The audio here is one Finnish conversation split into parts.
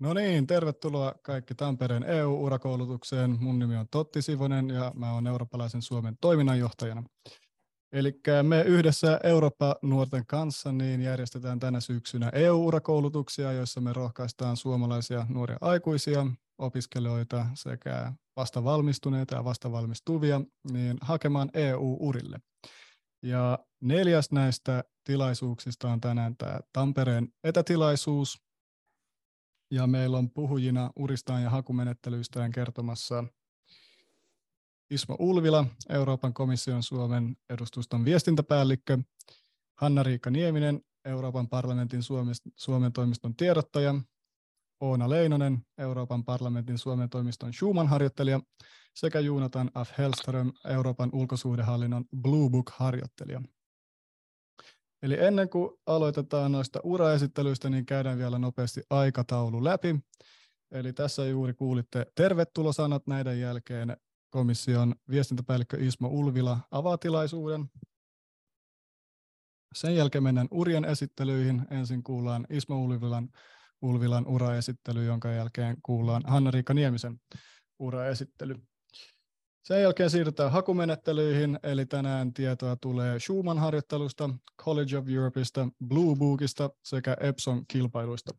No niin, tervetuloa kaikki Tampereen EU-urakoulutukseen. Mun nimi on Totti Sivonen ja mä oon Eurooppalaisen Suomen toiminnanjohtajana. Eli me yhdessä Eurooppa-nuorten kanssa niin järjestetään tänä syksynä EU-urakoulutuksia, joissa me rohkaistaan suomalaisia nuoria aikuisia, opiskelijoita sekä vastavalmistuneita ja vastavalmistuvia niin hakemaan EU-urille. Ja 4. näistä tilaisuuksista on tänään tämä Tampereen etätilaisuus. Ja meillä on puhujina uristaan ja hakumenettelyistään kertomassa Ismo Ulvila, Euroopan komission Suomen edustuston viestintäpäällikkö, Hanna-Riikka Nieminen, Euroopan parlamentin Suomen toimiston tiedottaja, Oona Leinonen, Euroopan parlamentin Suomen toimiston Schumann-harjoittelija sekä Jonathan F. Hellström, Euroopan ulkosuhdehallinnon Blue Book-harjoittelija. Eli ennen kuin aloitetaan noista uraesittelyistä, niin käydään vielä nopeasti aikataulu läpi. Eli tässä juuri kuulitte tervetulosanat, näiden jälkeen komission viestintäpäällikkö Ismo Ulvila avaa tilaisuuden. Sen jälkeen mennään urien esittelyihin. Ensin kuullaan Ismo Ulvilan uraesittely, jonka jälkeen kuullaan Hanna-Riikka Niemisen uraesittely. Sen jälkeen siirrytään hakumenettelyihin, eli tänään tietoa tulee Schumann-harjoittelusta, College of Europeista, Blue Bookista sekä Epson-kilpailuista.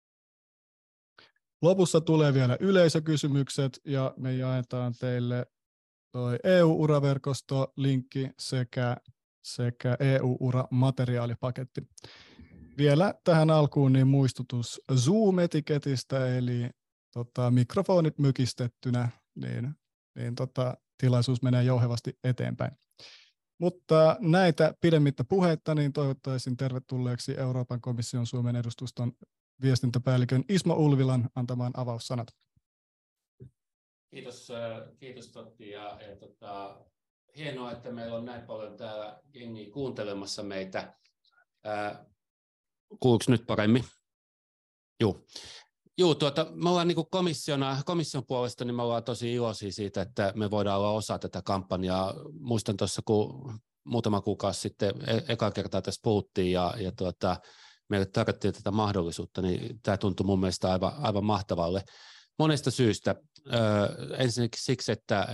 Lopussa tulee vielä yleisökysymykset ja me jaetaan teille toi EU-uraverkosto-linkki sekä EU-ura-materiaalipaketti. Vielä tähän alkuun niin muistutus Zoom-etiketistä, eli mikrofonit mykistettynä, niin tilaisuus menee jouhevasti eteenpäin. Mutta näitä pidemmittä puheitta niin toivottaisin tervetulleeksi Euroopan komission Suomen edustuston viestintäpäällikön Ismo Ulvilan antamaan avaussanat. Kiitos Totti. Hienoa, että meillä on näin paljon täällä jengiä kuuntelemassa meitä. Kuuluuko nyt paremmin? Joo, me ollaan niin komission puolesta niin me ollaan tosi iloisia siitä, että me voidaan olla osa tätä kampanjaa. Muistan tuossa, kun muutama kuukausi sitten eka kertaa tässä puhuttiin ja meille tarjottiin tätä mahdollisuutta, niin tämä tuntui mun mielestä aivan mahtavalle monesta syystä. Ensinnäkin siksi, että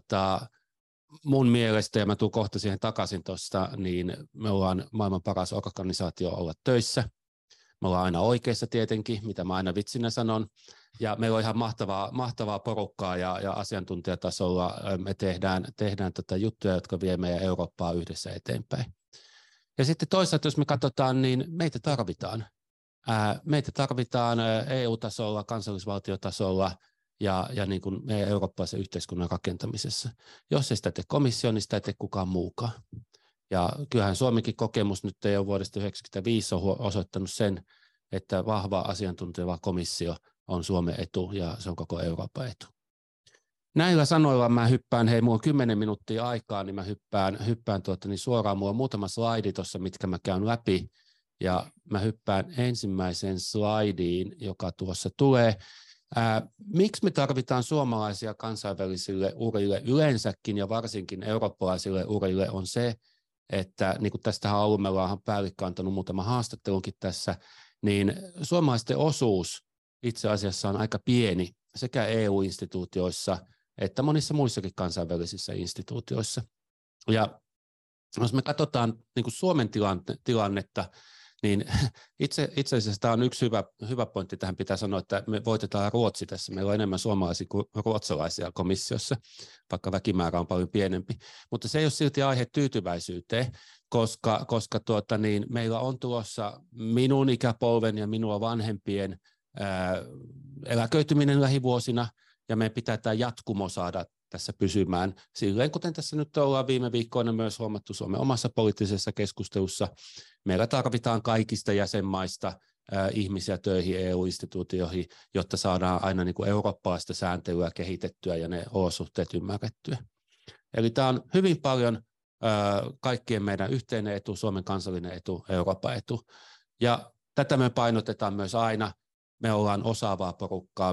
mun mielestä, ja mä tuun kohta siihen takaisin tuosta, niin me ollaan maailman paras organisaatio olla töissä. Me ollaan aina oikeassa tietenkin, mitä mä aina vitsinä sanon, ja meillä on ihan mahtavaa porukkaa ja asiantuntijatasolla me tehdään juttuja, jotka vie meidän Eurooppaa yhdessä eteenpäin. Ja sitten toisaalta, jos me katsotaan, niin meitä tarvitaan. Meitä tarvitaan EU-tasolla, kansallisvaltiotasolla ja niin kuin meidän eurooppalaisen yhteiskunnan rakentamisessa. Jos ei sitä tee komissio, niin sitä ei tee kukaan muukaan. Ja kyllähän Suomenkin kokemus nyt jo vuodesta 1995 on osoittanut sen, että vahva asiantunteva komissio on Suomen etu ja se on koko Euroopan etu. Näillä sanoilla mä hyppään, mulla on 10 minuuttia aikaa, niin mä hyppään suoraan, mulla on muutama slaidi tuossa, mitkä mä käyn läpi. Ja mä hyppään ensimmäiseen slaidiin, joka tuossa tulee. Miksi me tarvitaan suomalaisia kansainvälisille urille yleensäkin ja varsinkin eurooppalaisille urille on se, että niin kuin tästähän on ollut, meillä on päällikkö antanut muutama haastattelunkin tässä, niin suomalaisten osuus itse asiassa on aika pieni sekä EU-instituutioissa että monissa muissakin kansainvälisissä instituutioissa. Ja jos me katsotaan niin kuin Suomen tilannetta, niin itse asiassa tämä on yksi hyvä pointti, tähän pitää sanoa, että me voitetaan Ruotsi tässä. Meillä on enemmän suomalaisia kuin ruotsalaisia komissiossa, vaikka väkimäärä on paljon pienempi. Mutta se ei ole silti aihe tyytyväisyyteen, koska meillä on tulossa minun ikäpolven ja minua vanhempien eläköityminen lähivuosina, ja meidän pitää tämä jatkumo saada tässä pysymään. Silleen, kuten tässä nyt ollaan viime viikkoina myös huomattu Suomen omassa poliittisessa keskustelussa, meillä tarvitaan kaikista jäsenmaista ihmisiä töihin EU-instituutioihin, jotta saadaan aina niin kuin eurooppalaista sääntelyä kehitettyä ja ne olosuhteet ymmärrettyä. Eli tämä on hyvin paljon kaikkien meidän yhteinen etu, Suomen kansallinen etu, Euroopan etu. Ja tätä me painotetaan myös aina. Me ollaan osaavaa porukkaa,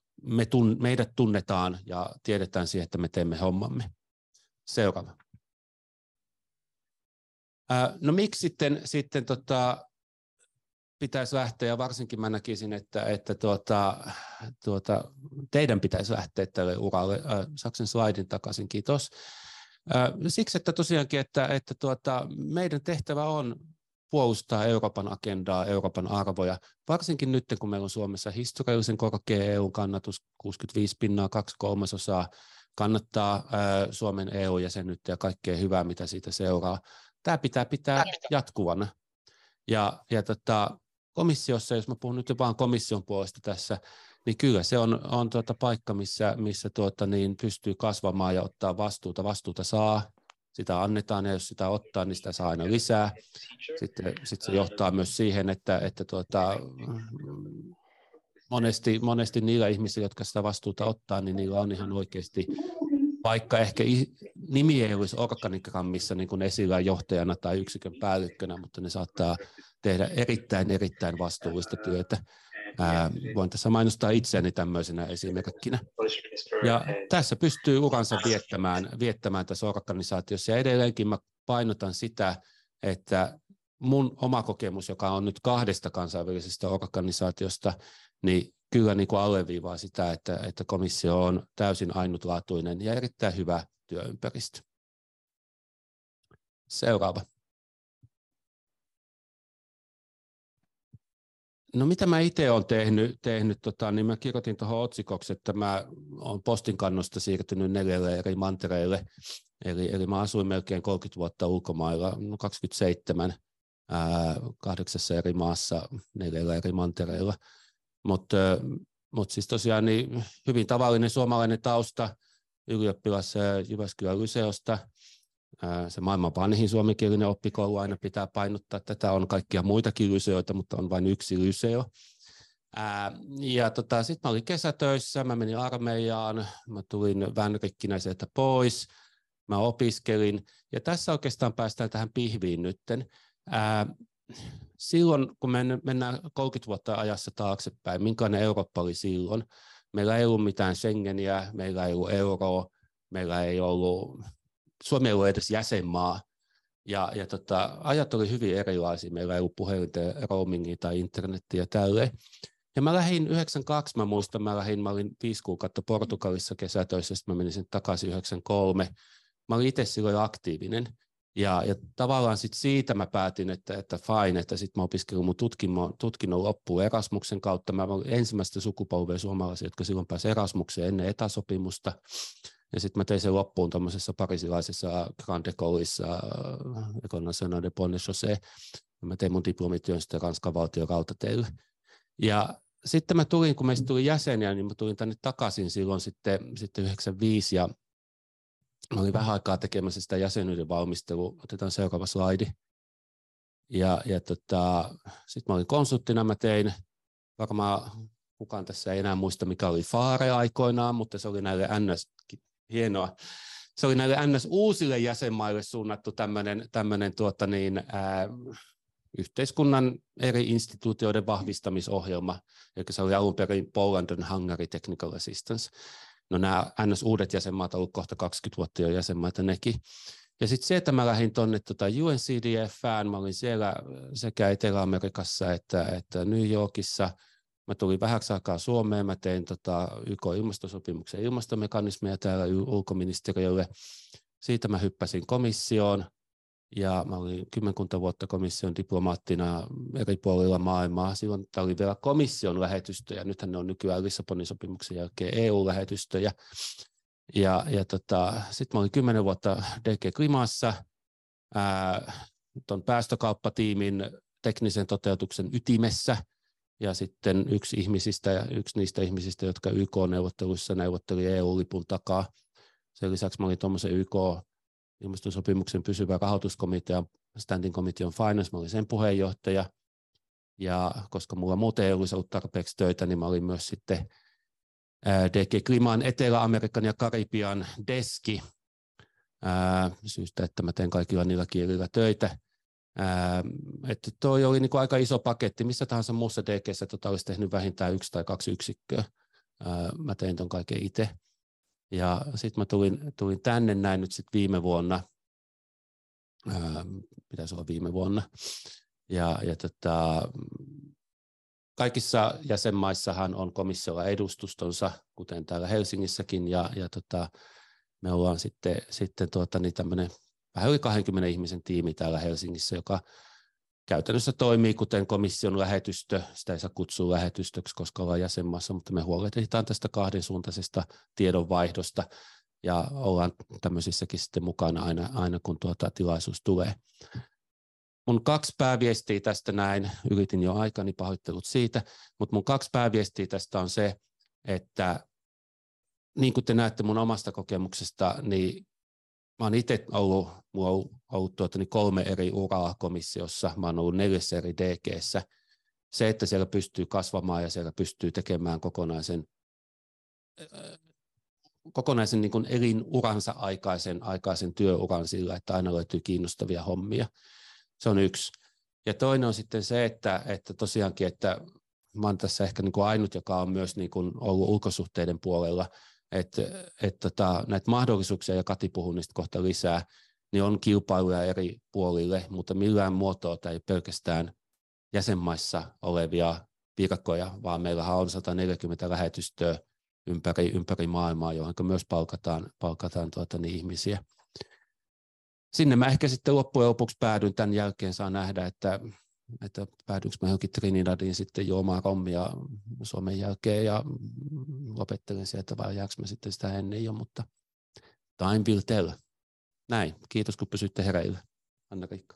meidät tunnetaan ja tiedetään siihen, että me teemme hommamme. Seuraava. No miksi sitten pitäisi lähteä, ja varsinkin mä näkisin, että teidän pitäisi lähteä tälle uralle. Saksen slaidin takaisin, kiitos. Siksi, että tosiaankin, että meidän tehtävä on puolustaa Euroopan agendaa, Euroopan arvoja, varsinkin nyt, kun meillä on Suomessa historiallisen korkea EU-kannatus, 65%, 2/3 kannattaa Suomen EU-jäsenyyttä ja kaikkea hyvää, mitä siitä seuraa. Tämä pitää jatkuvana. Ja komissiossa, jos mä puhun nyt vaan komission puolesta tässä, niin kyllä se on paikka, missä pystyy kasvamaan ja ottaa vastuuta. Vastuuta saa, sitä annetaan, ja jos sitä ottaa, niin sitä saa aina lisää. Sitten se johtaa myös siihen, että monesti niillä ihmisillä, jotka sitä vastuuta ottaa, niin niillä on ihan oikeasti, vaikka ehkä nimi ei olisi organigrammissa niin kuin esillä johtajana tai yksikön päällikkönä, mutta ne saattaa tehdä erittäin vastuullista työtä. Voin tässä mainostaa itseäni tämmöisenä esimerkkinä. Ja tässä pystyy uransa viettämään tässä organisaatiossa. Ja edelleenkin mä painotan sitä, että mun oma kokemus, joka on nyt 2 kansainvälisestä organisaatiosta, niin kyllä niin kuin alleviivaa sitä, että komissio on täysin ainutlaatuinen ja erittäin hyvä työympäristö. Seuraava. No mitä mä itse olen tehnyt niin mä kirjoitin tuohon otsikoksi, että mä olen postinkannosta siirtynyt 4 eri mantereille, eli mä asuin melkein 30 vuotta ulkomailla, 27 8 eri maassa 4 eri mantereilla, mutta siis tosiaan niin hyvin tavallinen suomalainen tausta, ylioppilas Jyväskylän Lyseosta, se maailman vanhin suomenkielinen oppikoulu, aina pitää painottaa, että tätä on kaikkia muitakin lyseoita, mutta on vain yksi lyseo. Sitten mä olin kesätöissä, mä menin armeijaan, mä tulin vänrikkinä sieltä pois, mä opiskelin, ja tässä oikeastaan päästään tähän pihviin nytten. Silloin, kun mennään 30 vuotta ajassa taaksepäin, minkälainen Eurooppa oli silloin? Meillä ei ollut mitään Schengeniä, meillä ei ollut euroa, meillä ei ollut, Suomi ei ollut edes jäsenmaa, ja ajat oli hyvin erilaisia, meillä ei ollut puhelinta, roamingia tai internetiä ja tälleen. Ja mä lähdin 92, mä olin 5 kuukautta Portugalissa kesätöissä, sitten mä menin sen takaisin 93. Mä olin itse silloin aktiivinen. Ja tavallaan sit siitä mä päätin, että fine, että sitten mä opiskelin mun tutkinnon loppuun Erasmuksen kautta. Mä olin ensimmäistä sukupolvea suomalaisia, jotka silloin pääsivät Erasmukseen ennen etäsopimusta. Ja sitten mä tein sen loppuun tuommoisessa parisilaisessa Grande Écoleissa, École Nationale de Pont-et-Chaussée. Mä tein mun diplomityön sitten Ranskan valtion rautateille. Ja sitten mä tulin, kun meistä tuli jäseniä, niin mä tulin tänne takaisin silloin sitten 95 ja mä olin vähän aikaa tekemässä sitä jäsenyyden valmistelua. Otetaan seuraava slaidi. Sitten mä olin konsulttina, mä tein, varmaan kukaan tässä ei enää muista, mikä oli FARE aikoinaan, mutta se oli näille hienoa. Se oli näille uusille jäsenmaille suunnattu tämmöinen yhteiskunnan eri instituutioiden vahvistamisohjelma, eli se oli alun perin Poland and Hungary Technical Assistance. No nämä uudet jäsenmaat ovat olleet kohta 20 vuotta jo jäsenmaita nekin. Ja sitten se, että mä lähdin tuonne UNCDF:ään, mä olin siellä sekä Etelä-Amerikassa että New Yorkissa. Mä tulin vähäksi aikaa Suomeen, mä tein YK-ilmastosopimuksen ilmastomekanismeja täällä ulkoministeriölle. Siitä mä hyppäsin komissioon ja mä olin 10 vuotta komission diplomaattina eri puolilla maailmaa. Silloin tämä oli vielä komission lähetystöjä, nythän ne on nykyään Lissabonin sopimuksen jälkeen EU-lähetystöjä. Sitten mä olin 10 vuotta DG Klimassa, tuon päästökauppatiimin teknisen toteutuksen ytimessä, ja sitten yksi niistä ihmisistä, jotka YK-neuvotteluissa neuvotteli EU-lipun takaa. Sen lisäksi mä olin tuommoisen YK-ilmastosopimuksen pysyvä rahoituskomitean, Standing Committee on Finance, mä olin sen puheenjohtaja, ja koska mulla muuten ei olisi ollut tarpeeksi töitä, niin mä olin myös sitten DG Kliman Etelä-Amerikan ja Karibian deski, syystä, että mä teen kaikilla niillä kielillä töitä. Että toi oli niinku aika iso paketti, missä tahansa muussa DG:ssä olisi tehnyt vähintään 1 tai 2 yksikköä. Mä tein ton kaiken itse. Ja sitten mä tulin tänne näin nyt sitten viime vuonna, pitäisi olla viime vuonna. Kaikissa jäsenmaissahan on komissiolla edustustonsa, kuten täällä Helsingissäkin, ja me ollaan sitten niin tämmöinen vähän yli 20 ihmisen tiimi täällä Helsingissä, joka käytännössä toimii kuten komission lähetystö. Sitä ei saa kutsua lähetystöksi, koska ollaan jäsenmaassa, mutta me huolehditaan tästä kahdensuuntaisesta tiedonvaihdosta ja ollaan tämmöisissäkin sitten mukana aina kun tilaisuus tulee. Mun 2 pääviestiä tästä näin, yritin jo aikani, pahoittelut siitä, mutta mun 2 pääviestiä tästä on se, että niin kuin te näette mun omasta kokemuksesta, niin mä oon itse ollut 3 eri uraa komissiossa, mä oon ollut 4 eri DG:ssä. Se, että siellä pystyy kasvamaan ja siellä pystyy tekemään kokonaisen niin kuin elinuransa aikaisen työuran sillä, että aina löytyy kiinnostavia hommia. Se on 1. Ja toinen on sitten se, että tosiaankin, että mä oon tässä ehkä niin kuin ainut, joka on myös niin kuin ollut ulkosuhteiden puolella, että näitä mahdollisuuksia, ja Kati puhuu niistä kohta lisää, niin on kilpailuja eri puolille, mutta millään muotoa tämä ei pelkästään jäsenmaissa olevia virkoja, vaan meillähän on 140 lähetystöä ympäri maailmaa, johon myös palkataan ihmisiä. Sinne mä ehkä sitten loppujen lopuksi päädyin, tämän jälkeen saa nähdä, että päädynkö mä johonkin Trinidadiin sitten juomaan rommia Suomen jälkeen ja lopettelen sieltä vai jääkö mä sitten sitä ennen jo, mutta time will tell. Näin, kiitos kun pysyitte hereillä. Anna-Riikka.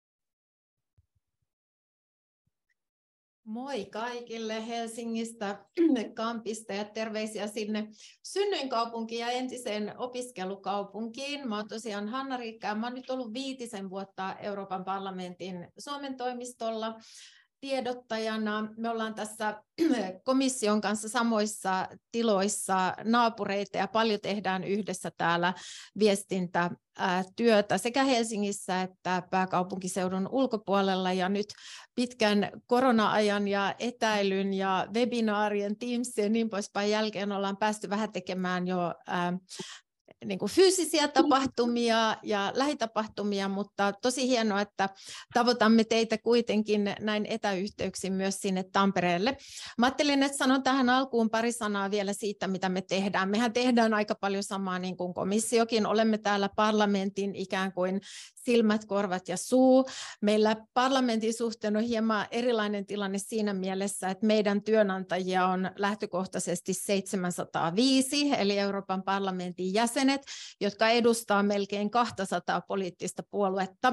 Moi kaikille Helsingistä, Kampista ja terveisiä sinne synnyinkaupunkiin ja entiseen opiskelukaupunkiin. Mä oon tosiaan Hanna-Riikka ja mä oon nyt ollut 5 vuotta Euroopan parlamentin Suomen toimistolla tiedottajana. Me ollaan tässä komission kanssa samoissa tiloissa naapureita ja paljon tehdään yhdessä täällä viestintätyötä sekä Helsingissä että pääkaupunkiseudun ulkopuolella. Ja nyt pitkän korona-ajan ja etäilyn ja webinaarien, Teamsien ja niin poispäin jälkeen ollaan päästy vähän tekemään jo niin kuin fyysisiä tapahtumia ja lähitapahtumia, mutta tosi hienoa, että tavoitamme teitä kuitenkin näin etäyhteyksin myös sinne Tampereelle. Mä ajattelin, että sanon tähän alkuun pari sanaa vielä siitä, mitä me tehdään. Mehän tehdään aika paljon samaa niin kuin komissiokin. Olemme täällä parlamentin ikään kuin silmät, korvat ja suu. Meillä parlamentin suhteen on hieman erilainen tilanne siinä mielessä, että meidän työnantajia on lähtökohtaisesti 705, eli Euroopan parlamentin jäsenet, jotka edustaa melkein 200 poliittista puoluetta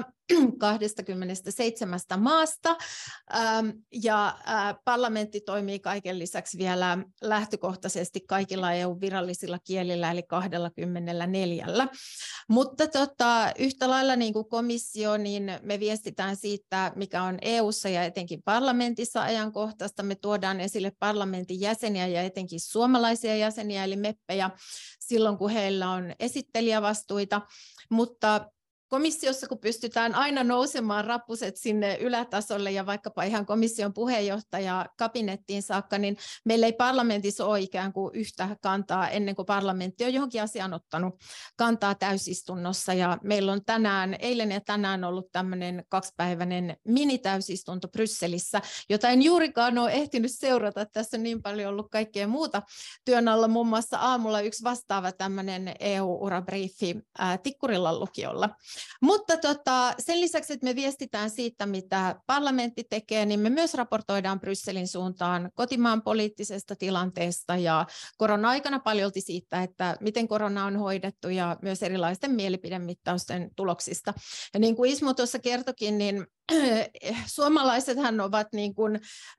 27 maasta. Ja parlamentti toimii kaiken lisäksi vielä lähtökohtaisesti kaikilla EU-virallisilla kielillä, eli 24. Mutta yhtä lailla niin kuin komissio, niin me viestitään siitä, mikä on EU:ssa ja etenkin parlamentissa ajankohtaista. Me tuodaan esille parlamentin jäseniä ja etenkin suomalaisia jäseniä, eli meppejä, silloin kun heillä on esittelijävastuita, mutta komissiossa, kun pystytään aina nousemaan rappuset sinne ylätasolle ja vaikkapa ihan komission puheenjohtaja kabinettiin saakka, niin meillä ei parlamentissa ole ikään kuin yhtä kantaa ennen kuin parlamentti on johonkin asiaan ottanut kantaa täysistunnossa. Ja meillä on eilen ja tänään ollut tämmöinen 2-päiväinen minitäysistunto Brysselissä, jota en juurikaan ole ehtinyt seurata. Tässä on niin paljon ollut kaikkea muuta työn alla, muun muassa aamulla yksi vastaava tämmöinen EU-urabriefi Tikkurilan lukiolla. Mutta sen lisäksi, että me viestitään siitä, mitä parlamentti tekee, niin me myös raportoidaan Brysselin suuntaan kotimaan poliittisesta tilanteesta ja korona-aikana paljolti siitä, että miten korona on hoidettu ja myös erilaisten mielipidemittausten tuloksista. Ja niin kuin Ismo tuossa kertokin, niin suomalaisethan ovat niin kuin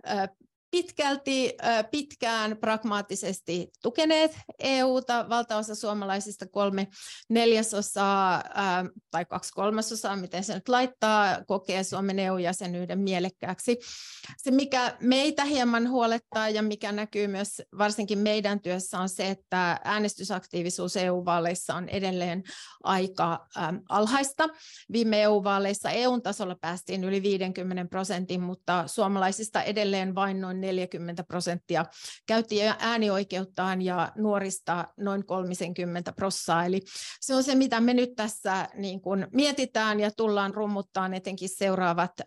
pitkään pragmaattisesti tukeneet EUta. Valtaosa suomalaisista 3/4 tai 2/3, miten se nyt laittaa, kokee Suomen EU-jäsenyyden mielekkääksi. Se, mikä meitä hieman huolettaa ja mikä näkyy myös varsinkin meidän työssä, on se, että äänestysaktiivisuus EU-vaaleissa on edelleen aika alhaista. Viime EU-vaaleissa EU-tasolla päästiin yli 50%, mutta suomalaisista edelleen vain noin 40% käytti äänioikeuttaan ja nuorista noin 30%. Eli se on se, mitä me nyt tässä niin kuin mietitään ja tullaan rummuttaan etenkin seuraavat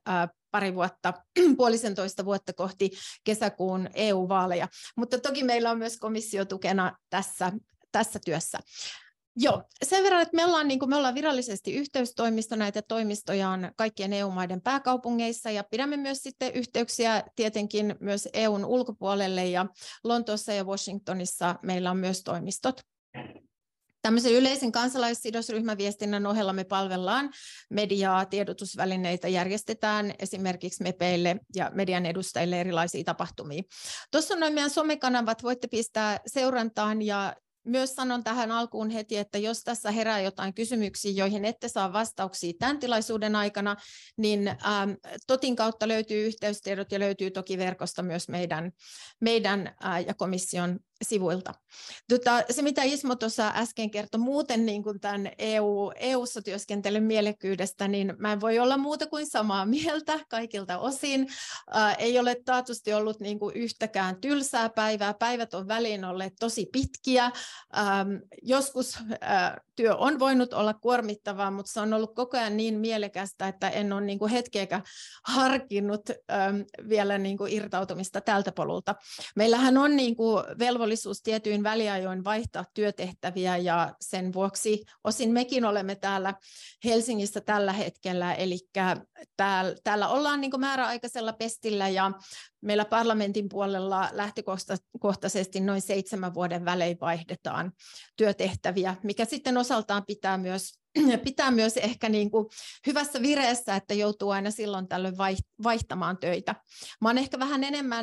puolisentoista vuotta kohti kesäkuun EU-vaaleja. Mutta toki meillä on myös komissio tukena tässä työssä. Joo, sen verran, että me ollaan virallisesti yhteystoimisto, näitä toimistoja on kaikkien EU-maiden pääkaupungeissa ja pidämme myös sitten yhteyksiä tietenkin myös EUn ulkopuolelle ja Lontoossa ja Washingtonissa meillä on myös toimistot. Tämmöisen yleisen kansalaissidosryhmäviestinnän ohella me palvellaan mediaa, tiedotusvälineitä, järjestetään esimerkiksi MEPeille ja median edustajille erilaisia tapahtumia. Tuossa on noin meidän somekanavat, voitte pistää seurantaan ja myös sanon tähän alkuun heti, että jos tässä herää jotain kysymyksiä, joihin ette saa vastauksia tämän tilaisuuden aikana, niin Totin kautta löytyy yhteystiedot ja löytyy toki verkosta myös meidän ja komission sivuilta. Se, mitä Ismo tuossa äsken kertoi muuten niin kuin tämän EU-ssa työskentelyn mielekkyydestä, niin mä en voi olla muuta kuin samaa mieltä kaikilta osin. Ei ole taatusti ollut niin kuin yhtäkään tylsää päivää. Päivät on väliin olleet tosi pitkiä. Joskus työ on voinut olla kuormittavaa, mutta se on ollut koko ajan niin mielekästä, että en ole niin kuin hetkeäkään harkinnut vielä niin kuin irtautumista tältä polulta. Meillähän on niin kuin velvollisuus tietyin väliajoin vaihtaa työtehtäviä ja sen vuoksi osin mekin olemme täällä Helsingissä tällä hetkellä, eli täällä ollaan niin kuin määräaikaisella pestillä ja meillä parlamentin puolella lähtökohtaisesti noin 7 vuoden välein vaihdetaan työtehtäviä, mikä sitten osaltaan pitää myös ehkä niin kuin hyvässä vireessä, että joutuu aina silloin tällöin vaihtamaan töitä. Mä olen ehkä vähän enemmän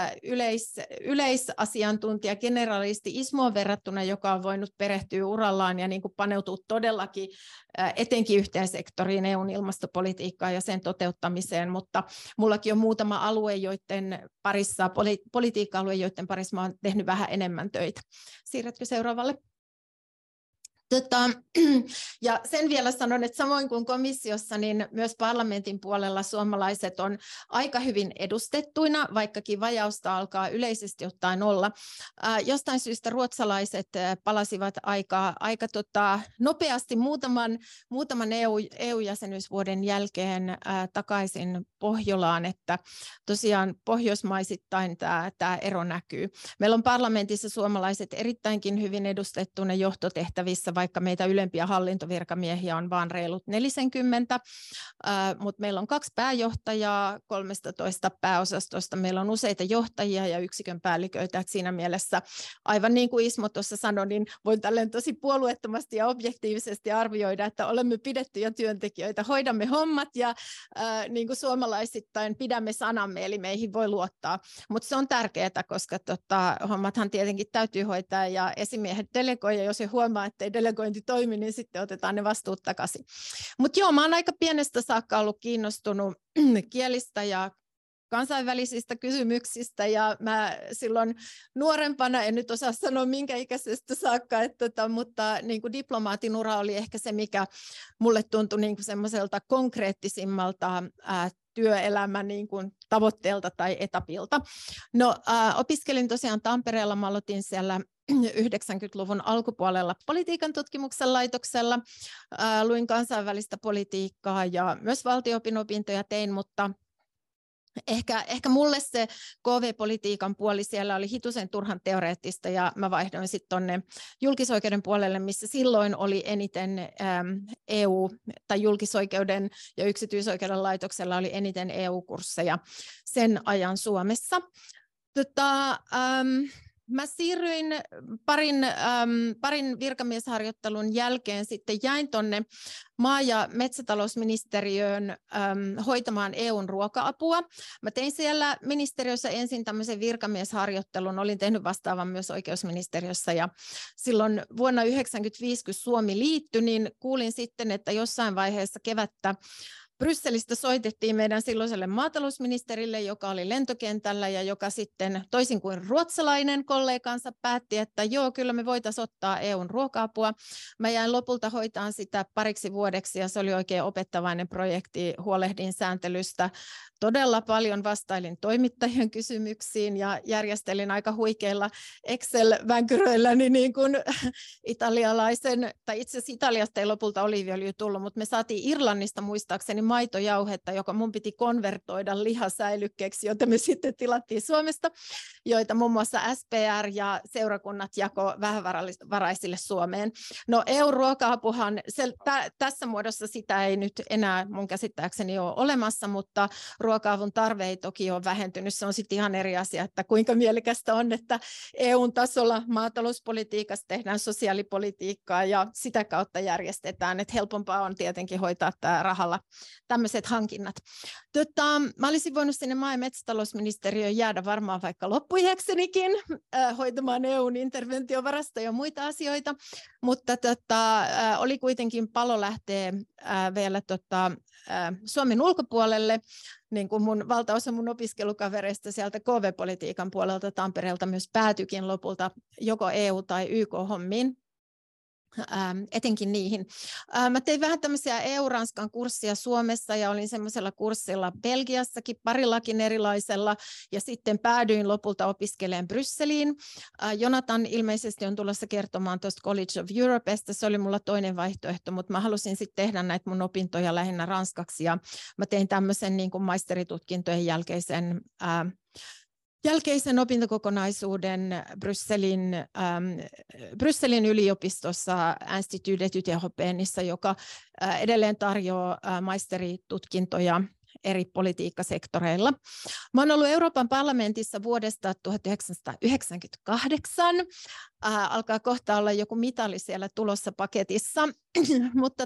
yleisasiantuntija, generalisti Ismoon verrattuna, joka on voinut perehtyä urallaan ja niin kuin paneutua todellakin etenkin yhteen sektoriin, EUn ilmastopolitiikkaan ja sen toteuttamiseen, mutta mullakin on muutama alue, politiikka-alue, joiden parissa mä olen tehnyt vähän enemmän töitä. Siirrätkö seuraavalle? Ja sen vielä sanon, että samoin kuin komissiossa, niin myös parlamentin puolella suomalaiset on aika hyvin edustettuina, vaikkakin vajausta alkaa yleisesti ottaen olla. Jostain syystä ruotsalaiset palasivat aika nopeasti muutaman EU-jäsenyysvuoden jälkeen takaisin Pohjolaan, että tosiaan pohjoismaisittain tämä ero näkyy. Meillä on parlamentissa suomalaiset erittäinkin hyvin edustettuina johtotehtävissä, vaikka meitä ylempiä hallintovirkamiehiä on vain reilut 40, mutta meillä on 2 pääjohtajaa 13 pääosastosta. Meillä on useita johtajia ja yksikön päälliköitä, että siinä mielessä aivan niin kuin Ismo tuossa sanoi, niin voin tälleen tosi puolueettomasti ja objektiivisesti arvioida, että olemme pidettyjä työntekijöitä, hoidamme hommat ja niin kuin suomalaisittain pidämme sanamme, eli meihin voi luottaa. Mutta se on tärkeää, koska hommathan tietenkin täytyy hoitaa ja esimiehet delegoi, ja jos he huomaa, että ei delegointi toimi, niin sitten otetaan ne vastuut takaisin. Mutta joo, mä oon aika pienestä saakka ollut kiinnostunut kielistä ja kansainvälisistä kysymyksistä, ja mä silloin nuorempana, en nyt osaa sanoa minkä ikäisestä saakka, mutta niin kuin diplomaatin ura oli ehkä se, mikä mulle tuntui niin kuin semmoiselta konkreettisimmalta työelämän niin kuin tavoitteelta tai etapilta. No, opiskelin tosiaan Tampereella, mä aloitin siellä 90-luvun alkupuolella politiikan tutkimuksen laitoksella, luin kansainvälistä politiikkaa ja myös valtio-opinopintoja tein, mutta ehkä mulle se KV-politiikan puoli siellä oli hitusen turhan teoreettista, ja mä vaihdoin sitten tuonne julkisoikeuden puolelle, missä silloin oli eniten EU- tai julkisoikeuden ja yksityisoikeuden laitoksella oli eniten EU-kursseja sen ajan Suomessa. Mä siirryin parin virkamiesharjoittelun jälkeen, sitten jäin tuonne maa- ja metsätalousministeriöön hoitamaan EUn ruoka-apua. Mä tein siellä ministeriössä ensin tämmöisen virkamiesharjoittelun, olin tehnyt vastaavan myös oikeusministeriössä, ja silloin vuonna 1995, kun Suomi liittyi, niin kuulin sitten, että jossain vaiheessa kevättä Brysselistä soitettiin meidän silloiselle maatalousministerille, joka oli lentokentällä ja joka sitten toisin kuin ruotsalainen kollegansa päätti, että joo, kyllä me voitaisiin ottaa EUn ruoka-apua. Mä jäin lopulta hoitaan sitä pariksi vuodeksi ja se oli oikein opettavainen projekti. Huolehdin sääntelystä todella paljon, vastailin toimittajien kysymyksiin ja järjestelin aika huikeilla Excel-vänkyröilläni niin kuin italialaisen, tai itse asiassa Italiasta ei lopulta oliiviöljy tullut, mutta me saatiin Irlannista muistaakseni maitojauhetta, joka mun piti konvertoida lihasäilykkeeksi, jota me sitten tilattiin Suomesta, joita muun muassa SPR ja seurakunnat jako vähävaraisille Suomeen. No EU-ruoka-apuhan, tässä muodossa sitä ei nyt enää mun käsittääkseni ole olemassa, mutta ruoka-avun tarve ei toki ole vähentynyt. Se on sitten ihan eri asia, että kuinka mielekästä on, että EUn tasolla maatalouspolitiikassa tehdään sosiaalipolitiikkaa ja sitä kautta järjestetään, että helpompaa on tietenkin hoitaa tämä rahalla tämmöiset hankinnat. Mä olisin voinut sinne maa- ja metsätalousministeriöön jäädä varmaan vaikka loppuiäksenikin hoitamaan EUn interventiovarastoja ja muita asioita, mutta oli kuitenkin palo lähteä vielä Suomen ulkopuolelle, niin kuin valtaosa mun opiskelukavereista sieltä KV-politiikan puolelta Tampereelta myös päätyikin lopulta joko EU- tai YK-hommiin. Etenkin niihin. Mä tein vähän tämmöisiä EU-Ranskan kurssia Suomessa ja olin semmoisella kurssilla Belgiassakin, parillakin erilaisella, ja sitten päädyin lopulta opiskelemaan Brysseliin. Jonathan ilmeisesti on tulossa kertomaan tuosta College of Europesta, se oli mulla toinen vaihtoehto, mutta mä halusin sitten tehdä näitä mun opintoja lähinnä ranskaksi, ja mä tein tämmöisen niin kuin maisteritutkintojen jälkeisen opintokokonaisuuden Brysselin yliopistossa Institut d'études européenissa, joka edelleen tarjoaa maisteritutkintoja eri politiikkasektoreilla. Mä olen ollut Euroopan parlamentissa vuodesta 1998. Alkaa kohta olla joku mitali siellä tulossa paketissa, mutta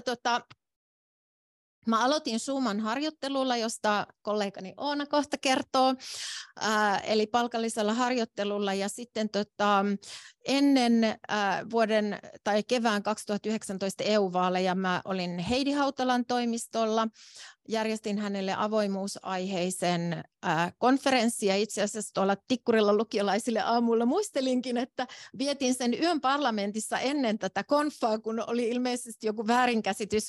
mä aloitin Schumann-harjoittelulla, josta kollegani Oona kohta kertoo, eli palkallisella harjoittelulla, ja sitten ennen kevään 2019 EU-vaaleja mä olin Heidi Hautalan toimistolla, järjestin hänelle avoimuusaiheisen konferenssin, ja itse asiassa tuolla Tikkurilla lukiolaisille aamulla muistelinkin, että vietin sen yön parlamentissa ennen tätä konfaa, kun oli ilmeisesti joku väärinkäsitys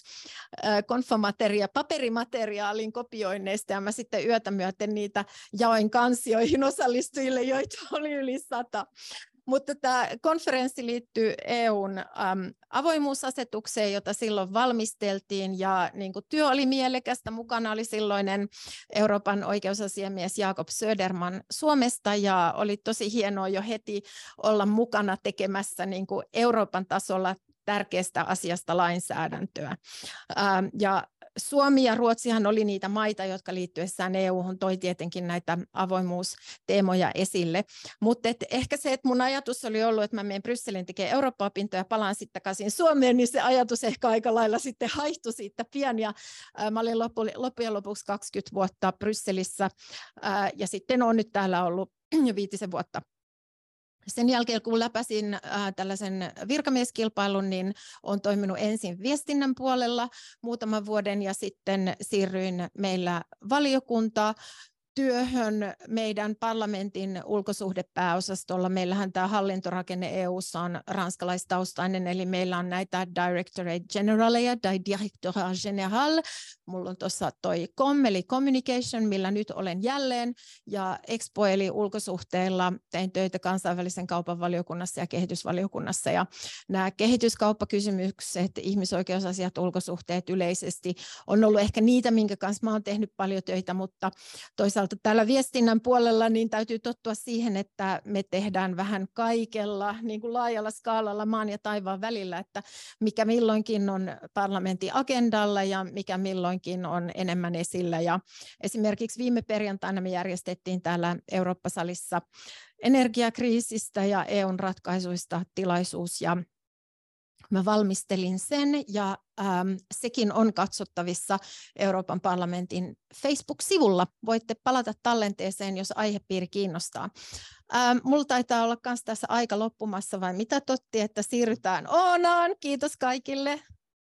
paperimateriaalin kopioinneista, ja mä sitten yötä myöten niitä jaoin kansioihin osallistujille, joita oli yli 100. Mutta tämä konferenssi liittyy EUn avoimuusasetukseen, jota silloin valmisteltiin, ja niin kuin työ oli mielekästä. Mukana oli silloinen Euroopan oikeusasiamies Jakob Söderman Suomesta, ja oli tosi hienoa jo heti olla mukana tekemässä niin kuin Euroopan tasolla tärkeästä asiasta lainsäädäntöä. Ja Suomi ja Ruotsihan oli niitä maita, jotka liittyessään EU-hun toi tietenkin näitä avoimuusteemoja esille. Mutta ehkä se, että mun ajatus oli ollut, että mä menen Brysselin tekemään Eurooppa-opintoja ja palaan sitten takaisin Suomeen, niin se ajatus ehkä aika lailla sitten haihtui siitä pian. Ja mä olin loppujen lopuksi 20 vuotta Brysselissä, ja sitten olen nyt täällä ollut 5 vuotta. Sen jälkeen, kun läpäisin tällaisen virkamieskilpailun, niin olen toiminut ensin viestinnän puolella muutaman vuoden, ja sitten siirryin meillä valiokuntatyöhön meidän parlamentin ulkosuhdepääosastolla. Meillähän tämä hallintorakenne EU:ssa on ranskalaistaustainen, eli meillä on näitä Directorate Generaleja tai Directorat Général. Mulla on tuossa toi COM eli Communication, millä nyt olen jälleen, ja Expo eli ulkosuhteilla tein töitä kansainvälisen kaupan valiokunnassa ja kehitysvaliokunnassa, ja nämä kehityskauppakysymykset, ihmisoikeusasiat, ulkosuhteet yleisesti on ollut ehkä niitä, minkä kanssa mä oon tehnyt paljon töitä, mutta toisaalta täällä viestinnän puolella niin täytyy tottua siihen, että me tehdään vähän kaikella niin kuin laajalla skaalalla maan ja taivaan välillä, että mikä milloinkin on parlamentin agendalla ja mikä milloinkin on enemmän esillä. Ja esimerkiksi viime perjantaina me järjestettiin täällä Eurooppa-salissa energiakriisistä ja EUn ratkaisuista tilaisuus, ja mä valmistelin sen, ja sekin on katsottavissa Euroopan parlamentin Facebook-sivulla. Voitte palata tallenteeseen, jos aihepiiri kiinnostaa. Mulla taitaa olla myös tässä aika loppumassa, vai mitä Totti, että siirrytään Oonaan. Kiitos kaikille.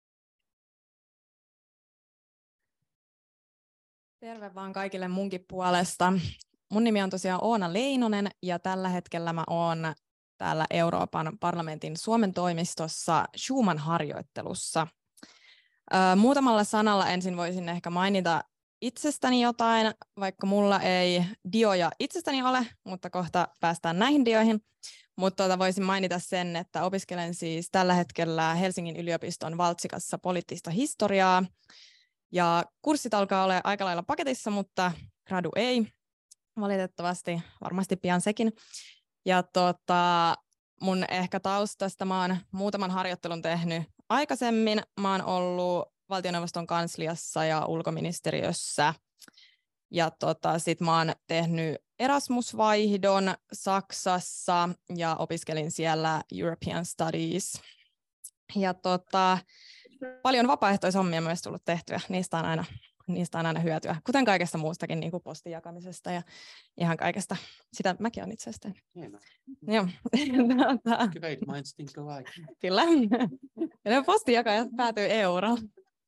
Terve vaan kaikille munkin puolesta. Mun nimi on tosiaan Oona Leinonen, ja tällä hetkellä mä oon täällä Euroopan parlamentin Suomen toimistossa Schumann-harjoittelussa. Muutamalla sanalla ensin voisin ehkä mainita itsestäni jotain, vaikka mulla ei dioja itsestäni ole, mutta kohta päästään näihin dioihin. Mutta voisin mainita sen, että opiskelen siis tällä hetkellä Helsingin yliopiston Valtsikassa poliittista historiaa, Ja kurssit alkaa olla aika lailla paketissa, mutta gradu ei valitettavasti, varmasti pian sekin. Ja mun ehkä taustasta mä oon muutaman harjoittelun tehnyt aikaisemmin. Mä oon ollut valtioneuvoston kansliassa ja ulkoministeriössä. Ja sit mä oon tehnyt Erasmus-vaihdon Saksassa ja opiskelin siellä European Studies. Ja paljon vapaaehtoishommia myös tullut tehtyä. Niistä on aina hyötyä, kuten kaikesta muustakin, niin kuin postin jakamisesta ja ihan kaikesta. Sitä mäkin olen itse asiassa tehnyt. Joo. Great minds think alike. Kyllä. Ja ne postinjakajat päätyy euroon.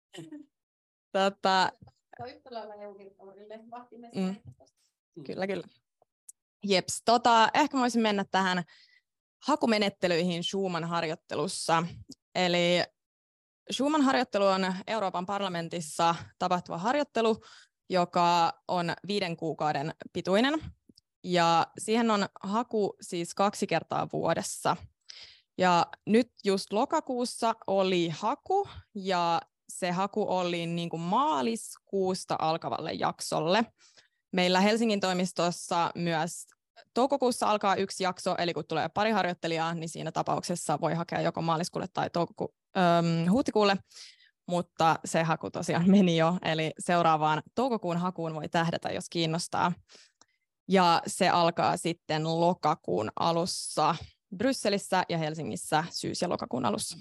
Kyllä. Jeps. Ehkä voisin mennä tähän hakumenettelyihin Schumann-harjoittelussa. Eli Schumann-harjoittelu on Euroopan parlamentissa tapahtuva harjoittelu, joka on 5 kuukauden pituinen. Ja siihen on haku siis 2 kertaa vuodessa. Ja nyt just lokakuussa oli haku, ja se haku oli niin kuin maaliskuusta alkavalle jaksolle. Meillä Helsingin toimistossa myös toukokuussa alkaa 1 jakso, eli kun tulee pari harjoittelijaa, niin siinä tapauksessa voi hakea joko maaliskuulle tai huhtikuulle, mutta se haku tosiaan meni jo, eli seuraavaan toukokuun hakuun voi tähdätä, jos kiinnostaa. Ja se alkaa sitten lokakuun alussa Brysselissä ja Helsingissä syys- ja lokakuun alussa.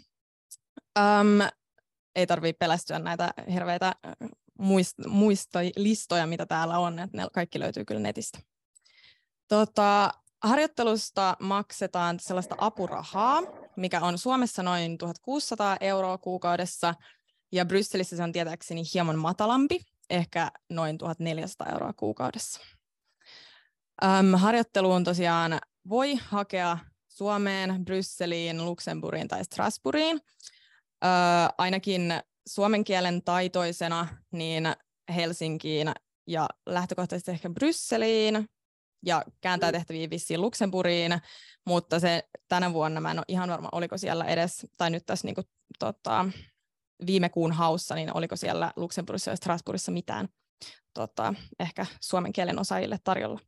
Ei tarvitse pelästyä näitä hirveitä muistolistoja, mitä täällä on, että ne kaikki löytyy kyllä netistä. Harjoittelusta maksetaan sellaista apurahaa, mikä on Suomessa noin 1 600 € kuukaudessa, ja Brysselissä se on tietääkseni hieman matalampi, ehkä noin 1 400 € kuukaudessa. Harjoitteluun tosiaan voi hakea Suomeen, Brysseliin, Luxemburgiin tai Strasbourgiin. Ainakin suomen kielen taitoisena niin Helsinkiin ja lähtökohtaisesti ehkä Brysseliin ja kääntäjätehtäviin vissiin Luxemburgiin, mutta se tänä vuonna mä en ole ihan varma, oliko siellä edes, tai nyt tässä niinku, viime kuun haussa, niin oliko siellä Luxemburgissa ja Strasbourgissa mitään ehkä suomen kielen osaajille tarjolla.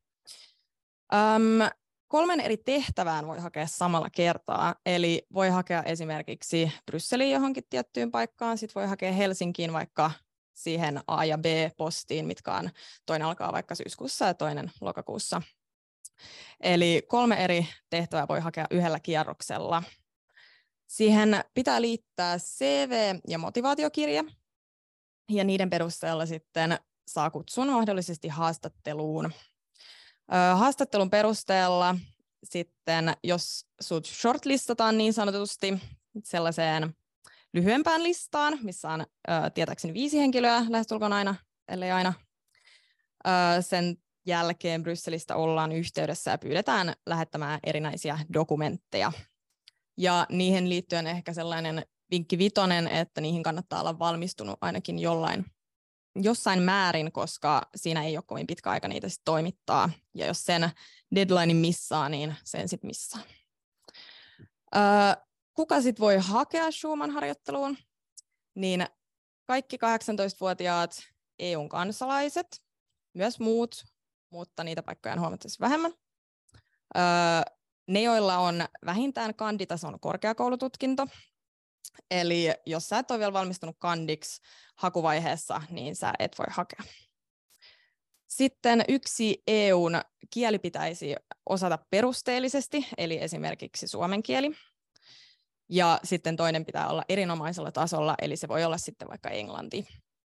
3 eri tehtävään voi hakea samalla kertaa, eli voi hakea esimerkiksi Brysseliin johonkin tiettyyn paikkaan, sitten voi hakea Helsinkiin vaikka siihen A- ja B-postiin, mitkä on, toinen alkaa vaikka syyskuussa ja toinen lokakuussa. Eli 3 eri tehtävää voi hakea yhdellä kierroksella. Siihen pitää liittää CV ja motivaatiokirje, ja niiden perusteella sitten saa kutsun mahdollisesti haastatteluun. Haastattelun perusteella sitten, jos sut shortlistataan niin sanotusti sellaiseen lyhyempään listaan, missä on tietääkseni 5 henkilöä lähestulkoon aina, ellei aina. Sen jälkeen Brysselistä ollaan yhteydessä ja pyydetään lähettämään erinäisiä dokumentteja. Ja niihin liittyen ehkä sellainen vinkki 5, että niihin kannattaa olla valmistunut ainakin jossain määrin, koska siinä ei ole kovin pitkä aika niitä sit toimittaa. Ja jos sen deadlinein missaa, niin sen sitten missaa. Kuka sitten voi hakea Schumann-harjoitteluun? Niin kaikki 18-vuotiaat EUn kansalaiset, myös muut, mutta niitä paikkoja on huomattavasti vähemmän. Ne, joilla on vähintään kanditason korkeakoulututkinto, eli jos sä et ole vielä valmistunut kandiksi hakuvaiheessa, niin sä et voi hakea. Sitten 1 EUn kieli pitäisi osata perusteellisesti, eli esimerkiksi suomen kieli. Ja sitten toinen pitää olla erinomaisella tasolla, eli se voi olla sitten vaikka englanti.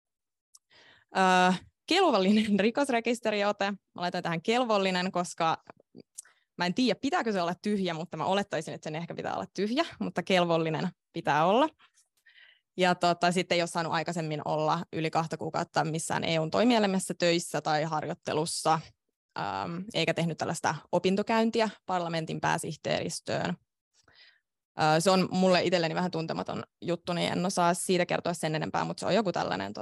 Kelvollinen rikosrekisteriote. Mä laitan tähän kelvollinen, koska mä en tiedä, pitääkö se olla tyhjä, mutta mä olettaisin, että sen ehkä pitää olla tyhjä, mutta kelvollinen pitää olla. Ja sitten ei ole saanut aikaisemmin olla yli 2 kuukautta missään EUn toimielimessä töissä tai harjoittelussa, eikä tehnyt tällaista opintokäyntiä parlamentin pääsihteeristöön. Se on mulle itselleni vähän tuntematon juttu, niin en osaa siitä kertoa sen enempää, mutta se on joku tällainen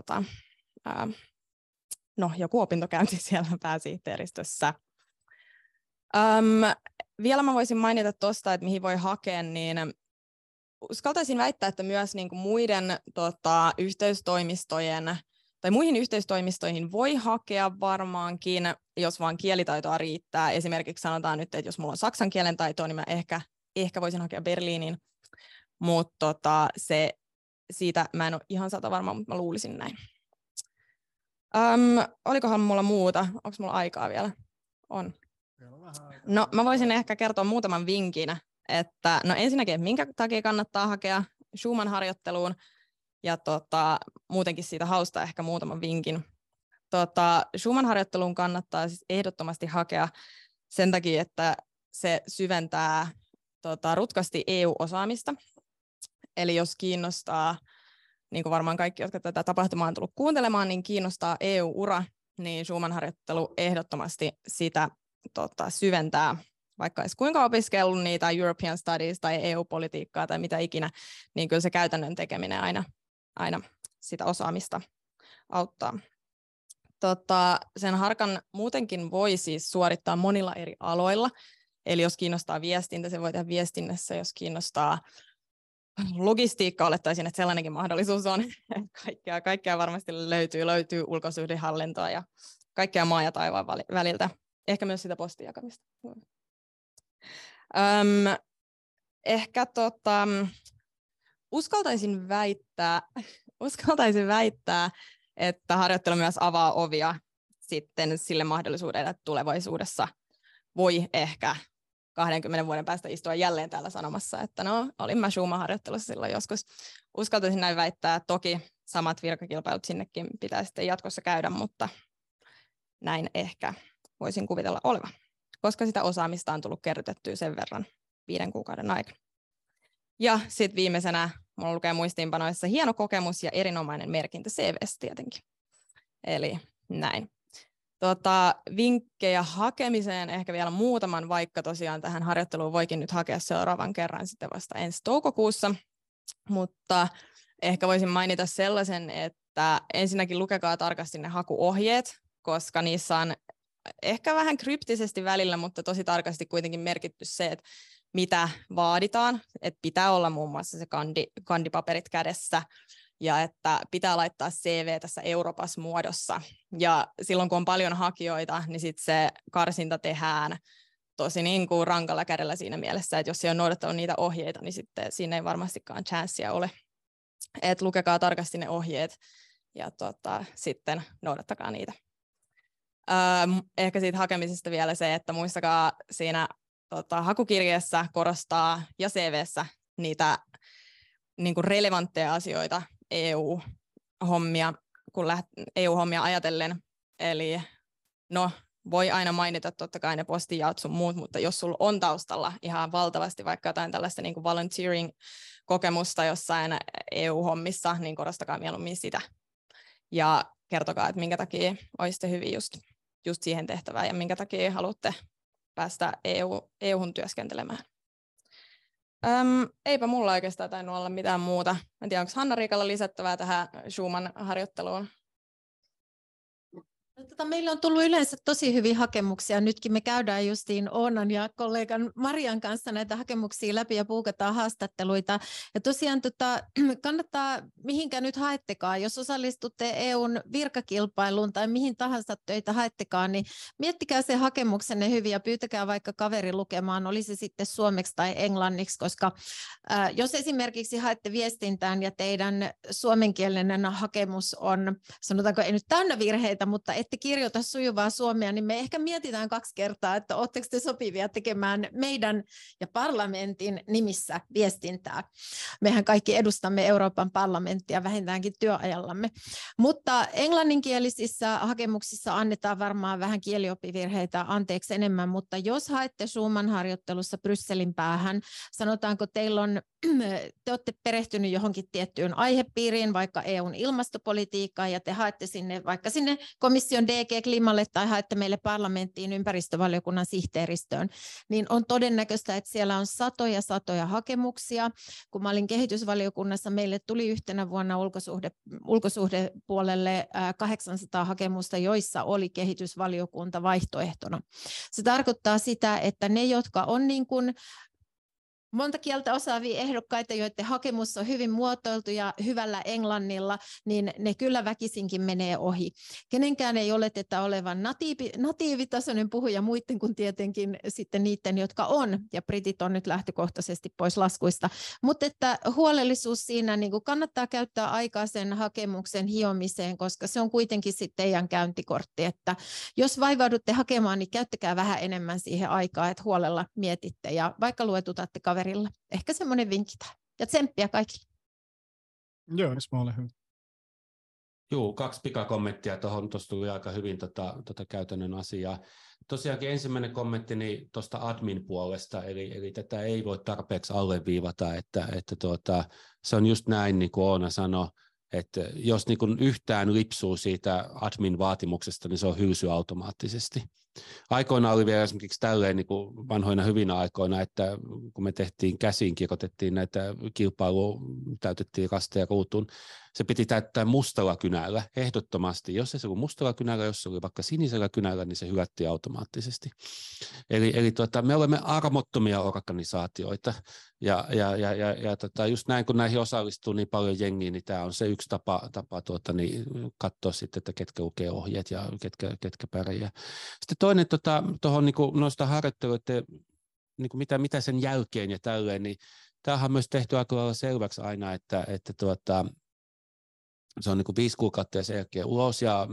joku opintokäynti siellä pääsihteeristössä. Vielä mä voisin mainita tuosta, että mihin voi hakea, niin uskaltaisin väittää, että myös niin kuin muiden yhteystoimistojen tai muihin yhteistoimistoihin voi hakea varmaankin, jos vaan kielitaitoa riittää. Esimerkiksi sanotaan nyt, että jos mulla on saksan kielen taitoa, niin mä ehkä voisin hakea Berliiniin, mutta siitä mä en ole ihan 100% varma, mutta mä luulisin näin. Olikohan mulla muuta? Onko mulla aikaa vielä? On. No, mä voisin ehkä kertoa muutaman vinkin, että no ensinnäkin, että minkä takia kannattaa hakea Schumann-harjoitteluun, ja muutenkin siitä hausta ehkä muutaman vinkin. Schumann-harjoitteluun kannattaa siis ehdottomasti hakea sen takia, että se syventää rutkasti EU-osaamista. Eli jos kiinnostaa, niin kuin varmaan kaikki, jotka tätä tapahtumaa on tullut kuuntelemaan, niin kiinnostaa EU-ura, niin Schumann-harjoittelu ehdottomasti sitä syventää. Vaikka olisi kuinka opiskellut niitä European Studies tai EU-politiikkaa tai mitä ikinä, niin kyllä se käytännön tekeminen aina sitä osaamista auttaa. Sen harkan muutenkin voi siis suorittaa monilla eri aloilla. Eli jos kiinnostaa viestintä, se voi tehdä viestinnässä. Jos kiinnostaa logistiikka, olettaisin, että sellainenkin mahdollisuus on. Kaikkea varmasti löytyy ulkosuhdehallintoa ja kaikkea maa ja taivaan väliltä. Ehkä myös sitä postin jakamista. Ehkä uskaltaisin väittää, että harjoittelu myös avaa ovia sitten sille mahdollisuudelle, että tulevaisuudessa voi ehkä 20 vuoden päästä istua jälleen täällä sanomassa, että no, olin mä Schumann-harjoittelussa silloin joskus. Uskaltaisin näin väittää, toki samat virkakilpailut sinnekin pitää sitten jatkossa käydä, mutta näin ehkä voisin kuvitella olevan, koska sitä osaamista on tullut kerrytettyä sen verran 5 kuukauden aikana. Ja sitten viimeisenä mulla lukee muistiinpanoissa hieno kokemus ja erinomainen merkintä CV:ssä tietenkin. Eli näin. Vinkkejä hakemiseen ehkä vielä muutaman, vaikka tosiaan tähän harjoitteluun voikin nyt hakea seuraavan kerran sitten vasta ensi toukokuussa. Mutta ehkä voisin mainita sellaisen, että ensinnäkin lukekaa tarkasti ne hakuohjeet, koska niissä on ehkä vähän kryptisesti välillä, mutta tosi tarkasti kuitenkin merkitty se, että mitä vaaditaan, että pitää olla muun muassa se kandipaperit kädessä ja että pitää laittaa CV tässä Europass-muodossa. Ja silloin kun on paljon hakijoita, niin sitten se karsinta tehdään tosi niin kuin rankalla kädellä siinä mielessä, että jos ei ole noudattanut niitä ohjeita, niin sitten siinä ei varmastikaan chanssiä ole. Et lukekaa tarkasti ne ohjeet ja sitten noudattakaa niitä. Ehkä siitä hakemisesta vielä se, että muistakaa siinä hakukirjeessä korostaa ja CV:ssä niitä niin kuin relevantteja asioita EU-hommia, kun EU-hommia ajatellen. Eli no, voi aina mainita totta kai ne postijaot sun muut, mutta jos sulla on taustalla ihan valtavasti vaikka jotain tällaista niin kuin volunteering-kokemusta jossain EU-hommissa, niin korostakaa mieluummin sitä. Ja kertokaa, että minkä takia olisitte hyvin just siihen tehtävään ja minkä takia haluatte päästä EU-hun työskentelemään. Eipä mulla oikeastaan tainnut olla mitään muuta. En tiedä, onko Hanna-Riikalla lisättävää tähän Schumann-harjoitteluun? Meillä on tullut yleensä tosi hyviä hakemuksia. Nytkin me käydään justiin Oonan ja kollegan Marian kanssa näitä hakemuksia läpi ja puukataan haastatteluita. Ja tosiaan kannattaa, mihinkä nyt haettekaan, jos osallistutte EUn virkakilpailuun tai mihin tahansa töitä haettekaan, niin miettikää se hakemuksenne hyvin ja pyytäkää vaikka kaveri lukemaan, oli se sitten suomeksi tai englanniksi, koska jos esimerkiksi haette viestintään ja teidän suomenkielinen hakemus on, sanotaanko ei nyt täynnä virheitä, mutta ette kirjoita sujuvaa suomea, niin me ehkä mietitään 2 kertaa, että oletteko te sopivia tekemään meidän ja parlamentin nimissä viestintää. Mehän kaikki edustamme Euroopan parlamenttia vähintäänkin työajallamme. Mutta englanninkielisissä hakemuksissa annetaan varmaan vähän kielioppivirheitä anteeksi enemmän, mutta jos haette Schumann-harjoittelussa Brysselin päähän, sanotaanko te olette perehtynyt johonkin tiettyyn aihepiiriin, vaikka EUn ilmastopolitiikkaan, ja te haette sinne vaikka sinne komission DG-klimalle tai haette meille parlamenttiin ympäristövaliokunnan sihteeristöön, niin on todennäköistä, että siellä on satoja hakemuksia. Kun mä olin kehitysvaliokunnassa, meille tuli yhtenä vuonna ulkosuhdepuolelle 800 hakemusta, joissa oli kehitysvaliokunta vaihtoehtona. Se tarkoittaa sitä, että ne, jotka on niin kuin monta kieltä osaavia ehdokkaita, joiden hakemus on hyvin muotoiltu ja hyvällä englannilla, niin ne kyllä väkisinkin menee ohi. Kenenkään ei oleteta olevan natiivitasoinen puhuja muiden kuin tietenkin sitten niiden, jotka on, ja britit on nyt lähtökohtaisesti pois laskuista. Mutta että huolellisuus siinä, niin kuin kannattaa käyttää aikaa sen hakemuksen hiomiseen, koska se on kuitenkin sitten teidän käyntikortti, että jos vaivaudutte hakemaan, niin käyttäkää vähän enemmän siihen aikaa, että huolella mietitte ja vaikka luetutatte kaverilla. Ehkä semmoinen vinkki tähän. Ja tsemppiä kaikille. Joo, Ismo, ole hyvä. Joo, 2 pikakommenttia tuohon. Tuossa tuli aika hyvin käytännön asiaa. Tosiaankin ensimmäinen kommenttini tuosta admin puolesta, eli tätä ei voi tarpeeksi alleviivata, että se on just näin, niin kuin Oona sanoi, että jos niin kuin yhtään lipsuu siitä admin-vaatimuksesta, niin se on hylsy automaattisesti. Aikoina oli vielä esimerkiksi tälleen niin kuin vanhoina hyvinä aikoina, että kun me tehtiin käsiin, kirjoitettiin näitä kilpailua, täytettiin rasteja ruutuun, se piti täyttää mustalla kynällä ehdottomasti. Jos se oli mustalla kynällä, jos se oli vaikka sinisellä kynällä, niin se hylättiin automaattisesti. Eli me olemme armottomia organisaatioita ja just näin, kun näihin osallistuu niin paljon jengiä, niin tämä on se yksi tapa katsoa sitten, että ketkä lukee ohjeet ja ketkä pärjää. Sitten toinen tuohon niin noista harjoitteluiden, niin mitä sen jälkeen ja tälleen, niin tämähän on myös tehty aika lailla selväksi aina, että se on niin kuin 5 kuukautta ja sen jälkeen ulos ja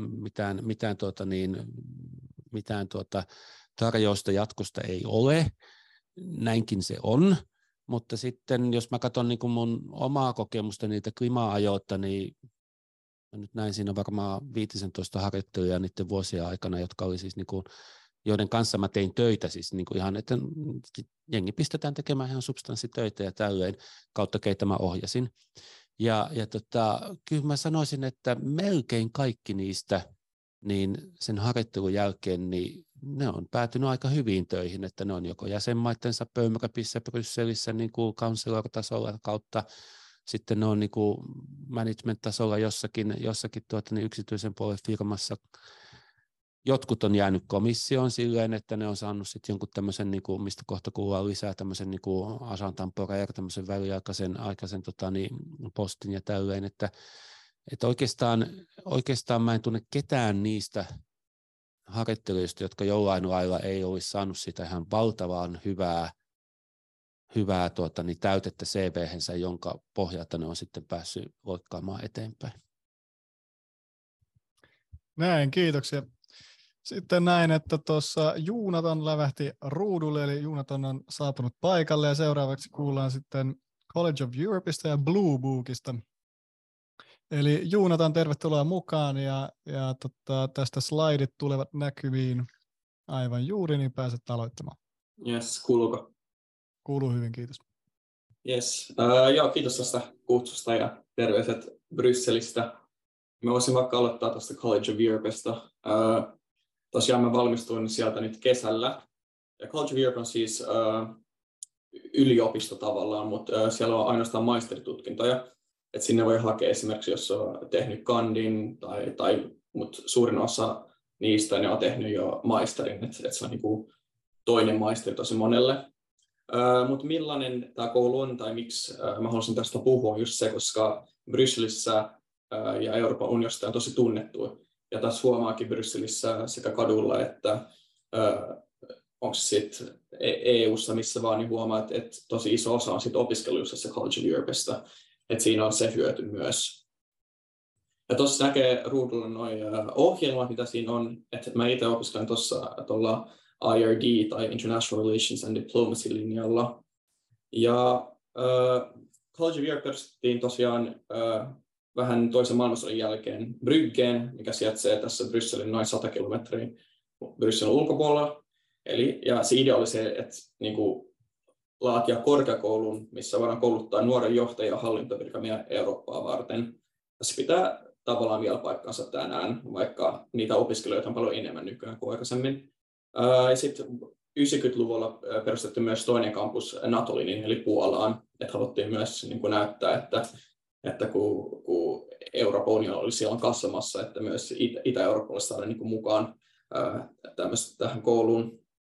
mitään tarjousta jatkosta ei ole. Näinkin se on, mutta sitten jos mä katson niin kuin mun omaa kokemusta niitä klima-ajoita, niin nyt näin siinä varmaan 15 harjoittelijaa niiden vuosien aikana, jotka oli siis niin kuin, joiden kanssa mä tein töitä, siis niin kuin ihan, että jengi pistetään tekemään ihan substanssitöitä ja tälleen kautta keitä mä ohjasin. Ja kyllä mä sanoisin, että melkein kaikki niistä niin sen harjoittelun jälkeen niin ne on päätynyt aika hyviin töihin, että ne on joko jäsenmaittensa pöymäkäpissä Brysselissä niin kuin counselor-tasolla kautta, sitten ne on niin kuin management-tasolla jossakin yksityisen puolen firmassa. Jotkut on jäänyt komissioon silleen, että ne on saanut sitten jonkun tämmöisen, niin kuin, mistä kohta kuullaan lisää, tämmöisen niin kuin agent temporaire, tämmöisen väliaikaisen postin ja tälleen, että oikeastaan mä en tunne ketään niistä harjoittelijoista, jotka jollain lailla ei olisi saanut sitä ihan valtavan hyvää täytettä CV-hensä, jonka pohjalta ne on sitten päässyt loikkaamaan eteenpäin. Näin, kiitoksia. Sitten näin, että tuossa Joonatan lävähti ruudulle, eli Joonatan on saapunut paikalle ja seuraavaksi kuullaan sitten College of Europeista ja Blue Bookista. Eli Joonatan, tervetuloa mukaan ja tästä slaidit tulevat näkyviin aivan juuri, niin pääset aloittamaan. Yes, kuuluuko? Kuuluu hyvin, kiitos. Yes, kiitos tästä kutsusta ja terveiset Brysselistä. Me voisin vaikka aloittaa tuosta College of Europeista. Tosiaan mä valmistuin sieltä nyt kesällä. Ja College of Europe on siis yliopisto tavallaan, mutta siellä on ainoastaan maisteritutkintoja. Et sinne voi hakea esimerkiksi, jos on tehnyt kandin, mutta suurin osa niistä ne on tehnyt jo maisterin. Et se on niinku toinen maisteri tosi monelle. Mutta millainen tämä koulu on tai miksi mä haluaisin tästä puhua, just se, koska Brysselissä ja Euroopan unionista on tosi tunnettu. Ja tässä huomaakin Brysselissä sekä kadulla että onko sitten EU:ssa, missä vaan, niin huomaa, että tosi iso osa on sitten opiskeluissa se College of Europeista. Että siinä on se hyöty myös. Ja tuossa näkee ruudulla nuo ohjelmat, mitä siinä on. Että mä itse opiskelen tuolla IRD tai International Relations and Diplomacy -linjalla. Ja College of Europe perustettiin tosiaan vähän toisen maailmansodan jälkeen Bryggeen, mikä sijaitsee tässä Brysselin noin 100 kilometriä Brysselin ulkopuolella. Ja se idea oli se, että niinku laatia korkeakoulun, missä voidaan kouluttaa nuoren johtajia ja hallintovirkamiehiä Eurooppaa varten. Se pitää tavallaan vielä paikkansa tänään, vaikka niitä opiskelijoita on paljon enemmän nykyään kuin aikaisemmin. Ja sitten 90-luvulla perustettiin myös toinen kampus Natoliniin, eli Puolaan. Että haluttiin myös niin kuin näyttää, että kun Euroopan unioni oli silloin kasvamassa, että myös Itä-Eurooppalaiset saadaan niin kuin mukaan tähän kouluun.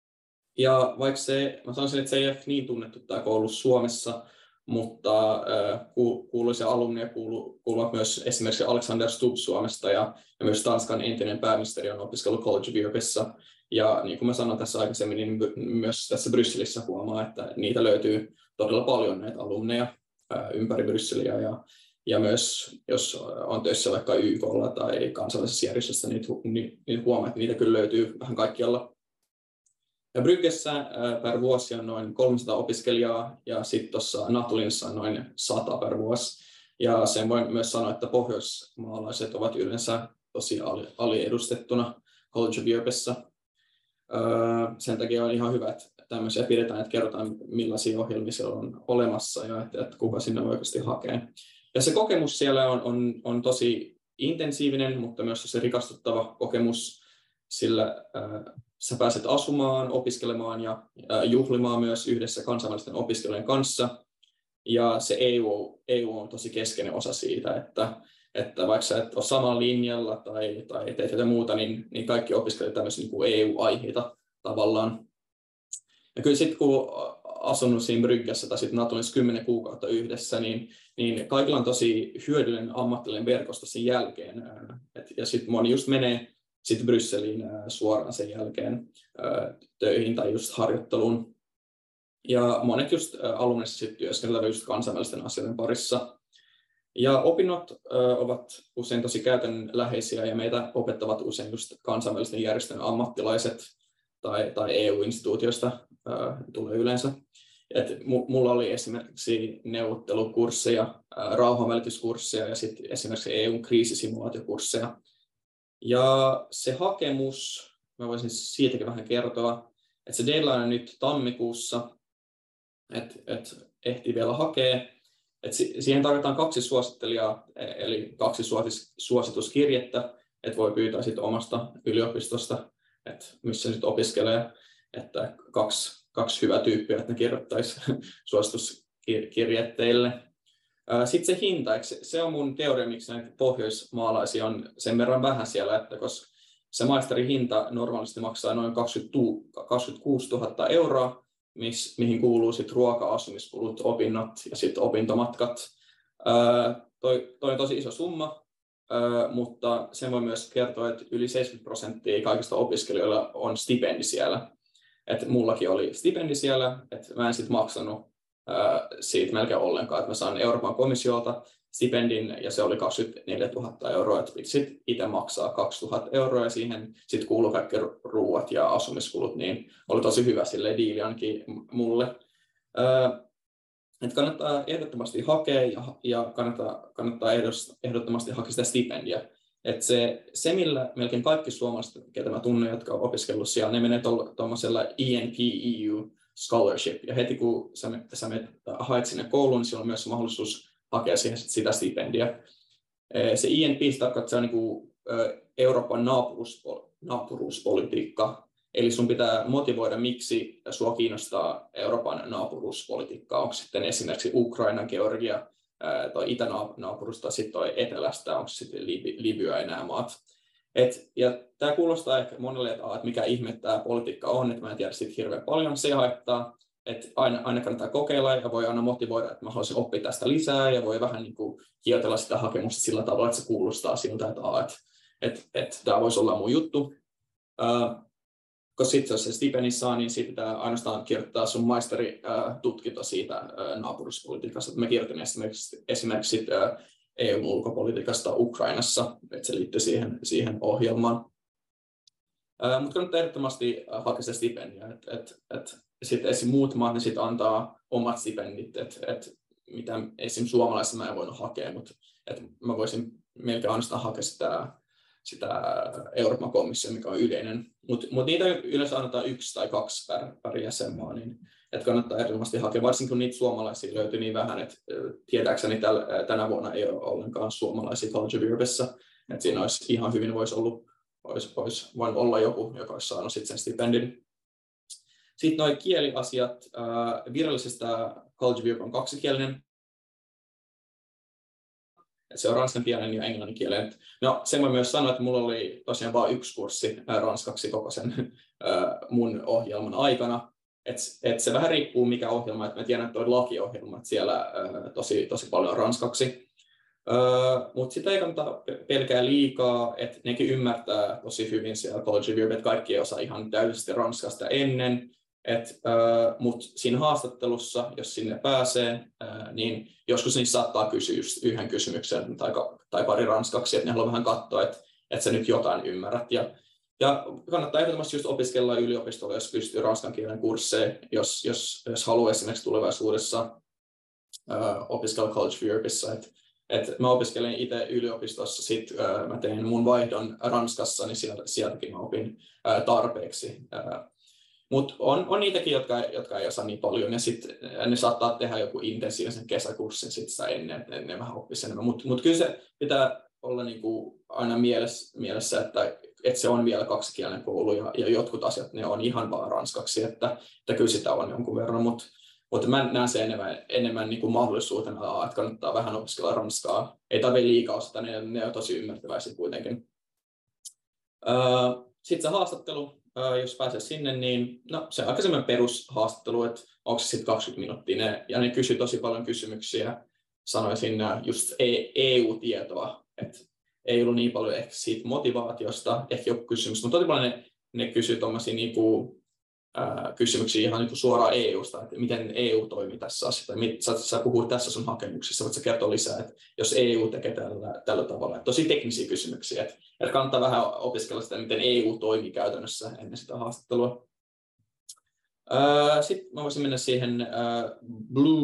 Ja vaikka mä sanoisin, että se ei ole niin tunnettu tämä koulu Suomessa, mutta kuuluisia alumneja kuuluvat myös esimerkiksi Alexander Stubb Suomesta ja myös Tanskan entinen pääministeri on opiskellut College of Europessa. Ja niin kuin mä sanoin tässä aikaisemmin, niin myös tässä Brysselissä huomaa, että niitä löytyy todella paljon näitä alumneja ympäri Brysseliä. Ja myös jos on töissä vaikka YK:lla tai kansallisessa järjestössä, niin huomaa, että niitä kyllä löytyy vähän kaikkialla. Ja Bryggessä per vuosi on noin 300 opiskelijaa ja sitten tuossa Natulinissa on noin 100 per vuosi. Ja sen voin myös sanoa, että pohjoismaalaiset ovat yleensä tosi aliedustettuna College of Europessa. Sen takia on ihan hyvä, että tämmöisiä pidetään, että kerrotaan millaisia ohjelmia siellä on olemassa ja että kuka sinne oikeasti hakee. Ja se kokemus siellä on tosi intensiivinen, mutta myös tosi rikastuttava kokemus, sillä sä pääset asumaan, opiskelemaan ja juhlimaan myös yhdessä kansainvälisten opiskelijoiden kanssa. Ja se EU on tosi keskeinen osa siitä, että vaikka sä et ole samalla linjalla tai teet jotain muuta, niin kaikki opiskelevat tämmöisiä niin kuin EU-aiheita tavallaan. Ja kyllä sitten kun asunut siinä Bryggessä tai sitten Natulissa 10 kuukautta yhdessä, niin kaikilla on tosi hyödyllinen ammatillinen verkosto sen jälkeen. Ja sitten moni just menee sitten Brysseliin suoraan sen jälkeen töihin tai just harjoitteluun. Ja monet just alumneissa sitten työskentelevät just kansainvälisten asioiden parissa. Ja opinnot ovat usein tosi käytännönläheisiä ja meitä opettavat usein just kansainvälisten järjestöjen ammattilaiset tai EU-instituutioista tulee yleensä. Mulla oli esimerkiksi neuvottelukursseja, rauhanvälityskursseja ja sitten esimerkiksi EU-kriisisimulaatiokursseja. Ja se hakemus, mä voisin siitäkin vähän kertoa, että se deadline on nyt tammikuussa, että ehtii vielä hakea. Et siihen tarvitaan 2 suosittelijaa, eli 2 suosituskirjettä, että voi pyytää sit omasta yliopistosta, että missä nyt opiskelee, että kaksi hyvää tyyppiä, että ne kirjoittaisi suosituskirjeet teille. Sitten se hinta, se on mun teoria, miksi näitä pohjoismaalaisia on sen verran vähän siellä, että koska se maisterin hinta normaalisti maksaa noin 26 000 euroa, mihin kuuluu sitten ruoka, asumiskulut, opinnot ja sitten opintomatkat. Toi on tosi iso summa, mutta sen voi myös kertoa, että yli 70% kaikista opiskelijoilla on stipendi siellä. Et mullakin oli stipendi siellä, että mä en sitten maksanut siitä melkein ollenkaan, että mä saan Euroopan komissiolta stipendin ja se oli 24 000 euroa, että piti sitten itse maksaa 2 000 euroa ja siihen sitten kuului kaikki ruuat ja asumiskulut, niin oli tosi hyvä silleen diili ainakin mulle. Että kannattaa ehdottomasti hakea ja kannattaa ehdottomasti hakea sitä stipendiä. Että se, millä melkein kaikki suomalaiset, ketä mä tunnen, jotka on opiskellut siellä, ne menee tuollaisella ENP-EU scholarship. Ja heti kun sä haet sinne kouluun, niin siellä on myös mahdollisuus hakea siihen sitä stipendiä. Se ENP tarkoittaa niin kuin Euroopan naapuruuspolitiikka. Eli sun pitää motivoida, miksi sua kiinnostaa Euroopan naapuruuspolitiikka. Onko sitten esimerkiksi Ukraina, Georgia tai itänaapurusta tai sitten etelästä, onko sitten Libya ja nämä maat. Ja tämä kuulostaa ehkä monelle, että mikä ihme tämä politiikka on, että mä en tiedä siitä hirveän paljon, se haittaa. Että aina kannattaa kokeilla ja voi aina motivoida, että mä haluaisin oppia tästä lisää ja voi vähän niin kuin hiotella sitä hakemusta sillä tavalla, että se kuulostaa siltä, että tämä voisi olla mun juttu. Koska sitten jos se stipendi saa, niin siitä pitää ainoastaan kirjoittaa sun maisteritutkinto siitä naapuruspolitiikasta. Mä kirjoitin esimerkiksi EU-ulkopolitiikasta Ukrainassa, että se liittyy siihen ohjelmaan. Mutta kannattaa ehdottomasti hakea se stipendia. Sitten esim. Muut maat niin sit antaa omat stipendit, mitä esim. Suomalaisessa mä en voinut hakea, mutta mä voisin melkein ainoastaan hakea sitä Euroopan komissio, mikä on yleinen. Mutta niitä yleensä annetaan 1 tai 2 per jäsenmaa, niin että kannattaa ehdottomasti hakea, varsinkin kun niitä suomalaisia löytyy niin vähän, että tietääkseni tänä vuonna ei ole ollenkaan suomalaisia College of Europessa, että siinä olisi ihan hyvin voisi voinut olla joku, joka olisi saanut sitten sen stipendin. Sitten nuo kieliasiat, virallisesta College of Europe on 2-kielinen, se on ranskan kielen ja englannin kielen. No, sen voi myös sanoa, että mulla oli tosiaan vain yksi kurssi ranskaksi koko sen mun ohjelman aikana. Et se vähän riippuu mikä ohjelma, että mä tiedän, että toi lakiohjelma, että siellä tosi paljon ranskaksi. Mutta sitä ei kannata pelkää liikaa, että nekin ymmärtää tosi hyvin siellä College of Europe, että kaikki ei osaa ihan täydellisesti ranskasta ennen. Mutta siinä haastattelussa, jos sinne pääsee, niin joskus niissä saattaa kysyä just yhden kysymyksen tai pari ranskaksi, että ne haluaa vähän katsoa, että sä nyt jotain ymmärrät. Ja kannattaa ehdottomasti just opiskella yliopistolla, jos pystyy ranskan kielen kursseja, jos haluaa esimerkiksi tulevaisuudessa opiskella College of Europeissa. Mä opiskelen itse yliopistossa, sit mä tein mun vaihdon Ranskassa, niin sieltäkin mä opin tarpeeksi. Mutta on niitäkin, jotka ei osaa niin paljon, ja sitten ne saattaa tehdä joku intensiivisen kesäkurssin sit sitä ennen, että ne vähän oppisi enemmän. Mutta kyllä se pitää olla niinku aina mielessä, että se on vielä kaksikielinen koulu, ja jotkut asiat ne on ihan vaan ranskaksi, että kyllä sitä on jonkun verran, mutta mä näen se enemmän niin kuin mahdollisuutena, että kannattaa vähän opiskella ranskaa. Ei tarvitse liikaa osata, ne on tosi ymmärtäväisiä kuitenkin. Sitten se haastattelu, jos pääsee sinne, niin no, se on aika semmoinen perushaastattelu, että onko se sitten 20 minuuttia. Ja ne kysyy tosi paljon kysymyksiä, sanoisin just EU-tietoa, että ei ollut niin paljon ehkä siitä motivaatiosta, ehkä joku kysymys, mutta tosi paljon ne kysyy tuommoisia niinku kysymyksiä ihan niin suoraan EUsta, että miten EU toimii tässä asiassa. Sä puhut tässä sun hakemuksissa, voit sä kertoa lisää, että jos EU tekee tällä tavalla. Tosi teknisiä kysymyksiä, että kannattaa vähän opiskella sitä, miten EU toimii käytännössä ennen sitä haastattelua. Sitten mä voisin mennä siihen Blue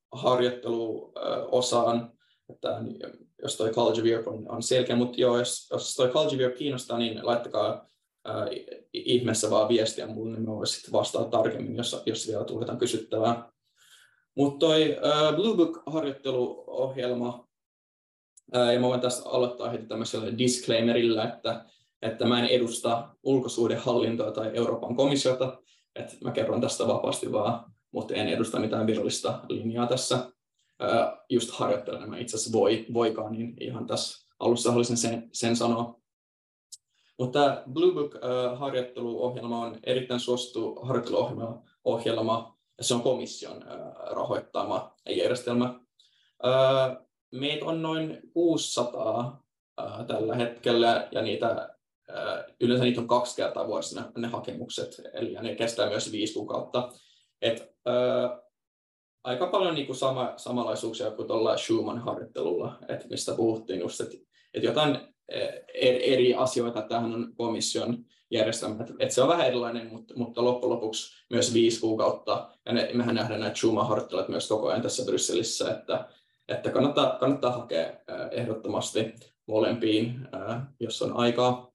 Book-harjoitteluosaan, että jos toi College of Europe on selkeä, mutta joo, jos toi College of Europe kiinnostaa, niin laittakaa ihmeessä vaan viestiä mulle, niin mä voisin sitten vastata tarkemmin, jos vielä tulee jotain kysyttävää. Mutta toi Blue Book-harjoitteluohjelma, ja mä voin tästä aloittaa heti tämmöisellä disclaimerillä, että mä en edusta ulkosuhdehallintoa tai Euroopan komissiota, että mä kerron tästä vapaasti vaan, mutta en edusta mitään virallista linjaa tässä. Just harjoittelen, mä itse asiassa voikaan, niin ihan tässä alussa haluaisin sen sanoa. Mutta Blue Book-harjoitteluohjelma on erittäin suosittu harjoitteluohjelma, ja se on komission rahoittama järjestelmä. Meitä on noin 600 tällä hetkellä, ja yleensä niitä on 2 kertaa vuodessa ne hakemukset, eli ne kestää myös 5 kuukautta. Aika paljon niin kuin samanlaisuuksia kuin tuolla Schumann-harjoittelulla, mistä puhuttiin just, että jotain eri asioita tähän on komission järjestelmä, että se on vähän erilainen, mutta loppujen lopuksi myös 5 kuukautta, ja mehän nähdään näitä Schumann-harjoitteluja myös koko ajan tässä Brysselissä, että kannattaa hakea ehdottomasti molempiin, jos on aikaa.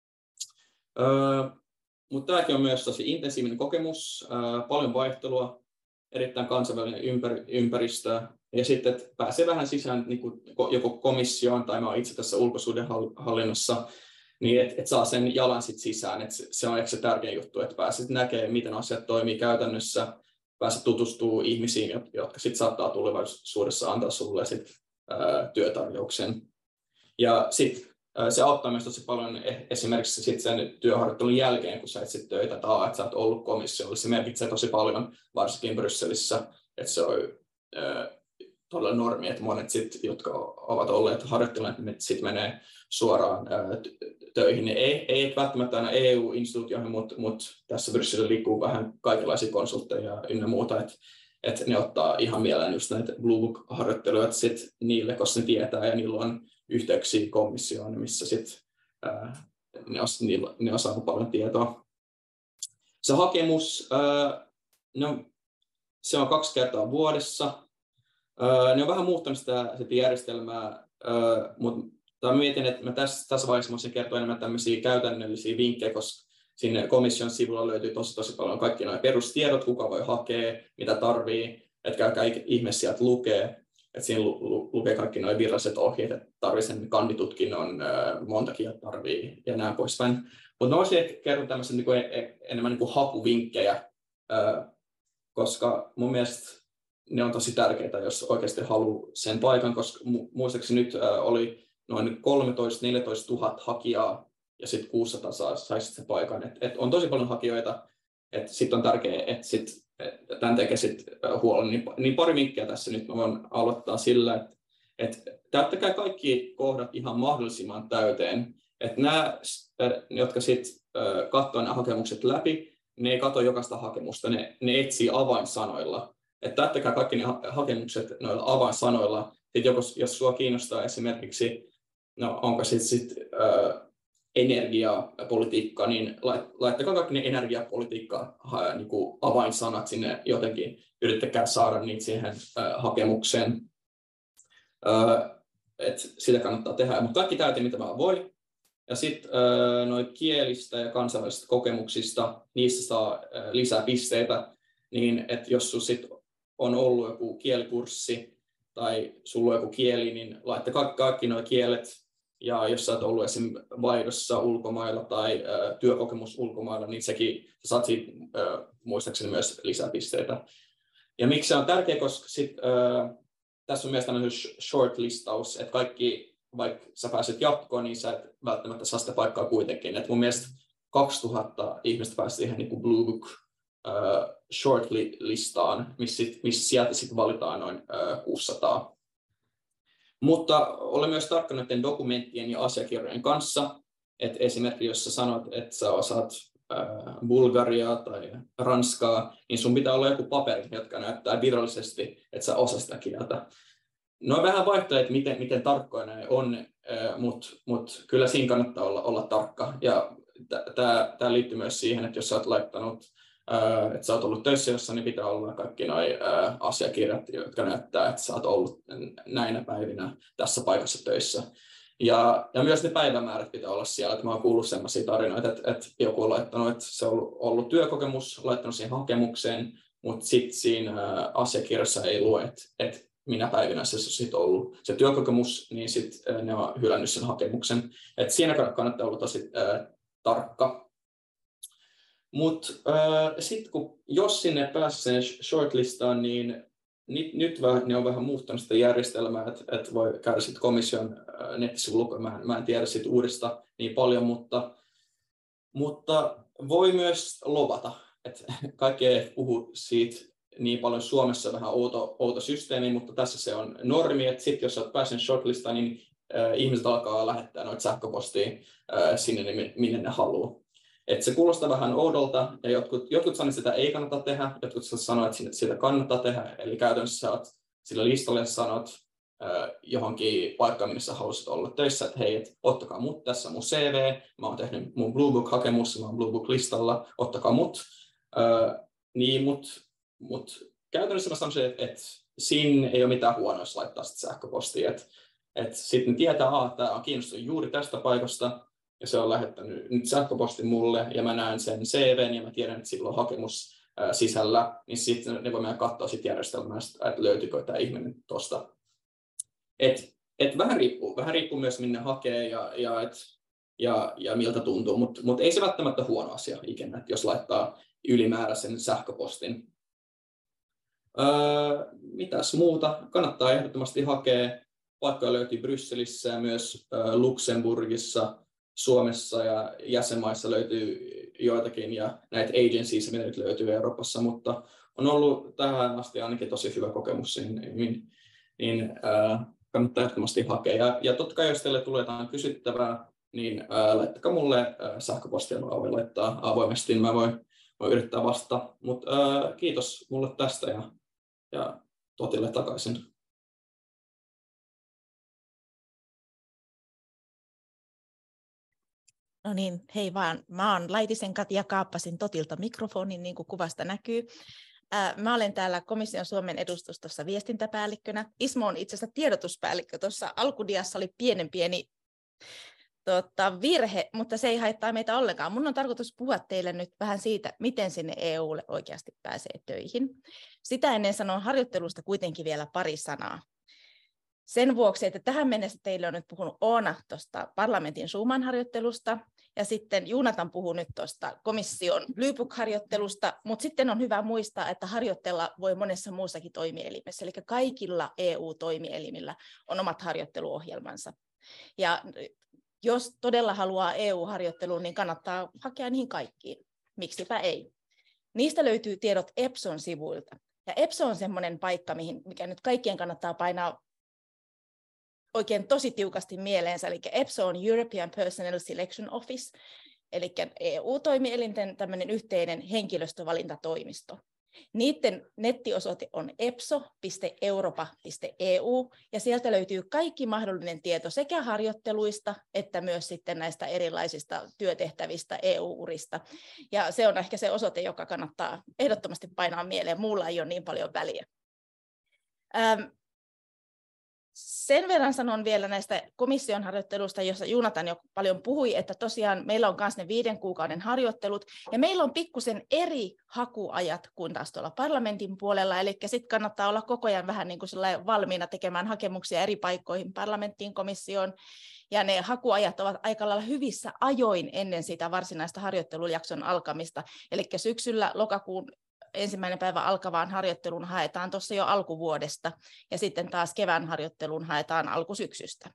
Mutta tämäkin on myös tosi intensiivinen kokemus, paljon vaihtelua, erittäin kansainvälinen ympäristö, ja sitten että pääsee vähän sisään niin kuin joko komissioon, tai mä oon itse tässä ulkosuhdehallinnossa, niin että saa sen jalan sit sisään, että se on ehkä se tärkein juttu, että pääset näkemään, miten asiat toimii käytännössä, pääset tutustumaan ihmisiin, jotka sitten saattaa tulevaisuudessa antaa sulle sit, työtarjouksen. Ja sitten se auttaa myös tosi paljon esimerkiksi sit sen työharjoittelun jälkeen, kun sä etsit töitä, että sä oot ollut komissiolla. Se merkitsee tosi paljon, varsinkin Brysselissä, että se on todella normi, että monet, jotka ovat olleet harjoittelemaan, ne sitten menee suoraan töihin. Ei välttämättä aina EU-instituutioihin, mutta tässä Brysselillä liikkuu vähän kaikenlaisia konsultteja ynnä muuta, että ne ottaa ihan mieleen just näitä Blue Book-harjoitteluja sit niille, koska ne tietää ja niillä on yhteyksiä komissioon, missä sitten ne osaa paljon tietoa. Se hakemus, se on 2 kertaa vuodessa. Ne on vähän muuttanut sitä järjestelmää, mutta mietin, että mä tässä vaiheessa voisin kertoa enemmän tämmöisiä käytännöllisiä vinkkejä, koska sinne komission sivulla löytyy tosi paljon kaikki nuo perustiedot, kuka voi hakea, mitä tarvii, että käykää ihme sieltä lukee. Että siinä lukee kaikki nuo viralliset ohjeet, että tarvii sen kanditutkinnon, monta kieltä tarvii ja näin poispäin. Mutta mä voisin kertoa tämmöisen enemmän hakuvinkkejä, koska mun mielestä ne on tosi tärkeitä, jos oikeasti haluaa sen paikan, koska muistaakseni nyt oli noin 13-14 000 hakijaa, ja sitten 600 saisi sen paikan. Et on tosi paljon hakijoita, että sitten on tärkeää, että tämän tekee sitten huolen. Niin pari vinkkiä tässä nyt mä voin aloittaa sillä, että täyttäkää kaikki kohdat ihan mahdollisimman täyteen. Että nämä, jotka sitten katsoo nämä hakemukset läpi, ne ei katso jokaista hakemusta, ne etsii avainsanoilla. Että täyttäkää kaikki ne hakemukset noilla avainsanoilla. Sitten jos sua kiinnostaa esimerkiksi, no onko sitten energiapolitiikka, niin laittakaa kaikki ne energiapolitiikka niin kuin avainsanat sinne jotenkin. Yrittäkää saada niitä siihen hakemukseen. Sitä kannattaa tehdä, mutta kaikki täytin, mitä mä voi. Ja sitten noin kielistä ja kansainvälisistä kokemuksista, niistä saa lisää pisteitä. Niin, että jos sun sit on ollut joku kielikurssi tai sulla on joku kieli, niin laittakaa kaikki nuo kielet. Ja jos sä oot ollut esimerkiksi vaihdossa ulkomailla tai työkokemus ulkomailla, niin sä saat siitä muistaakseni myös lisäpisteitä. Ja miksi se on tärkeä, koska tässä on myös tämmöinen short-listaus, että kaikki, vaikka sä pääset jatkoon, niin sä et välttämättä saa sitä paikkaa kuitenkin. Et mun mielestä 2000 ihmistä pääsi siihen niin kuin Blue Book short-listaan, missä sieltä sitten valitaan noin 600. Mutta olen myös tarkka näiden dokumenttien ja asiakirjojen kanssa, että esimerkiksi jos sä sanot, että sä osaat Bulgariaa tai Ranskaa, niin sun pitää olla joku paperi, jotka näyttää virallisesti, että sä osaat sitä kieltä. No on vähän vaihtoehtoja, miten tarkkoja ne on, mutta kyllä siinä kannattaa olla tarkka. Ja tämä liittyy myös siihen, että jos sä oot laittanut, että sä oot ollut töissä jossa, niin pitää olla kaikki nuo asiakirjat, jotka näyttää, että sä oot ollut näinä päivinä tässä paikassa töissä. Ja myös ne päivämäärät pitää olla siellä. Että mä oon kuullut sellaisia tarinoita, että joku on laittanut, että se on ollut työkokemus, laittanut siihen hakemukseen, mutta sitten siinä asiakirjassa ei lue, että minä päivinä se on sitten ollut se työkokemus, niin sitten ne on hylännyt sen hakemuksen. Että siinä kannattaa olla tosi tarkka. Mutta sitten jos sinne pääsee shortlistaan, mutta nyt ne on vähän muuttanut sitä järjestelmää, että voi käydä sitten komission nettisivulla. Mä en tiedä siitä uudesta niin paljon, mutta voi myös lobata. Että kaikki ei puhu siitä niin paljon. Suomessa on vähän outo systeemi, mutta tässä se on normi, että sitten jos olet päässyt shortlistaan, niin ihmiset alkaa lähettää noita sähköpostia sinne, minne ne haluaa. Että se kuulostaa vähän oudolta, ja jotkut sanoo, että sitä ei kannata tehdä, jotkut sanoo, että sitä kannattaa tehdä. Eli käytännössä sä oot sillä listalla ja sanot johonkin paikkaan, minne sä haluaisit olla töissä, että hei, ottakaa mut, tässä on mun CV, mä oon tehnyt mun Blue Book-hakemus, mä oon Blue Book-listalla, ottakaa mut. Mutta käytännössä mä sanon, että siinä ei ole mitään huonoa, jos laittaa sitä sähköpostia. Että sitten tietää, että tämä on kiinnostunut juuri tästä paikasta, ja se on lähettänyt nyt sähköpostin mulle, ja mä näen sen CVn, ja mä tiedän, että sillä on hakemus sisällä, niin sitten ne voi mennä katsoa sit järjestelmästä, että löytyykö tämä ihminen tuosta. Vähän riippuu myös, minne hakee, ja miltä tuntuu, mutta ei se välttämättä huono asia ikinä, että jos laittaa ylimääräisen sähköpostin. Mitäs muuta? Kannattaa ehdottomasti hakea. Paikkoja löytyy Brysselissä ja myös Luxemburgissa, Suomessa ja jäsenmaissa löytyy joitakin ja näitä agencies, mitä nyt löytyy Euroopassa, mutta on ollut tähän asti ainakin tosi hyvä kokemus, niin kannattaa ehdottomasti hakea. Ja totta kai jos teille tulee jotain kysyttävää, niin laittakaa mulle sähköpostia, mä voin laittaa avoimesti, niin mä voin yrittää vastata. Mutta kiitos mulle tästä ja Totille takaisin. No niin, hei vaan. Mä oon Laitisen Katja, kaappasin Totilta mikrofonin, niin kuin kuvasta näkyy. Mä olen täällä komission Suomen edustustossa viestintäpäällikkönä. Ismo on itse asiassa tiedotuspäällikkö. Tuossa alkudiassa oli pieni virhe, mutta se ei haittaa meitä ollenkaan. Mun on tarkoitus puhua teille nyt vähän siitä, miten sinne EUlle oikeasti pääsee töihin. Sitä ennen sanon harjoittelusta kuitenkin vielä pari sanaa. Sen vuoksi, että tähän mennessä teille on nyt puhunut Oona tuosta parlamentin Schumann-harjoittelusta, Ja sitten Joonatan puhuu nyt tuosta komission Bluebook-harjoittelusta, mutta sitten on hyvä muistaa, että harjoitella voi monessa muussakin toimielimessä, eli kaikilla EU-toimielimillä on omat harjoitteluohjelmansa. Ja jos todella haluaa EU-harjoitteluun, niin kannattaa hakea niihin kaikkiin. Miksipä ei. Niistä löytyy tiedot EPSOn sivuilta. Ja EPSO on semmoinen paikka, mikä nyt kaikkien kannattaa painaa oikein tosi tiukasti mieleensä. Eli EPSO on European Personnel Selection Office, eli EU-toimielinten tämmöinen yhteinen henkilöstövalintatoimisto. Niiden nettiosoite on epso.europa.eu, ja sieltä löytyy kaikki mahdollinen tieto sekä harjoitteluista että myös sitten näistä erilaisista työtehtävistä EU-urista. Ja se on ehkä se osoite, joka kannattaa ehdottomasti painaa mieleen, muulla ei ole niin paljon väliä. Sen verran sanon vielä näistä komission harjoittelusta, jossa Joonatan jo paljon puhui, että tosiaan meillä on myös ne 5 kuukauden harjoittelut, ja meillä on pikkusen eri hakuajat kuin taas tuolla parlamentin puolella, eli sitten kannattaa olla koko ajan vähän niin kuin valmiina tekemään hakemuksia eri paikkoihin parlamenttiin, komissioon, ja ne hakuajat ovat aika lailla hyvissä ajoin ennen sitä varsinaista harjoittelujakson alkamista, eli syksyllä lokakuun 1. päivä alkavaan harjoitteluun haetaan tuossa jo alkuvuodesta, ja sitten taas kevään harjoitteluun haetaan alkusyksystä.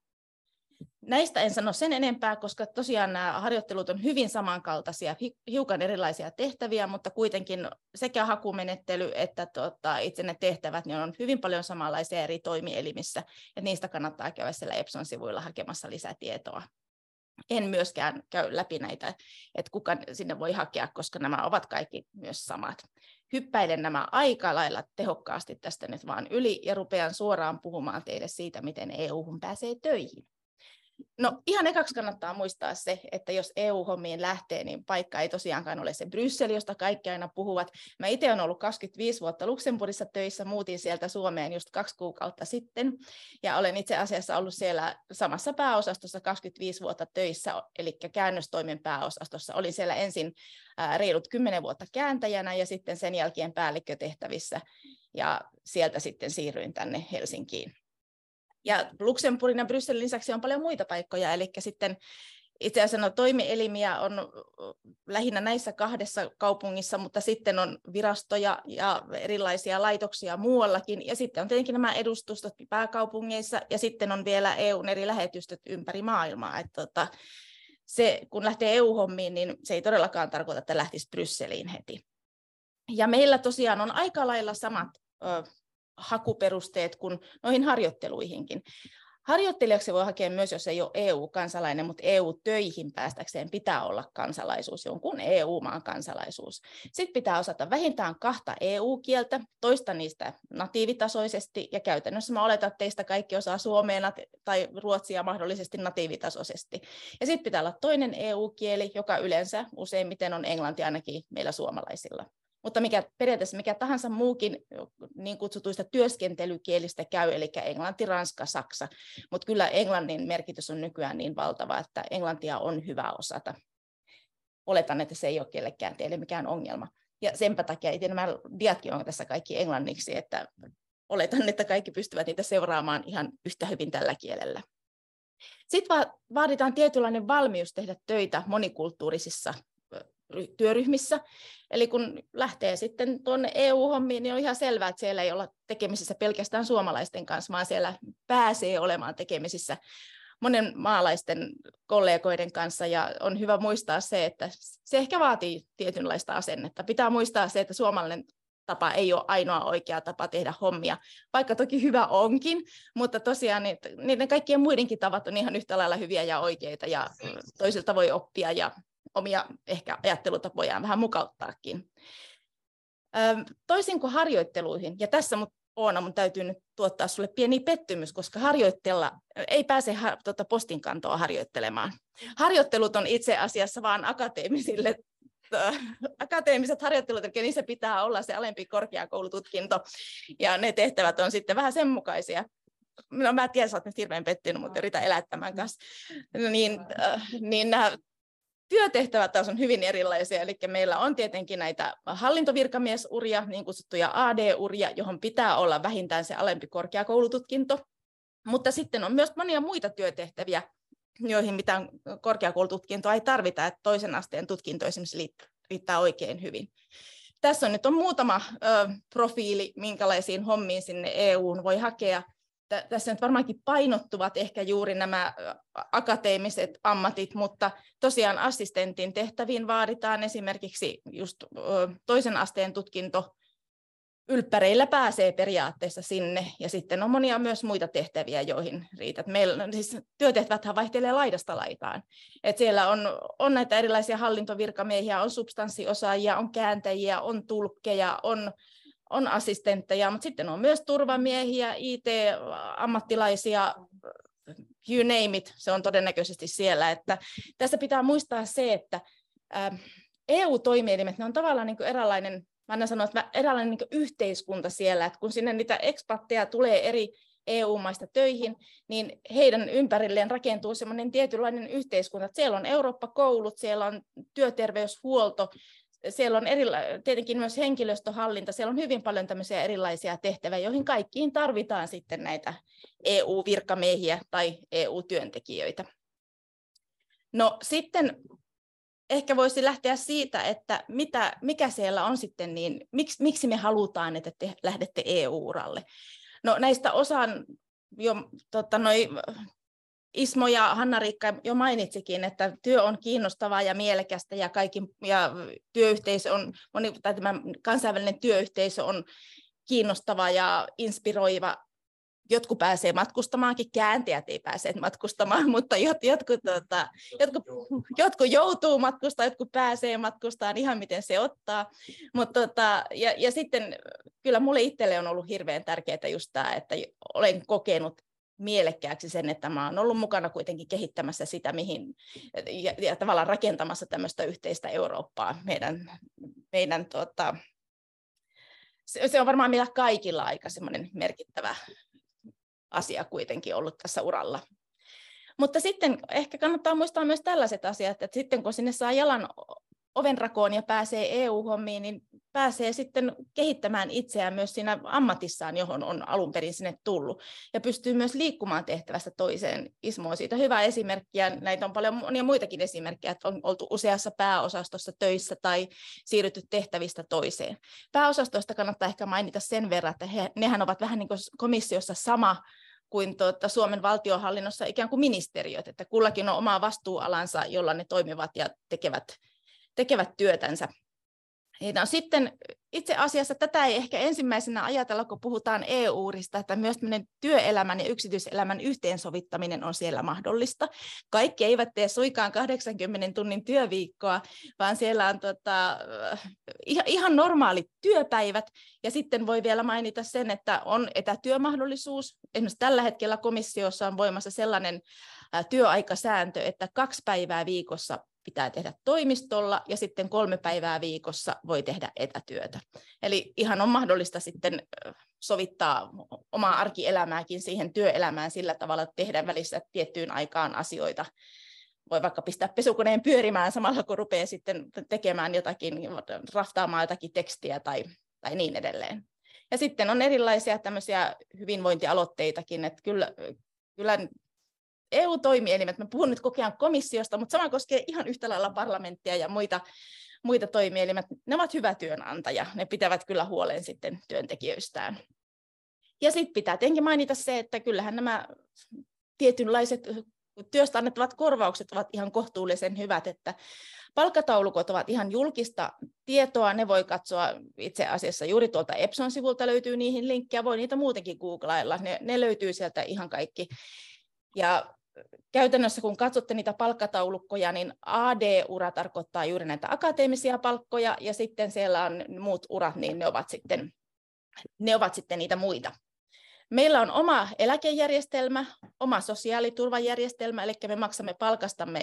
Näistä en sano sen enempää, koska tosiaan nämä harjoittelut on hyvin samankaltaisia, hiukan erilaisia tehtäviä, mutta kuitenkin sekä hakumenettely että itse ne tehtävät niin on hyvin paljon samanlaisia eri toimielimissä, ja niistä kannattaa käydä siellä EPSOn sivuilla hakemassa lisätietoa. En myöskään käy läpi näitä, että kuka sinne voi hakea, koska nämä ovat kaikki myös samat. Hyppäilen nämä aika lailla tehokkaasti tästä nyt vaan yli ja rupean suoraan puhumaan teille siitä, miten EU-hun pääsee töihin. No ihan ekaksi kannattaa muistaa se, että jos EU-hommiin lähtee, niin paikka ei tosiaankaan ole se Bryssel, josta kaikki aina puhuvat. Mä itse olen ollut 25 vuotta Luxemburgissa töissä, muutin sieltä Suomeen just 2 kuukautta sitten. Ja olen itse asiassa ollut siellä samassa pääosastossa 25 vuotta töissä, eli käännöstoimen pääosastossa. Olin siellä ensin reilut 10 vuotta kääntäjänä ja sitten sen jälkeen päällikkötehtävissä. Ja sieltä sitten siirryin tänne Helsinkiin. Ja Luxemburgin ja Brysselin lisäksi on paljon muita paikkoja, eli sitten itse asiassa toimielimiä on lähinnä näissä 2 kaupungissa, mutta sitten on virastoja ja erilaisia laitoksia muuallakin, ja sitten on tietenkin nämä edustustot pääkaupungeissa, ja sitten on vielä EUn eri lähetystöt ympäri maailmaa. Että se, kun lähtee EU-hommiin, niin se ei todellakaan tarkoita, että lähtisi Brysseliin heti. Ja meillä tosiaan on aika lailla samat hakuperusteet kuin noihin harjoitteluihinkin. Harjoittelijaksi voi hakea myös, jos ei ole EU-kansalainen, mutta EU-töihin päästäkseen pitää olla kansalaisuus, jonkun EU-maan kansalaisuus. Sitten pitää osata vähintään 2 EU-kieltä, toista niistä natiivitasoisesti, ja käytännössä mä oletan, että teistä kaikki osaa suomea tai ruotsia mahdollisesti natiivitasoisesti. Ja sitten pitää olla toinen EU-kieli, joka yleensä useimmiten on englanti ainakin meillä suomalaisilla. Mutta periaatteessa mikä tahansa muukin niin kutsutuista työskentelykielistä käy, eli englanti, ranska, saksa. Mutta kyllä englannin merkitys on nykyään niin valtava, että englantia on hyvä osata. Oletan, että se ei ole kellekään teille mikään ongelma. Ja senpä takia itse nämä diatkin on tässä kaikki englanniksi, että oletan, että kaikki pystyvät niitä seuraamaan ihan yhtä hyvin tällä kielellä. Sitten vaaditaan tietynlainen valmius tehdä töitä monikulttuurisissa työryhmissä. Eli kun lähtee sitten tuonne EU-hommiin, niin on ihan selvää, että siellä ei olla tekemisissä pelkästään suomalaisten kanssa, vaan siellä pääsee olemaan tekemisissä monen maalaisten kollegoiden kanssa, ja on hyvä muistaa se, että se ehkä vaatii tietynlaista asennetta. Pitää muistaa se, että suomalainen tapa ei ole ainoa oikea tapa tehdä hommia, vaikka toki hyvä onkin, mutta tosiaan niiden kaikkien muidenkin tavat on ihan yhtä lailla hyviä ja oikeita, ja toisilta voi oppia, ja omia ehkä ajattelutapojaan vähän mukauttaakin. Toisin kuin harjoitteluihin, ja tässä mun täytyy nyt tuottaa sulle pieni pettymys, koska harjoitella ei pääse postinkantoa harjoittelemaan. Harjoittelut on itse asiassa vain akateemiset harjoittelut, eli niissä pitää olla se alempi korkeakoulututkinto, ja ne tehtävät on sitten vähän sen mukaisia. No mä tiedän, sä oot nyt hirveän pettynyt, mutta yritä elää tämän kanssa. Niin nämä työtehtävät taas on hyvin erilaisia, eli meillä on tietenkin näitä hallintovirkamiesuria, niin kutsuttuja AD-uria, johon pitää olla vähintään se alempi korkeakoulututkinto, mutta sitten on myös monia muita työtehtäviä, joihin mitään korkeakoulututkintoa ei tarvita, että toisen asteen tutkinto esimerkiksi riittää oikein hyvin. Tässä on muutama profiili, minkälaisiin hommiin sinne EU:n voi hakea. Tässä nyt varmaankin painottuvat ehkä juuri nämä akateemiset ammatit, mutta tosiaan assistentin tehtäviin vaaditaan esimerkiksi just toisen asteen tutkinto. Ylppäreillä pääsee periaatteessa sinne, ja sitten on monia myös muita tehtäviä, joihin riität. Meillä siis työtehtäväthän vaihtelee laidasta laitaan. Et siellä on näitä erilaisia hallintovirkamiehiä, on substanssiosaajia, on kääntäjiä, on tulkkeja, on assistentteja, mutta sitten on myös turvamiehiä, IT-ammattilaisia, you name it, se on todennäköisesti siellä. Että tässä pitää muistaa se, että EU-toimielimet, ne on tavallaan niin kuin eräänlainen, mä aina sanon, että eräänlainen niin kuin yhteiskunta siellä, että kun sinne niitä ekspatteja tulee eri EU-maista töihin, niin heidän ympärilleen rakentuu semmoinen tietynlainen yhteiskunta. Että siellä on Eurooppa-koulut, siellä on työterveyshuolto, siellä on tietenkin myös henkilöstöhallinta, siellä on hyvin paljon tämmöisiä erilaisia tehtäviä, joihin kaikkiin tarvitaan sitten näitä EU-virkamiehiä tai EU-työntekijöitä. No sitten ehkä voisi lähteä siitä, että mikä siellä on sitten, niin miksi me halutaan, että te lähdette EU-uralle. No näistä osan jo Ismo ja Hanna-Riikka jo mainitsikin, että työ on kiinnostavaa ja mielekästä ja työyhteisö on, tai tämä kansainvälinen työyhteisö on kiinnostava ja inspiroiva. Jotkut pääsee matkustamaankin, kääntäjät ei pääse matkustamaan, mutta jotkut joutuu matkustamaan, jotkut pääsee matkustamaan ihan miten se ottaa. Ja sitten kyllä mulle itselle on ollut hirveän tärkeää just tämä, että olen kokenut mielekkääksi sen, että mä oon ollut mukana kuitenkin kehittämässä sitä, ja tavallaan rakentamassa tämmöistä yhteistä Eurooppaa. Se on varmaan meillä kaikilla aika semmoinen merkittävä asia kuitenkin ollut tässä uralla. Mutta sitten ehkä kannattaa muistaa myös tällaiset asiat, että sitten kun sinne saa jalan ovenrakoon ja pääsee EU-hommiin, niin pääsee sitten kehittämään itseään myös siinä ammatissaan, johon on alun perin sinne tullut. Ja pystyy myös liikkumaan tehtävästä toiseen. Ismo on siitä hyvä esimerkki, ja näitä on paljon monia muitakin esimerkkejä, että on oltu useassa pääosastossa töissä tai siirrytty tehtävistä toiseen. Pääosastoista kannattaa ehkä mainita sen verran, että nehän ovat vähän niin kuin komissiossa sama kuin Suomen valtionhallinnossa ikään kuin ministeriöt, että kullakin on oma vastuualansa, jolla ne toimivat ja tekevät työtänsä. Ja sitten itse asiassa tätä ei ehkä ensimmäisenä ajatella, kun puhutaan EU-urista, että myös työelämän ja yksityiselämän yhteensovittaminen on siellä mahdollista. Kaikki eivät tee suikaan 80 tunnin työviikkoa, vaan siellä on ihan normaalit työpäivät. Ja sitten voi vielä mainita sen, että on etätyömahdollisuus. Esimerkiksi tällä hetkellä komissiossa on voimassa sellainen työaikasääntö, että 2 päivää viikossa pitää tehdä toimistolla ja sitten 3 päivää viikossa voi tehdä etätyötä. Eli ihan on mahdollista sitten sovittaa omaa arkielämääkin siihen työelämään sillä tavalla, että tehdään välissä tiettyyn aikaan asioita. Voi vaikka pistää pesukoneen pyörimään samalla, kun rupeaa sitten tekemään jotakin, raftaamaan jotakin tekstiä tai niin edelleen. Ja sitten on erilaisia tämmöisiä hyvinvointialoitteitakin, että kyllä EU-toimielimet, mä puhun nyt koko ajan komissiosta, mutta sama koskee ihan yhtä lailla parlamenttia ja muita toimielimet. Ne ovat hyvä työnantaja, ne pitävät kyllä huolen sitten työntekijöistään. Ja sitten pitää tietenkin mainita se, että kyllähän nämä tietynlaiset työstä annettavat korvaukset ovat ihan kohtuullisen hyvät, että palkkataulukot ovat ihan julkista tietoa, ne voi katsoa itse asiassa juuri tuolta Epson sivulta löytyy niihin linkkejä, voi niitä muutenkin googlailla, ne löytyy sieltä ihan kaikki. Ja käytännössä kun katsotte niitä palkkataulukkoja, niin AD-ura tarkoittaa juuri näitä akateemisia palkkoja, ja sitten siellä on muut urat, niin ne ovat sitten niitä muita. Meillä on oma eläkejärjestelmä, oma sosiaaliturvajärjestelmä, eli me maksamme palkastamme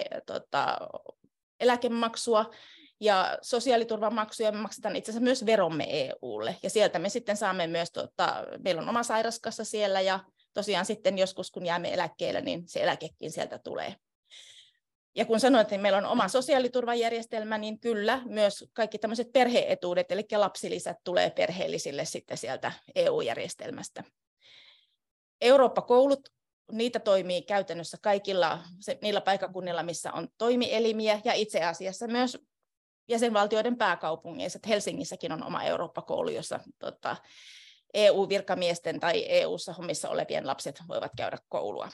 eläkemaksua ja sosiaaliturvamaksuja, me maksetaan itse asiassa myös veromme EUlle, ja sieltä me sitten saamme myös, meillä on oma sairaskassa siellä, ja tosiaan sitten joskus, kun jäämme eläkkeelle, niin se eläkekin sieltä tulee. Ja kun sanoin, että meillä on oma sosiaaliturvajärjestelmä, niin kyllä myös kaikki tämmöiset perhe-etuudet, eli lapsilisät tulee perheellisille sitten sieltä EU-järjestelmästä. Eurooppa-koulut niitä toimii käytännössä kaikilla niillä paikkakunnilla, missä on toimielimiä, ja itse asiassa myös jäsenvaltioiden pääkaupungeissa. Helsingissäkin on oma Eurooppa-koulu, jossa EU-virkamiesten tai EU-ssa hommissa olevien lapset voivat käydä koulua.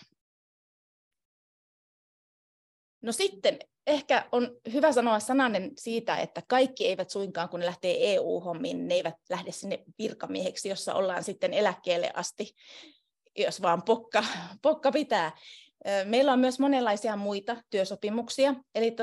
No sitten ehkä on hyvä sanoa sananen siitä, että kaikki eivät suinkaan, kun ne lähtee EU-hommiin, ne eivät lähde sinne virkamieheksi, jossa ollaan sitten eläkkeelle asti, jos vaan pokka pitää. Meillä on myös monenlaisia muita työsopimuksia, eli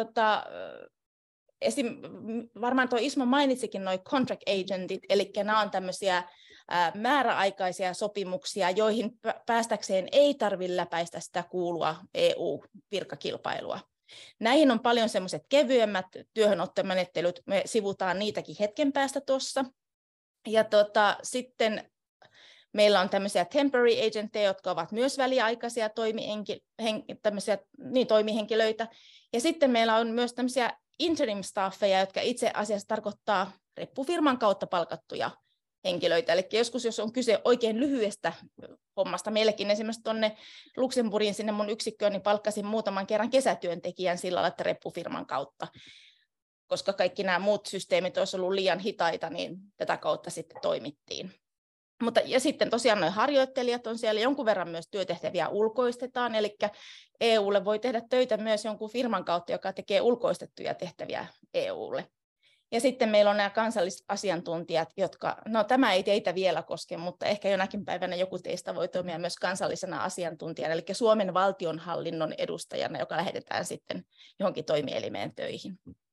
varmaan tuo Ismo mainitsikin nuo contract agentit, eli nämä on tämmöisiä määräaikaisia sopimuksia, joihin päästäkseen ei tarvitse läpäistä sitä kuulua EU-virkakilpailua. Näihin on paljon semmoiset kevyemmät työhönottomenettelyt, me sivutaan niitäkin hetken päästä tuossa. Ja sitten meillä on tämmöisiä temporary agentteja, jotka ovat myös väliaikaisia toimihenkilöitä. Ja sitten meillä on myös tämmöisiä interim staffeja, jotka itse asiassa tarkoittaa reppufirman kautta palkattuja henkilöitä. Eli joskus, jos on kyse oikein lyhyestä hommasta, meillekin esimerkiksi tuonne Luxemburgiin sinne mun yksikköön, niin palkkasin muutaman kerran kesätyöntekijän sillä lailla, että reppufirman kautta. Koska kaikki nämä muut systeemit olisivat olleet liian hitaita, niin tätä kautta sitten toimittiin. Ja sitten tosiaan nuo harjoittelijat on siellä, jonkun verran myös työtehtäviä ulkoistetaan, eli EUlle voi tehdä töitä myös jonkun firman kautta, joka tekee ulkoistettuja tehtäviä EUlle. Ja sitten meillä on nämä kansalliset asiantuntijat, jotka, no tämä ei teitä vielä koske, mutta ehkä jonakin päivänä joku teistä voi toimia myös kansallisena asiantuntijana, eli Suomen valtionhallinnon edustajana, joka lähetetään sitten johonkin toimielimeen töihin.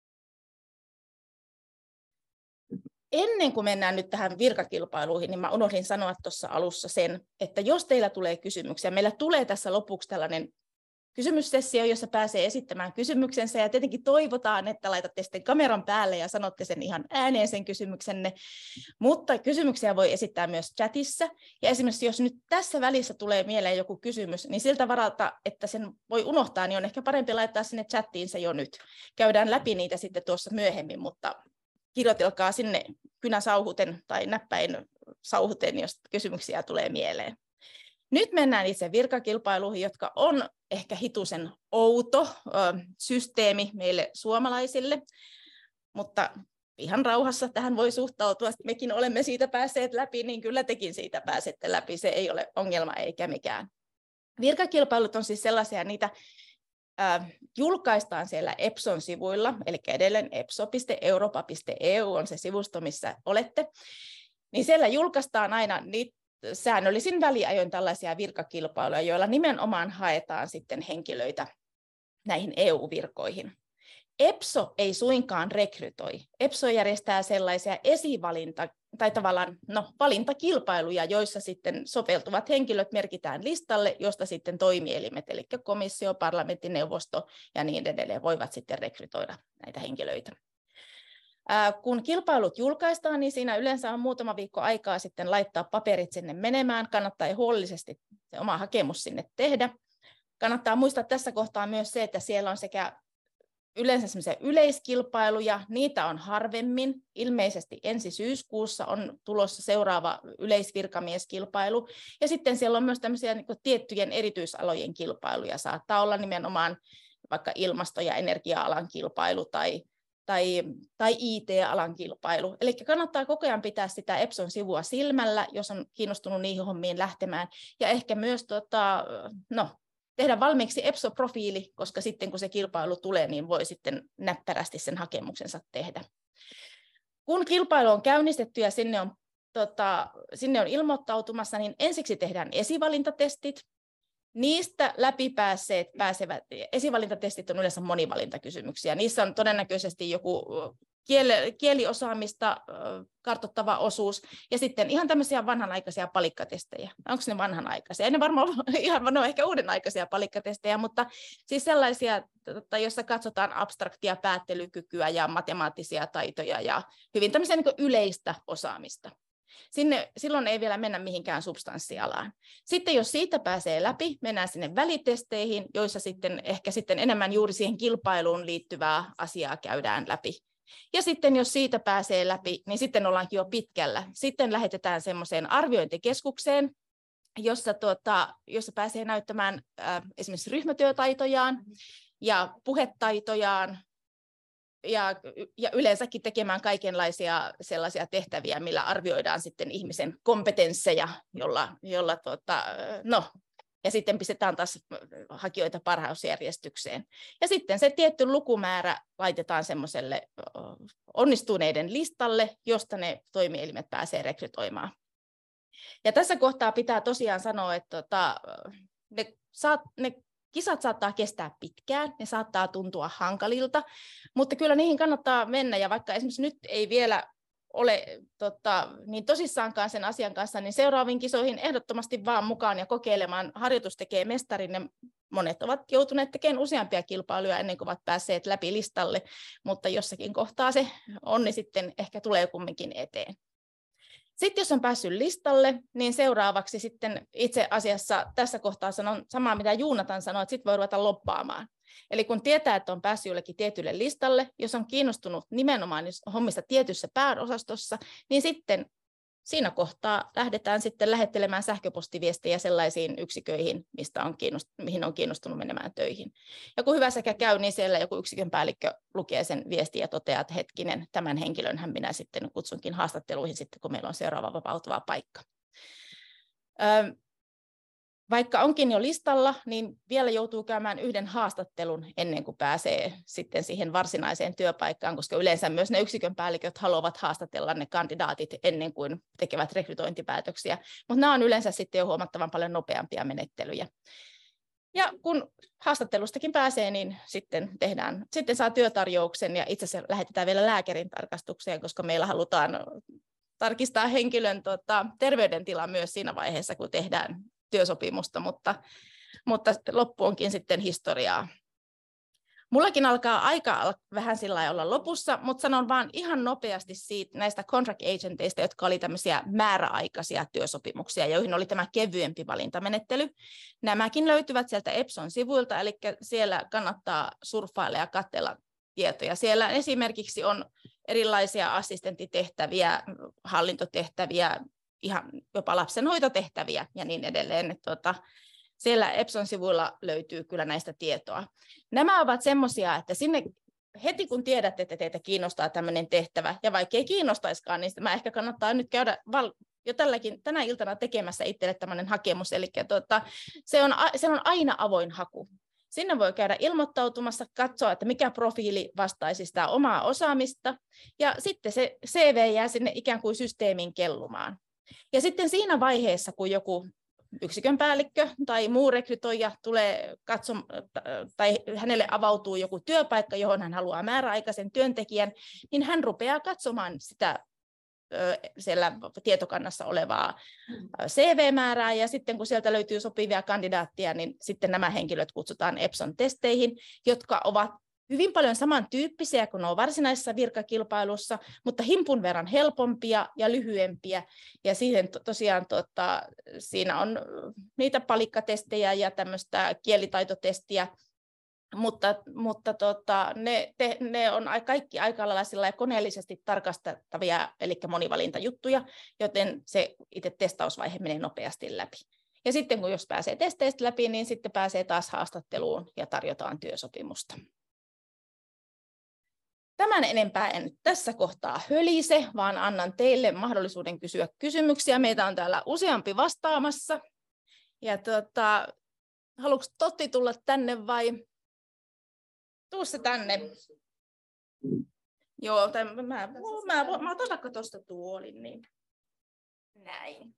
Ennen kuin mennään nyt tähän virkakilpailuihin, niin mä unohdin sanoa tuossa alussa sen, että jos teillä tulee kysymyksiä, meillä tulee tässä lopuksi tällainen kysymyssessio, jossa pääsee esittämään kysymyksensä, ja tietenkin toivotaan, että laitatte sitten kameran päälle ja sanotte sen ihan ääneen sen kysymyksenne, mutta kysymyksiä voi esittää myös chatissa, ja esimerkiksi jos nyt tässä välissä tulee mieleen joku kysymys, niin siltä varalta, että sen voi unohtaa, niin on ehkä parempi laittaa sinne chattiin se jo nyt. Käydään läpi niitä sitten tuossa myöhemmin, mutta kirjoitelkaa sinne kynäsauhuten tai näppäin sauhuten, jos kysymyksiä tulee mieleen. Nyt mennään itse virkakilpailuihin, jotka on ehkä hitusen outo systeemi meille suomalaisille, mutta ihan rauhassa tähän voi suhtautua. Mekin olemme siitä päässeet läpi, niin kyllä tekin siitä pääsette läpi. Se ei ole ongelma eikä mikään. Virkakilpailut on siis sellaisia, niitä julkaistaan siellä EPSOn sivuilla, eli edelleen epso.europa.eu on se sivusto, missä olette. Niin siellä julkaistaan aina säännöllisin väliajoin tällaisia virkakilpailuja, joilla nimenomaan haetaan sitten henkilöitä näihin EU-virkoihin. EPSO ei suinkaan rekrytoi. EPSO järjestää sellaisia valintakilpailuja, joissa sitten soveltuvat henkilöt merkitään listalle, josta sitten toimielimet, eli komissio, parlamentti, neuvosto ja niin edelleen voivat sitten rekrytoida näitä henkilöitä. Kun kilpailut julkaistaan, niin siinä yleensä on muutama viikko aikaa sitten laittaa paperit sinne menemään. Kannattaa huolellisesti se oma hakemus sinne tehdä. Kannattaa muistaa tässä kohtaa myös se, että siellä on sekä yleensä sellaisia yleiskilpailuja, niitä on harvemmin. Ilmeisesti ensi syyskuussa on tulossa seuraava yleisvirkamieskilpailu. Ja sitten siellä on myös tämmöisiä niin kuin tiettyjen erityisalojen kilpailuja. Saattaa olla nimenomaan vaikka ilmasto- ja energia-alan kilpailu tai IT-alan kilpailu. Eli kannattaa koko ajan pitää sitä EPSOn sivua silmällä, jos on kiinnostunut niihin hommiin lähtemään. Ja ehkä myös tehdä valmiiksi EPSO-profiili, koska sitten kun se kilpailu tulee, niin voi sitten näppärästi sen hakemuksensa tehdä. Kun kilpailu on käynnistetty ja sinne on ilmoittautumassa, niin ensiksi tehdään esivalintatestit. Niistä läpipäässeet pääsevät, esivalintatestit on yleensä monivalintakysymyksiä. Niissä on todennäköisesti joku kieliosaamista kartoittava osuus, ja sitten ihan tämmöisiä vanhanaikaisia palikkatestejä. Onko ne vanhanaikaisia? Ne varmaan ihan ehkä uudenaikaisia palikkatestejä, mutta siis sellaisia, joissa katsotaan abstraktia päättelykykyä ja matemaattisia taitoja ja hyvin tämmöisiä niin yleistä osaamista. Silloin ei vielä mennä mihinkään substanssialaan. Sitten jos siitä pääsee läpi, mennään sinne välitesteihin, joissa sitten ehkä sitten enemmän juuri siihen kilpailuun liittyvää asiaa käydään läpi. Ja sitten jos siitä pääsee läpi, niin sitten ollaankin jo pitkällä. Sitten lähetetään semmoiseen arviointikeskukseen, jossa pääsee näyttämään esimerkiksi ryhmätyötaitojaan ja puhetaitojaan ja yleensäkin tekemään kaikenlaisia sellaisia tehtäviä, millä arvioidaan sitten ihmisen kompetensseja, ja sitten pistetään taas hakijoita parhausjärjestykseen. Ja sitten se tietty lukumäärä laitetaan semmoiselle onnistuneiden listalle, josta ne toimielimet pääsee rekrytoimaan. Ja tässä kohtaa pitää tosiaan sanoa, että ne kisat saattaa kestää pitkään, ne saattaa tuntua hankalilta, mutta kyllä niihin kannattaa mennä, ja vaikka esimerkiksi nyt ei vielä ole niin tosissaankaan sen asian kanssa, niin seuraaviin kisoihin ehdottomasti vaan mukaan ja kokeilemaan. Harjoitus tekee mestarin, ja monet ovat joutuneet tekemään useampia kilpailuja ennen kuin ovat päässeet läpi listalle, mutta jossakin kohtaa se onni sitten ehkä tulee kumminkin eteen. Sitten jos on päässyt listalle, niin seuraavaksi sitten itse asiassa tässä kohtaa sanon samaa, mitä Joonatan sanoi, että sitten voi ruveta lobbaamaan. Eli kun tietää, että on päässyt jollekin tietylle listalle, jos on kiinnostunut nimenomaan hommista tietyssä pääosastossa, niin sitten siinä kohtaa lähdetään sitten lähettelemään sähköpostiviestejä sellaisiin yksiköihin, mihin on kiinnostunut menemään töihin. Ja kun hyvä sekä käy, niin siellä joku yksikön päällikkö lukee sen viestin ja toteaa, että hetkinen, tämän henkilönhän minä sitten kutsunkin haastatteluihin sitten, kun meillä on seuraava vapautuva paikka. Vaikka onkin jo listalla, niin vielä joutuu käymään yhden haastattelun ennen kuin pääsee sitten siihen varsinaiseen työpaikkaan, koska yleensä myös ne yksikön päälliköt haluavat haastatella ne kandidaatit ennen kuin tekevät rekrytointipäätöksiä, mutta nämä on yleensä sitten jo huomattavan paljon nopeampia menettelyjä. Ja kun haastattelustakin pääsee, niin sitten saa työtarjouksen ja itse asiassa lähetetään vielä lääkärin tarkastukseen, koska meillä halutaan tarkistaa henkilön terveydentila myös siinä vaiheessa, kun tehdään työsopimusta, mutta loppu onkin sitten historiaa. Mullakin alkaa aika vähän sillä lailla olla lopussa, mutta sanon vaan ihan nopeasti näistä contract agenteista, jotka oli tämmöisiä määräaikaisia työsopimuksia, joihin oli tämä kevyempi valintamenettely. Nämäkin löytyvät sieltä Epson sivuilta, eli siellä kannattaa surffailla ja katsella tietoja. Siellä esimerkiksi on erilaisia assistenttitehtäviä, hallintotehtäviä, ihan jopa lapsenhoitotehtäviä ja niin edelleen. Siellä Epson sivuilla löytyy kyllä näistä tietoa. Nämä ovat semmoisia, että sinne heti kun tiedätte, että teitä kiinnostaa tämmöinen tehtävä, ja vaikka ei kiinnostaiskaan, niin mä ehkä kannattaa nyt käydä jo tänä iltana tekemässä itselle tämmöinen hakemus. Eli se on aina avoin haku. Sinne voi käydä ilmoittautumassa, katsoa, että mikä profiili vastaisi sitä omaa osaamista, ja sitten se CV jää sinne ikään kuin systeemin kellumaan. Ja sitten siinä vaiheessa, kun joku yksikön päällikkö tai muu rekrytoija tulee katsomaan, tai hänelle avautuu joku työpaikka, johon hän haluaa määräaikaisen työntekijän, niin hän rupeaa katsomaan sitä siellä tietokannassa olevaa CV-määrää, ja sitten kun sieltä löytyy sopivia kandidaatteja, niin sitten nämä henkilöt kutsutaan Epson-testeihin, jotka ovat hyvin paljon samantyyppisiä kuin nuo varsinaisessa virkakilpailussa, mutta himpun verran helpompia ja lyhyempiä. Ja siihen tosiaan siinä on niitä palikkatestejä ja tämmöistä kielitaitotestiä, mutta ne on kaikki aika lailla koneellisesti tarkastettavia, eli monivalintajuttuja, joten se itse testausvaihe menee nopeasti läpi. Ja sitten kun jos pääsee testeistä läpi, niin sitten pääsee taas haastatteluun ja tarjotaan työsopimusta. Tämän enempää en nyt tässä kohtaa hölise, vaan annan teille mahdollisuuden kysyä kysymyksiä. Meitä on täällä useampi vastaamassa. Ja haluatko Totti tulla tänne vai? Tuu se tänne. Joo, mä otan vaikka tuosta tuolin, niin näin.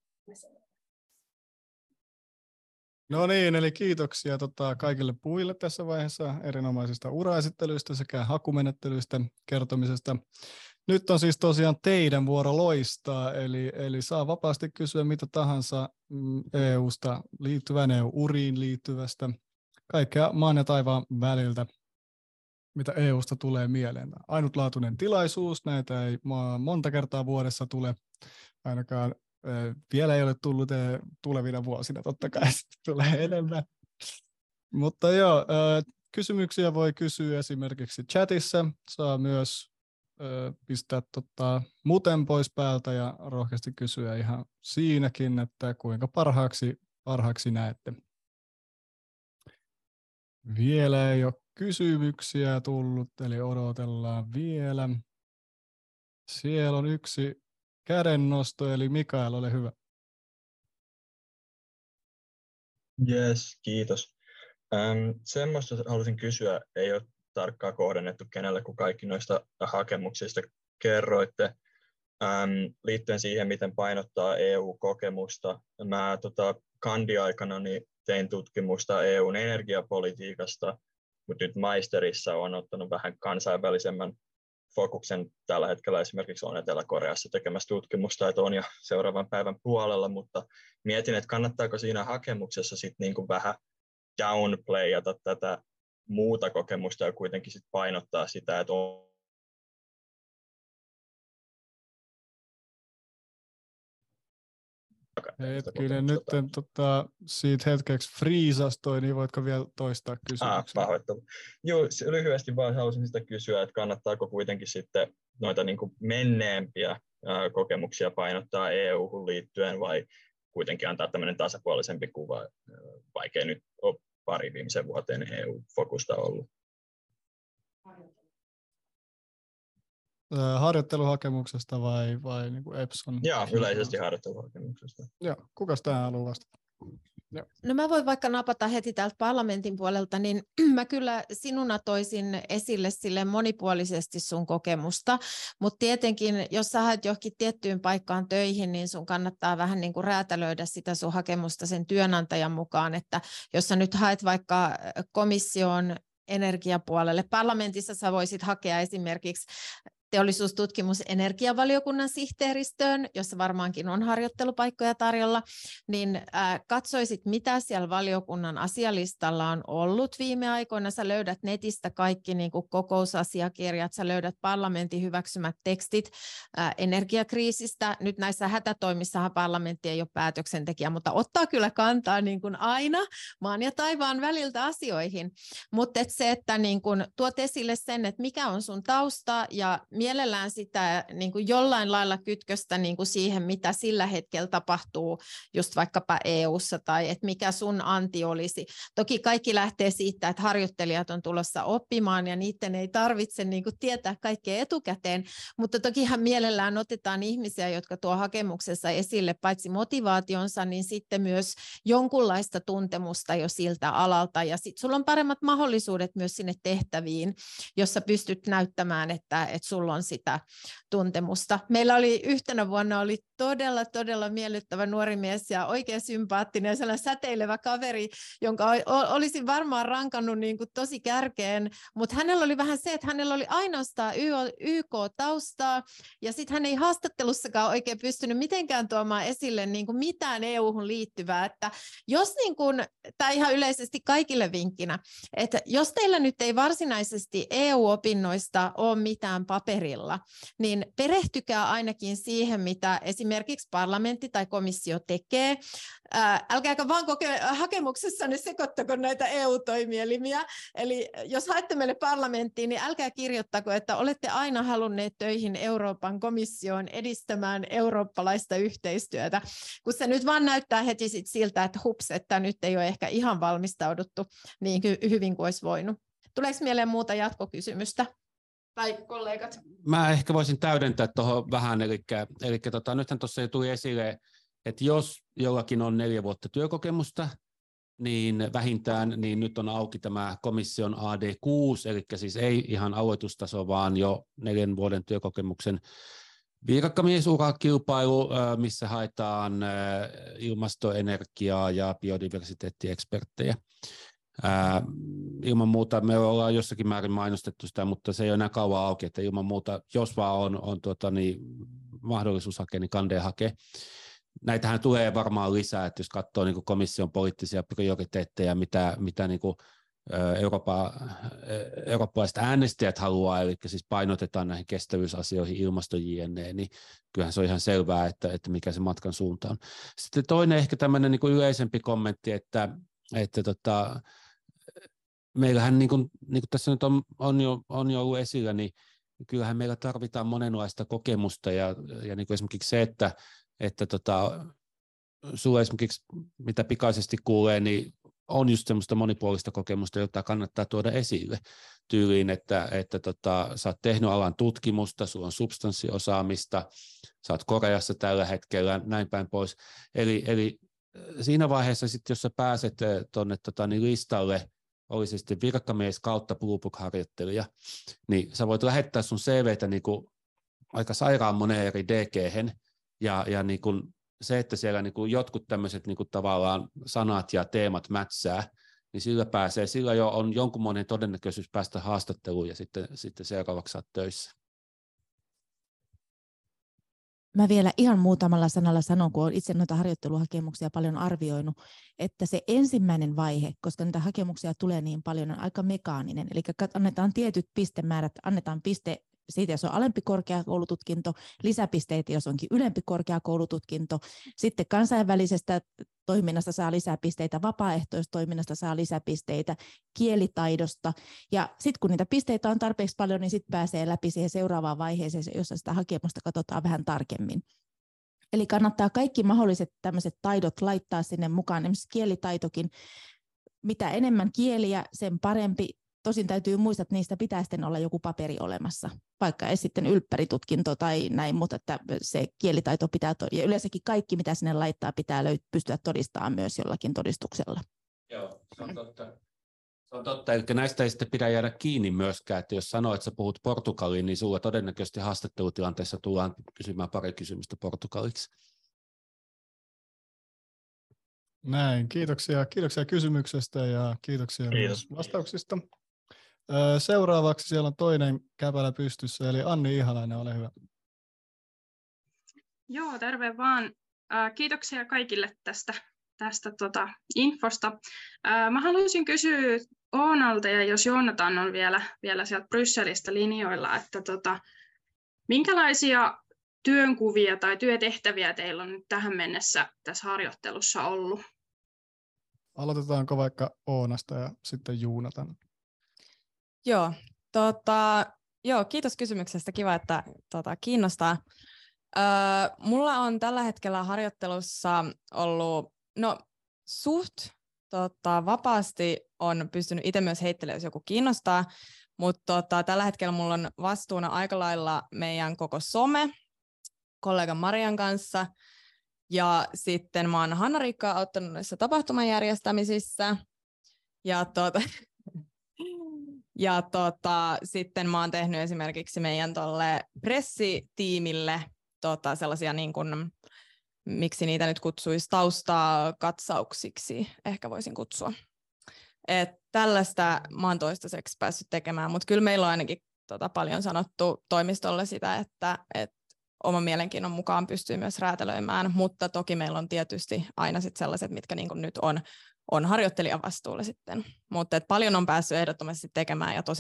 No niin, eli kiitoksia kaikille puhujille tässä vaiheessa erinomaisista uraesittelyistä sekä hakumenettelyistä kertomisesta. Nyt on siis tosiaan teidän vuoro loistaa, eli saa vapaasti kysyä mitä tahansa EUsta liittyvän, EU-uriin liittyvästä, kaikkea maan ja taivaan väliltä, mitä EUsta tulee mieleen. Ainutlaatuinen tilaisuus, näitä ei monta kertaa vuodessa tule, ainakaan vielä ei ole tullut tulevina vuosina, totta kai tulee enemmän. Mutta joo, kysymyksiä voi kysyä esimerkiksi chatissa, saa myös pistää muten pois päältä ja rohkeasti kysyä ihan siinäkin, että kuinka parhaaksi parhaaksi näette? Vielä ei ole kysymyksiä tullut, eli odotellaan vielä. Siellä on yksi kädennosto, eli Mikael, ole hyvä. Yes, kiitos. Semmoista haluaisin kysyä, ei ole tarkkaan kohdennettu kenelle, kun kaikki noista hakemuksista kerroitte, liittyen siihen, miten painottaa EU-kokemusta. Mä kandiaikana tein tutkimusta EUn energiapolitiikasta, mutta nyt maisterissa olen ottanut vähän kansainvälisemmän fokuksen. Tällä hetkellä esimerkiksi olen Etelä-Koreassa tekemässä tutkimusta, että on jo seuraavan päivän puolella, mutta mietin, että kannattaako siinä hakemuksessa sitten niinku vähän downplayata tätä muuta kokemusta ja kuitenkin sit painottaa sitä, että on Hetkinen, nyt siitä hetkeksi friisasi toi, niin voitko vielä toistaa kysymyksen? Pahoittelu. Joo, lyhyesti vaan haluaisin sitä kysyä, että kannattaako kuitenkin sitten noita niin kuin menneempiä kokemuksia painottaa EU-hun liittyen vai kuitenkin antaa tämmöinen tasapuolisempi kuva, vaikea nyt ole pari viimeisen vuoteen EU-fokusta ollut. Harjoitteluhakemuksesta vai niin kuin Epson? Joo, yleisesti harjoitteluhakemuksesta. Joo, kukas tähän haluaa vastata? Joo. No mä voin vaikka napata heti täältä parlamentin puolelta, niin mä kyllä sinuna toisin esille sille monipuolisesti sun kokemusta, mutta tietenkin jos sä haet johonkin tiettyyn paikkaan töihin, niin sun kannattaa vähän niin kuin räätälöidä sitä sun hakemusta sen työnantajan mukaan, että jos sä nyt haet vaikka komission energiapuolelle, parlamentissa sä voisit hakea esimerkiksi teollisuustutkimus- energiavaliokunnan sihteeristöön, jossa varmaankin on harjoittelupaikkoja tarjolla, niin katsoisit, mitä siellä valiokunnan asialistalla on ollut viime aikoina. Sä löydät netistä kaikki niin kuin kokousasiakirjat, sä löydät parlamentin hyväksymät tekstit energiakriisistä. Nyt näissä hätätoimissahan parlamentti ei ole päätöksentekijä, mutta ottaa kyllä kantaa niin kuin aina maan ja taivaan väliltä asioihin. Mutta se, että niin kuin tuot esille sen, että mikä on sun tausta ja mielellään sitä niin kuin jollain lailla kytköstä niin kuin siihen, mitä sillä hetkellä tapahtuu just vaikkapa EU:ssa tai että mikä sun anti olisi. Toki kaikki lähtee siitä, että harjoittelijat on tulossa oppimaan ja niiden ei tarvitse niin kuin tietää kaikkea etukäteen, mutta tokihan mielellään otetaan ihmisiä, jotka tuo hakemuksessa esille paitsi motivaationsa, niin sitten myös jonkunlaista tuntemusta jo siltä alalta ja sitten sulla on paremmat mahdollisuudet myös sinne tehtäviin, jossa pystyt näyttämään, että sulla on sitä tuntemusta. Meillä oli yhtenä vuonna todella miellyttävä nuori mies ja oikein sympaattinen ja sellainen säteilevä kaveri, jonka olisin varmaan rankannut niin kuin tosi kärkeen, mutta hänellä oli vähän se, että hänellä oli ainoastaan YK-taustaa ja sitten hän ei haastattelussakaan oikein pystynyt mitenkään tuomaan esille niin kuin mitään EU-hun liittyvää, että jos niin kuin, tai ihan yleisesti kaikille vinkkinä, että jos teillä nyt ei varsinaisesti EU-opinnoista ole mitään paperilla, niin perehtykää ainakin siihen, mitä esimerkiksi parlamentti tai komissio tekee. Älkääkä vaan hakemuksessanne sekoittako näitä EU-toimielimiä. Eli jos haette meille parlamenttiin, niin älkää kirjoittako, että olette aina halunneet töihin Euroopan komissioon edistämään eurooppalaista yhteistyötä, kun se nyt vaan näyttää heti siltä, että hups, että nyt ei ole ehkä ihan valmistauduttu niin hyvin kuin olisi voinut. Tuleeko mieleen muuta jatkokysymystä? Tai kollegat? Mä ehkä voisin täydentää tuohon vähän, eli nythän tuossa jo tuli esille, että jos jollakin on 4 vuotta työkokemusta, niin vähintään niin nyt on auki tämä komission AD6, eli siis ei ihan aloitustaso, vaan jo 4 vuoden työkokemuksen virkamiesurakilpailu, missä haetaan ilmastoenergiaa ja biodiversiteettieksperttejä. Ilman muuta me ollaan jossakin määrin mainostettu sitä, mutta se ei ole enää kauan auki, että ilman muuta, jos vaan on mahdollisuus hakea, niin kandee hakee. Näitähän tulee varmaan lisää, että jos katsoo niin kuin komission poliittisia prioriteetteja, mitä niin kuin eurooppalaiset äänestäjät haluaa, eli siis painotetaan näihin kestävyysasioihin, ilmasto-JNE, niin kyllähän se on ihan selvää, että mikä se matkan suunta on. Sitten toinen ehkä tämmöinen niin kuin yleisempi kommentti, että meillähän, niin kuin tässä nyt on jo ollut esillä, niin kyllähän meillä tarvitaan monenlaista kokemusta ja niin kuin esimerkiksi se, että sulle esimerkiksi, mitä pikaisesti kuulee, niin on just semmoista monipuolista kokemusta, jota kannattaa tuoda esille tyyliin, että sä oot tehnyt alan tutkimusta, sulla on substanssiosaamista, sä oot Koreassa tällä hetkellä, näin päin pois. Eli siinä vaiheessa sitten, jos sä pääset tuonne listalle, oli se sitten virkamies kautta Blue Book-harjoittelija, niin sä voit lähettää sun CVtä niin kuin aika sairaan moneen eri DG-hen, ja niin kuin se, että siellä niin kuin jotkut tämmöiset niin kuin tavallaan sanat ja teemat mätsää, niin sillä jo on jonkunmoinen todennäköisyys päästä haastatteluun ja sitten seuraavaksi saat töissä. Mä vielä ihan muutamalla sanalla sanon, kun olen itse noita harjoitteluhakemuksia paljon arvioinut, että se ensimmäinen vaihe, koska niitä hakemuksia tulee niin paljon, on aika mekaaninen. Eli annetaan tietyt pistemäärät, annetaan piste siitä, jos on alempi korkeakoulututkinto, lisäpisteitä, jos onkin ylempi korkeakoulututkinto, sitten kansainvälisestä toiminnasta saa lisäpisteitä, vapaaehtoistoiminnasta saa lisäpisteitä, kielitaidosta, ja sitten kun niitä pisteitä on tarpeeksi paljon, niin sitten pääsee läpi siihen seuraavaan vaiheeseen, jossa sitä hakemusta katsotaan vähän tarkemmin. Eli kannattaa kaikki mahdolliset tämmöiset taidot laittaa sinne mukaan, esimerkiksi kielitaitokin, mitä enemmän kieliä, sen parempi. Tosin täytyy muistaa, että niistä pitää sitten olla joku paperi olemassa, vaikka ei sitten ylppäritutkinto tai näin, mutta että se kielitaito pitää, ja yleensäkin kaikki, mitä sinne laittaa, pitää pystyä todistamaan myös jollakin todistuksella. Joo, se on totta. Se on totta, eli näistä ei sitten pidä jäädä kiinni myöskään, että jos sanoo, että sä puhut portugaliin, niin sulla todennäköisesti haastattelutilanteessa tullaan kysymään pari kysymystä portugaliksi. Näin, kiitoksia kysymyksestä ja kiitoksia myös vastauksista. Seuraavaksi siellä on toinen käpälä pystyssä, eli Anni Ihalainen, ole hyvä. Joo, terve vaan. Kiitoksia kaikille tästä infosta. Mä haluaisin kysyä Oonalta, ja jos Joonatan on vielä sieltä Brysselistä linjoilla, että minkälaisia työnkuvia tai työtehtäviä teillä on nyt tähän mennessä tässä harjoittelussa ollut? Aloitetaanko vaikka Oonasta ja sitten Joonatan? Joo, kiitos kysymyksestä. Kiva, että kiinnostaa. Mulla on tällä hetkellä harjoittelussa ollut, suht vapaasti on pystynyt itse myös heittelemään, jos joku kiinnostaa, mutta tällä hetkellä mulla on vastuuna aika lailla meidän koko some, kollegan Marian kanssa, ja sitten mä oon Hanna-Riikkaa auttanut noissa tapahtuman järjestämisissä, ja sitten mä oon tehnyt esimerkiksi meidän tolle pressitiimille sellaisia niin kuin, miksi niitä nyt kutsuisi, taustakatsauksiksi, ehkä voisin kutsua. Tällaista mä oon toistaiseksi päässyt tekemään, mutta kyllä meillä on ainakin paljon sanottu toimistolle sitä, että oman mielenkiinnon mukaan pystyy myös räätälöimään, mutta toki meillä on tietysti aina sit sellaiset, mitkä niin kuin nyt on harjoittelijan vastuulla sitten. Mutta paljon on päässyt ehdottomasti tekemään ja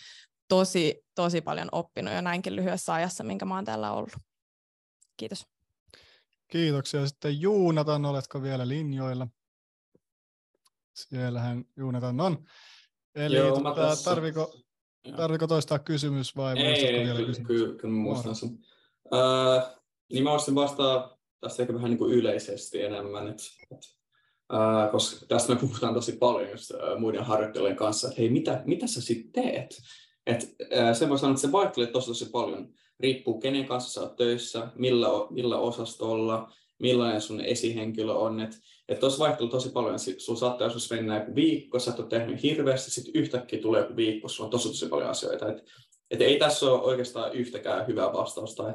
tosi paljon oppinut jo näinkin lyhyessä ajassa, minkä mä oon täällä ollut. Kiitos. Kiitoksia. Sitten Joonatan, oletko vielä linjoilla? Siellähän Joonatan on. Eli Joo, tarviko toistaa kysymys vai muistatko vielä kysymys? Kyllä muistan sen. Niin mä voisin vastaa tästä ehkä vähän niin kuin yleisesti enemmän, koska tästä me puhutaan tosi paljon just muiden harjoittelijoiden kanssa, että hei, mitä sä sitten teet? Sen voi sanoa, että se vaihtelee tosi paljon. Riippuu kenen kanssa sä oot töissä, millä osastolla, millainen sun esihenkilö on. Että tuossa vaihtelee tosi paljon. Sulla saattaa joskus mennä joku viikko, sä et ole tehnyt hirveästi, sitten yhtäkkiä tulee joku viikko, sulla on tosi paljon asioita. Että ei tässä ole oikeastaan yhtäkään hyvää vastausta,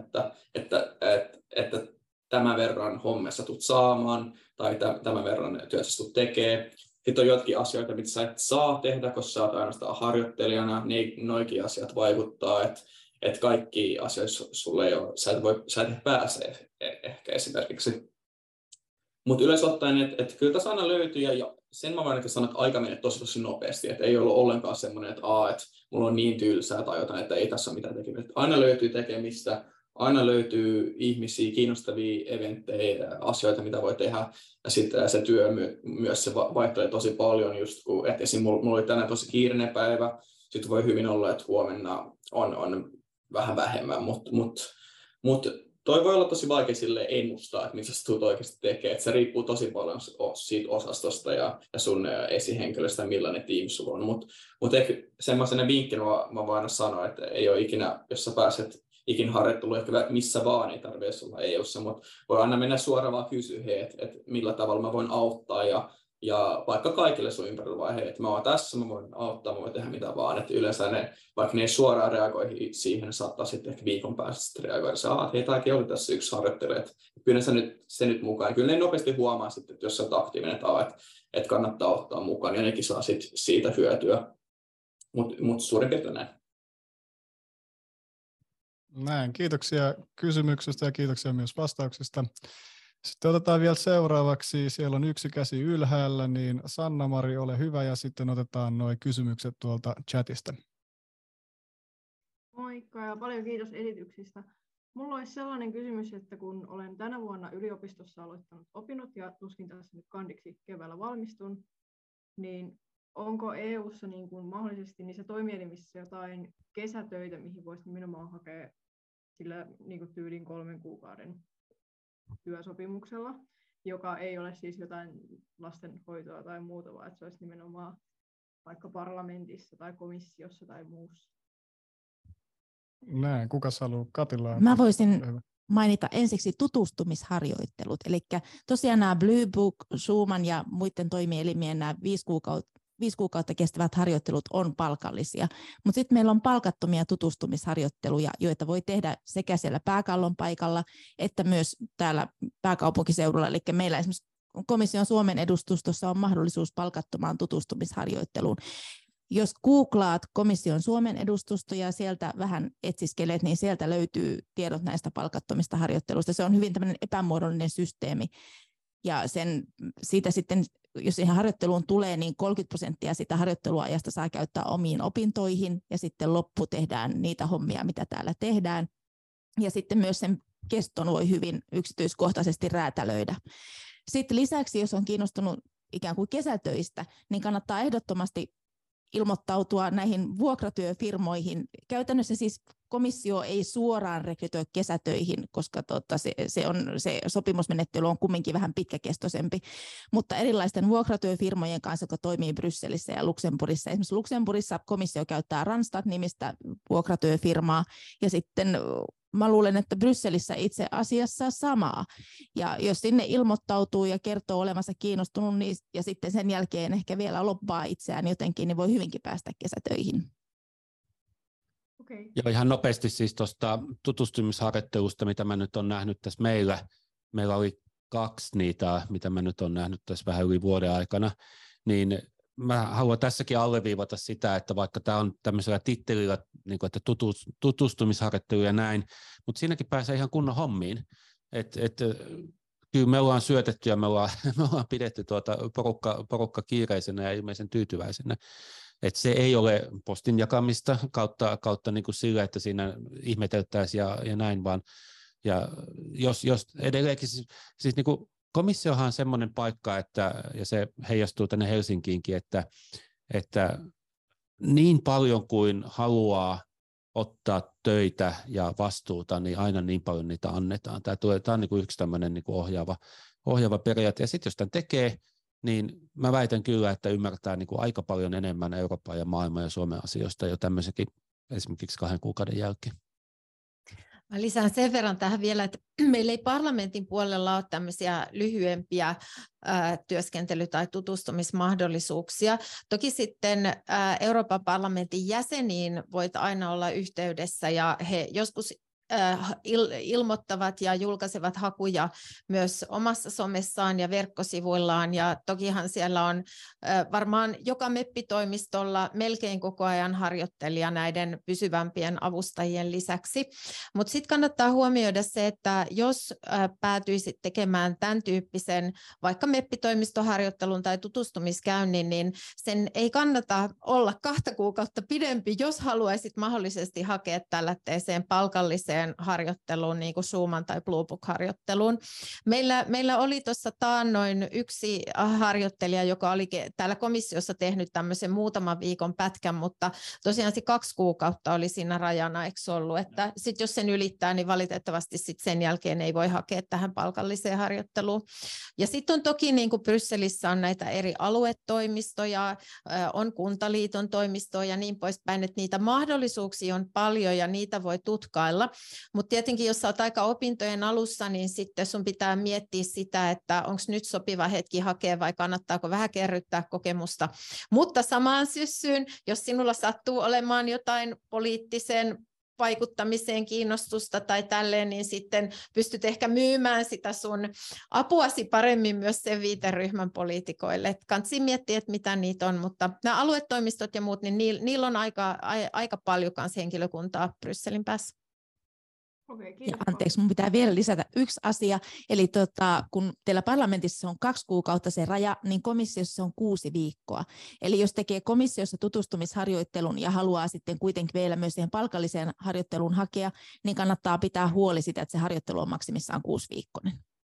että tämän verran hommessa tulet saamaan tai tämän verran työssä tulet tekemään. Sitten on jotkin asioita, mitä sä et saa tehdä, koska sä oot ainoastaan harjoittelijana. Noikin asiat vaikuttaa, että kaikki asiat sulle ei ole, sä et pääse ehkä esimerkiksi. Mutta yleensä ottaen, että kyllä tässä aina löytyy, ja sen mä voin sanoa, että aika menee tosi nopeasti, että ei ollut ollenkaan semmoinen, että mulla on niin tylsää tai jotain, että ei tässä ole mitään tekemistä. Aina löytyy tekemistä, aina löytyy ihmisiä, kiinnostavia eventtejä, asioita, mitä voi tehdä, ja sitten se työ myös se vaihtelee tosi paljon, just kun, että esimerkiksi mulla oli tänään tosi kiireinen päivä, sitten voi hyvin olla, että huomenna on vähän vähemmän, mutta toi voi olla tosi vaikea sille ennustaa, että mitä sä tulet oikeasti tekemään. Että se riippuu tosi paljon siitä osastosta ja sun esihenkilöstä, millainen tiimi sulla on. Mutta ehkä semmoisena vinkkinä mä voin aina sanoa, että ei ole ikinä, jos sä pääset ikin harjoitteluun, ehkä missä vaan ei tarvitse olla EU:ssa, mutta voi aina mennä suoraan vaan kysyä, että millä tavalla mä voin auttaa ja vaikka kaikille sun ympärillä vaan, että mä oon tässä, mä voin auttaa, mä voin tehdä mitä vaan. Että yleensä vaikka ne ei suoraan reagoi siihen, ne saattaa sitten ehkä viikon päästä sitten reagoida. Että hei, tämäkin oli tässä yksi harjoittelu, että kyllä se nyt mukaan. Kyllä ne nopeasti huomaa sitten, että jos sä oot aktiivinen, että kannattaa ottaa mukaan, ja nekin saa sitten siitä hyötyä. Mutta suurin piirtein näin. Näin, kiitoksia kysymyksestä ja kiitoksia myös vastauksista. Sitten otetaan vielä seuraavaksi, siellä on yksi käsi ylhäällä, niin Sanna-Mari, ole hyvä, ja sitten otetaan nuo kysymykset tuolta chatista. Moikka ja paljon kiitos esityksistä. Mulla olisi sellainen kysymys, että kun olen tänä vuonna yliopistossa aloittanut opinnot ja tuskin tässä nyt kandiksi keväällä valmistun, niin onko EU:ssa niin kuin mahdollisesti niissä toimielimissä jotain kesätöitä, mihin voisi nimenomaan hakea sillä niin kuin tyylin 3 kuukauden työsopimuksella, joka ei ole siis jotain lastenhoitoa tai muuta, vaan että se olisi nimenomaan vaikka parlamentissa tai komissiossa tai muussa. Näin, kukas haluaa? Katilla? Mä voisin mainita ensiksi tutustumisharjoittelut. Eli tosiaan nämä Blue Book, Schuman ja muiden toimielimien nämä 5 kuukautta kestävät harjoittelut on palkallisia. Mutta sitten meillä on palkattomia tutustumisharjoitteluja, joita voi tehdä sekä siellä pääkallon paikalla että myös täällä pääkaupunkiseudulla. Eli meillä esimerkiksi komission Suomen edustustossa on mahdollisuus palkattomaan tutustumisharjoitteluun. Jos googlaat komission Suomen edustusto ja sieltä vähän etsiskelet, niin sieltä löytyy tiedot näistä palkattomista harjoitteluista. Se on hyvin tämmöinen epämuodollinen systeemi. Ja siitä sitten, jos siihen harjoitteluun tulee, niin 30% sitä harjoitteluajasta saa käyttää omiin opintoihin, ja sitten loppu tehdään niitä hommia, mitä täällä tehdään. Ja sitten myös sen keston voi hyvin yksityiskohtaisesti räätälöidä. Sitten lisäksi, jos on kiinnostunut ikään kuin kesätöistä, niin kannattaa ehdottomasti ilmoittautua näihin vuokratyöfirmoihin. Käytännössä siis komissio ei suoraan rekrytoi kesätöihin, koska se sopimusmenettely on kumminkin vähän pitkäkestoisempi, mutta erilaisten vuokratyöfirmojen kanssa, jotka toimii Brysselissä ja Luxemburgissa. Esimerkiksi Luxemburgissa komissio käyttää Randstad-nimistä vuokratyöfirmaa, ja sitten mä luulen, että Brysselissä itse asiassa samaa. Ja jos sinne ilmoittautuu ja kertoo olevansa kiinnostunut, niin, ja sitten sen jälkeen ehkä vielä lobbaa itseään jotenkin, niin voi hyvinkin päästä kesätöihin. Okay. Ja ihan nopeasti siis tuosta tutustumisharjoittelusta, mitä mä nyt olen nähnyt tässä meillä. Meillä oli 2 niitä, mitä mä nyt olen nähnyt tässä vähän yli vuoden aikana, niin mä haluan tässäkin alleviivata sitä, että vaikka tämä on tämmöisellä tittelillä, niin kuin, että tutustumisharjoittelu ja näin, mutta siinäkin pääsee ihan kunnon hommiin. Kyllä me ollaan syötetty ja me ollaan pidetty porukka kiireisenä ja ilmeisen tyytyväisenä. Että se ei ole postin jakamista kautta niin kuin sillä, että siinä ihmeteltäisiin ja näin, vaan ja jos edelleenkin, siis niin kuin komissiohan on semmoinen paikka, ja se heijastuu tänne Helsinkiinkin, että niin paljon kuin haluaa ottaa töitä ja vastuuta, niin aina niin paljon niitä annetaan. Tämä on niin kuin yksi tämmöinen niin kuin ohjaava periaate. Ja sitten jos tämän tekee, niin mä väitän kyllä, että ymmärtää niin kuin aika paljon enemmän Euroopan ja maailman ja Suomen asioista jo tämmöisenkin esimerkiksi 2 kuukauden jälkeen. Mä lisään sen verran tähän vielä, että meillä ei parlamentin puolella ole tämmöisiä lyhyempiä työskentely- tai tutustumismahdollisuuksia. Toki sitten Euroopan parlamentin jäseniin voit aina olla yhteydessä, ja he joskus ilmoittavat ja julkaisevat hakuja myös omassa somessaan ja verkkosivuillaan, ja tokihan siellä on varmaan joka meppitoimistolla melkein koko ajan harjoittelija näiden pysyvämpien avustajien lisäksi. Mutta sitten kannattaa huomioida se, että jos päätyisit tekemään tämän tyyppisen vaikka meppitoimistoharjoittelun tai tutustumiskäynnin, niin sen ei kannata olla 2 kuukautta pidempi, jos haluaisit mahdollisesti hakea tällaiseen palkalliseen pakolliseen harjoitteluun, niin kuin Schumann- tai Blue Book-harjoitteluun. Meillä oli tuossa taannoin yksi harjoittelija, joka oli täällä komissiossa tehnyt tämmöisen muutaman viikon pätkän, mutta tosiaan se 2 kuukautta oli siinä rajana, eikö ollut, että sit jos sen ylittää, niin valitettavasti sit sen jälkeen ei voi hakea tähän palkalliseen harjoitteluun. Ja sitten on toki, niin kuin Brysselissä on näitä eri aluetoimistoja, on kuntaliiton toimistoja ja niin poispäin, että niitä mahdollisuuksia on paljon ja niitä voi tutkailla, mutta tietenkin jos olet aika opintojen alussa, niin sitten sun pitää miettiä sitä, että onko nyt sopiva hetki hakea vai kannattaako vähän kerryttää kokemusta, mutta samaan syssyyn, jos sinulla sattuu olemaan jotain poliittisen vaikuttamiseen kiinnostusta tai tälleen, niin sitten pystyt ehkä myymään sitä sun apuasi paremmin myös sen viiteryhmän poliitikoille. Kannattaa miettiä, että mitä niitä on, mutta nämä aluetoimistot ja muut, niin niillä on aika paljon kanssa henkilökuntaa Brysselin päässä. Okay, ja anteeksi, mun pitää vielä lisätä yksi asia. Eli kun teillä parlamentissa on 2 kuukautta se raja, niin komissiossa on 6 viikkoa. Eli jos tekee komissiossa tutustumisharjoittelun ja haluaa sitten kuitenkin vielä myös siihen palkalliseen harjoitteluun hakea, niin kannattaa pitää huoli sitä, että se harjoittelu on maksimissaan 6-viikkoinen.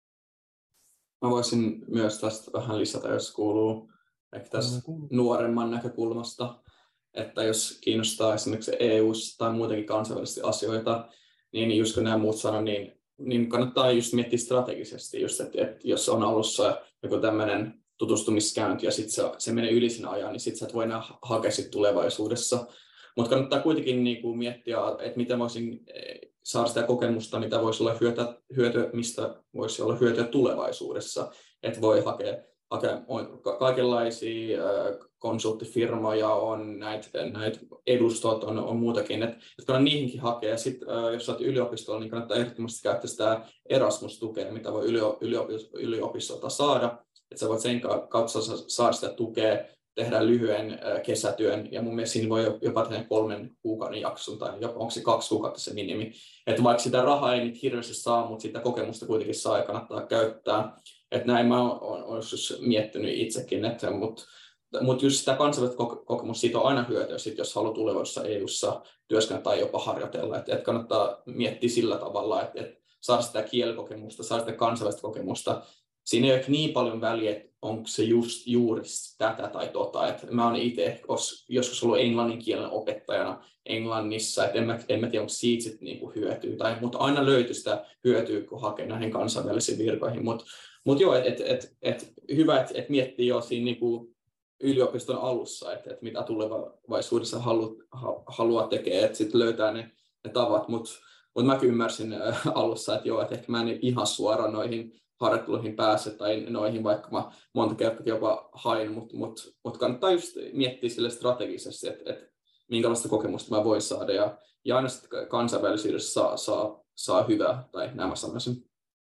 Mä voisin myös tästä vähän lisätä, jos kuuluu ehkä tästä nuoremman näkökulmasta, että jos kiinnostaa esimerkiksi EU- tai muutenkin kansainvälisiä asioita, niin just kun nämä muut sanoi, niin kannattaa just miettiä strategisesti, just, että jos on alussa joku tämmöinen tutustumiskäynti ja sitten se menee yli sen ajan, niin sitten sä et voi enää hakea sit tulevaisuudessa. Mutta kannattaa kuitenkin niinku miettiä, että miten voisin saada sitä kokemusta, mitä voisi olla hyötyä, mistä voisi olla hyötyä tulevaisuudessa. Että voi hakea kaikenlaisia konsulttifirmoja, on näitä edustot, on muutakin, että kannattaa niihinkin hakea. Ja sitten jos olet yliopistolla, niin kannattaa ehdottomasti käyttää sitä Erasmus-tukea, mitä voi yliopistolta saada. Että sä voit sen kautta saada sitä tukea, tehdä lyhyen kesätyön, ja mun mielestä siinä voi jopa tehdä 3 kuukauden jakson, tai jopa onko se 2 kuukautta se minimi. Että vaikka sitä rahaa ei nyt hirveästi saa, mutta sitä kokemusta kuitenkin saa ja kannattaa käyttää. Että näin mä oon miettinyt itsekin, mutta just sitä kansainvälistä kokemusta siitä on aina hyötyä, jos haluaa tulevaisuudessa EU-ssa työskennellä tai jopa harjoitella. Että kannattaa miettiä sillä tavalla, että saada sitä kielikokemusta, saada sitä kansainvälistä kokemusta. Siinä ei ole niin paljon väliä, että onko se juuri tätä tai tota. Että mä oon itse joskus ollut englanninkielen opettajana Englannissa, että en mä tiedä, onko siitä sitten niinku hyötyä. Mutta aina löytyy sitä hyötyä, kun hakee näihin kansainvälisiin virkoihin. Mutta joo, hyvä, että miettii jo siinä niinku yliopiston alussa, että mitä tulevaisuudessa haluaa tekee, että sitten löytää ne tavat. Mutta mäkin ymmärsin alussa, että joo, että ehkä mä en ihan suoraan noihin harjoitteluihin pääse tai noihin, vaikka mä monta kertaa jopa hain, mutta kannattaa just miettiä sille strategisesti, että minkälaista kokemusta mä voin saada ja aina sitten kansainvälisyydessä saa hyvää, tai nämä sanoisin.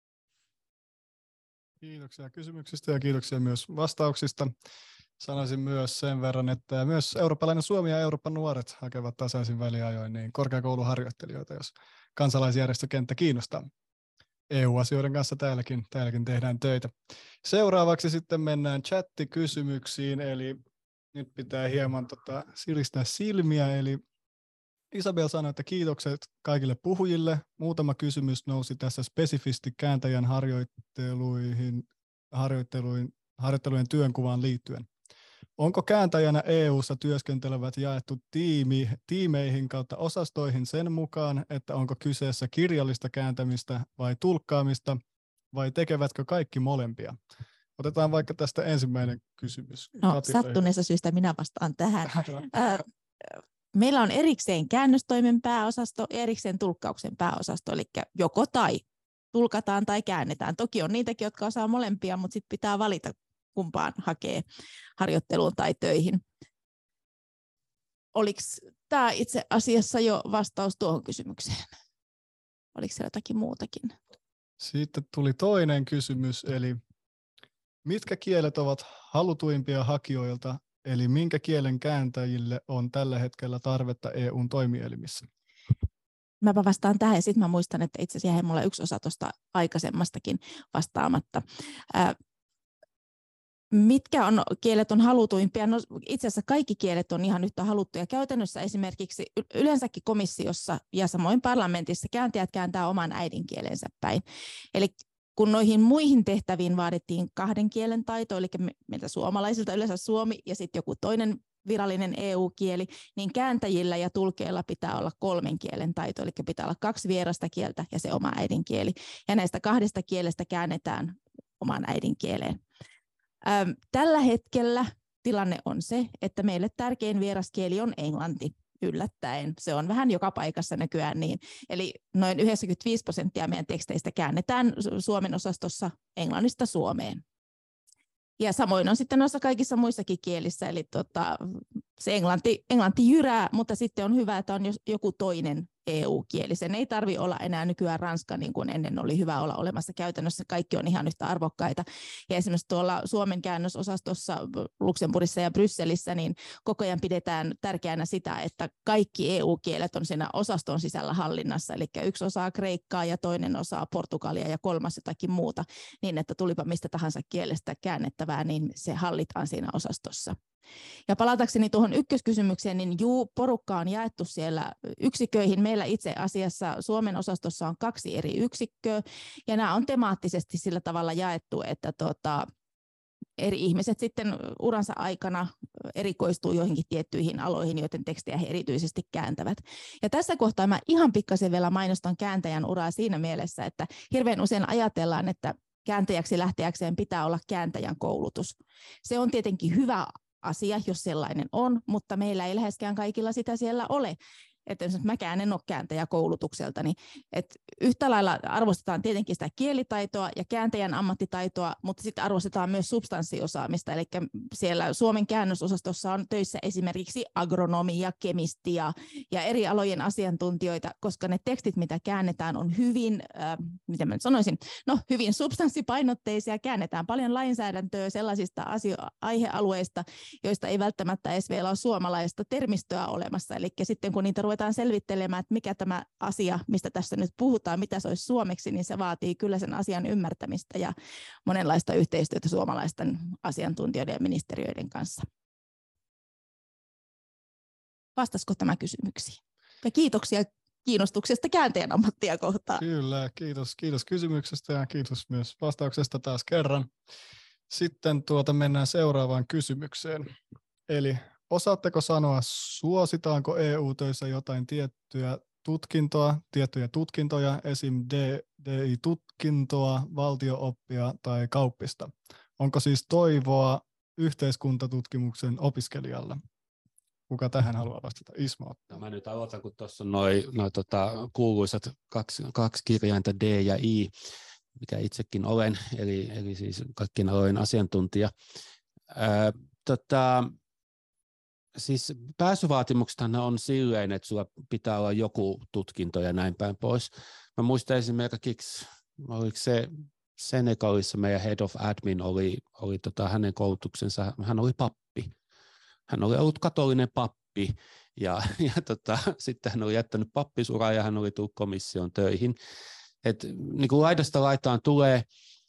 Kiitoksia kysymyksistä ja kiitoksia myös vastauksista. Sanoisin myös sen verran, että myös eurooppalainen Suomi ja Euroopan nuoret hakevat tasaisin väliajoin niin korkeakouluharjoittelijoita, jos kansalaisjärjestökenttä kiinnostaa. EU-asioiden kanssa täälläkin tehdään töitä. Seuraavaksi sitten mennään chattikysymyksiin, eli nyt pitää hieman silistää silmiä, eli Isabel sanoi, että kiitokset kaikille puhujille. Muutama kysymys nousi tässä spesifisti kääntäjän harjoittelujen työnkuvaan liittyen. Onko kääntäjänä EU-ssa työskentelevät jaettu tiimeihin kautta osastoihin sen mukaan, että onko kyseessä kirjallista kääntämistä vai tulkkaamista, vai tekevätkö kaikki molempia? Otetaan vaikka tästä ensimmäinen kysymys. No, sattuneesta syystä minä vastaan tähän. Meillä on erikseen käännöstoimen pääosasto ja erikseen tulkkauksen pääosasto, eli joko tai tulkataan tai käännetään. Toki on niitäkin, jotka osaa molempia, mutta sitten pitää valita, kumpaan hakee harjoitteluun tai töihin. Oliko tämä itse asiassa jo vastaus tuohon kysymykseen? Oliko siellä jotakin muutakin? Sitten tuli toinen kysymys, eli mitkä kielet ovat halutuimpia hakijoilta, eli minkä kielen kääntäjille on tällä hetkellä tarvetta EU:n toimielimissä? Mäpä vastaan tähän ja sitten mä muistan, että itse asiassa jäi mulla yksi osa tuosta aikaisemmastakin vastaamatta. Mitkä kielet on halutuimpia? No, itse asiassa kaikki kielet on ihan yhtä haluttuja. Käytännössä esimerkiksi yleensäkin komissiossa ja samoin parlamentissa kääntäjät kääntää oman äidinkielensä päin. Eli kun noihin muihin tehtäviin vaadittiin 2 kielen taito, eli meiltä suomalaisilta yleensä suomi ja sitten joku toinen virallinen EU-kieli, niin kääntäjillä ja tulkeilla pitää olla 3 kielen taito, eli pitää olla 2 vierasta kieltä ja se oma äidinkieli. Ja näistä 2 kielestä käännetään oman äidinkieleen. Tällä hetkellä tilanne on se, että meille tärkein vieraskieli on englanti, yllättäen. Se on vähän joka paikassa nykyään niin. Eli noin 95% meidän teksteistä käännetään Suomen osastossa englannista suomeen. Ja samoin on sitten noissa kaikissa muissakin kielissä, eli se englanti jyrää, mutta sitten on hyvä, että on joku toinen EU-kieli. Sen ei tarvitse olla enää nykyään ranska, niin kuin ennen oli hyvä olla olemassa käytännössä. Kaikki on ihan yhtä arvokkaita. Ja esimerkiksi tuolla Suomen käännösosastossa Luxemburgissa ja Brysselissä, niin koko ajan pidetään tärkeänä sitä, että kaikki EU-kielet on siinä osaston sisällä hallinnassa. Eli yksi osaa kreikkaa ja toinen osaa portugalia ja kolmas jotakin muuta, niin että tulipa mistä tahansa kielestä käännettävää, niin se hallitaan siinä osastossa. Ja palatakseni tuohon ykköskysymykseen, niin porukka on jaettu siellä yksiköihin. Meillä itse asiassa Suomen osastossa on 2 eri yksikköä, ja nämä on temaattisesti sillä tavalla jaettu, että eri ihmiset sitten uransa aikana erikoistuu joihinkin tiettyihin aloihin, joiden tekstejä he erityisesti kääntävät. Ja tässä kohtaa mä ihan pikkasen vielä mainostan kääntäjän uraa siinä mielessä, että hirveän usein ajatellaan, että kääntäjäksi lähteäkseen pitää olla kääntäjän koulutus. Se on tietenkin hyvä asia, jos sellainen on, mutta meillä ei läheskään kaikilla sitä siellä ole. Että jos mäkään en ole kääntäjä koulutukseltani, että yhtä lailla arvostetaan tietenkin sitä kielitaitoa ja kääntäjän ammattitaitoa, mutta sitten arvostetaan myös substanssiosaamista, eli siellä Suomen käännösosastossa on töissä esimerkiksi agronomia, kemisti ja eri alojen asiantuntijoita, koska ne tekstit, mitä käännetään, on hyvin, miten mä nyt sanoisin, hyvin substanssipainotteisia, käännetään paljon lainsäädäntöä sellaisista aihealueista, joista ei välttämättä edes vielä ole suomalaista termistöä olemassa, eli sitten kun niitä ruvetaan selvittelemään, että mikä tämä asia, mistä tässä nyt puhutaan, mitä se olisi suomeksi, niin se vaatii kyllä sen asian ymmärtämistä ja monenlaista yhteistyötä suomalaisten asiantuntijoiden ja ministeriöiden kanssa. Vastasiko tämä kysymyksiin? Ja kiitoksia kiinnostuksesta kääntäjän ammattia kohtaan. Kyllä, kiitos kysymyksestä ja kiitos myös vastauksesta taas kerran. Sitten mennään seuraavaan kysymykseen. Eli osaatteko sanoa, suositaanko EU-töissä jotain tiettyjä tutkintoja, esim. DI-tutkintoa, valtio-oppia tai kauppista? Onko siis toivoa yhteiskuntatutkimuksen opiskelijalla? Kuka tähän haluaa vastata? Ismo. Mä nyt aloitan, kun tuossa on noi kuuluisat kaksi kirjainta D ja I, mikä itsekin olen, eli siis kaikkien alojen asiantuntija. Siis pääsyvaatimuksethan on silleen, että sulla pitää olla joku tutkinto ja näin päin pois. Mä muistan esimerkiksi, oliko se Senegalissa meidän head of admin oli hänen koulutuksensa, hän oli pappi. Hän oli ollut katolinen pappi ja sitten hän oli jättänyt pappisuraa ja hän oli tullut komission töihin. Et, niin kuin laidasta laitaan tulee,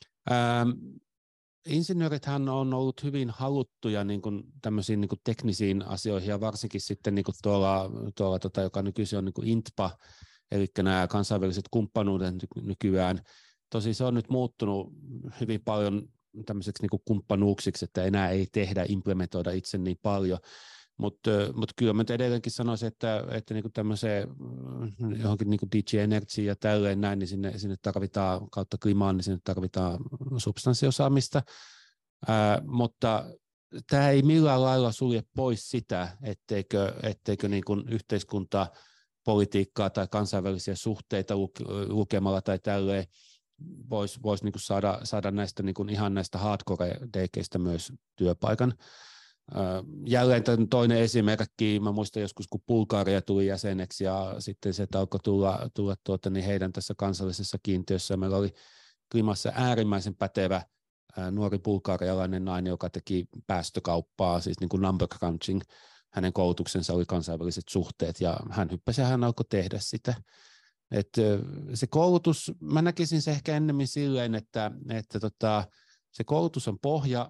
insinöörithän on ollut hyvin haluttuja niin kuin tämmöisiin niin kuin teknisiin asioihin ja varsinkin sitten niin kuin tuolla joka nykyisin on niin kuin INTPA, eli nämä kansainväliset kumppanuudet nykyään. Tosi se on nyt muuttunut hyvin paljon tämmöiseksi niin kuin kumppanuuksiksi, että enää ei implementoida itse niin paljon. Mutta kyllä mä edelleenkin sanoisin, että niin kuin tämmöiseen johonkin niin kuin DG Energy ja tälleen näin, niin sinne tarvitaan kautta klimaan, niin sinne tarvitaan substanssiosaamista. Mutta tämä ei millään lailla sulje pois sitä, etteikö niin kuin yhteiskuntapolitiikkaa tai kansainvälisiä suhteita lukemalla tai tälleen voisi niin kuin saada näistä niin kuin ihan näistä hardcore-deikeistä myös työpaikan. Jälleen toinen esimerkki, mä muistan joskus, kun Bulgaria tuli jäseneksi ja sitten se alkoi tulla niin heidän tässä kansallisessa kiintiössä. Meillä oli Klimassa äärimmäisen pätevä nuori bulgarialainen nainen, joka teki päästökauppaa, siis niin kuin number crunching. Hänen koulutuksensa oli kansainväliset suhteet ja hän hyppäsi ja hän alkoi tehdä sitä. Se koulutus, mä näkisin se ehkä ennemmin silleen, että se koulutus on pohja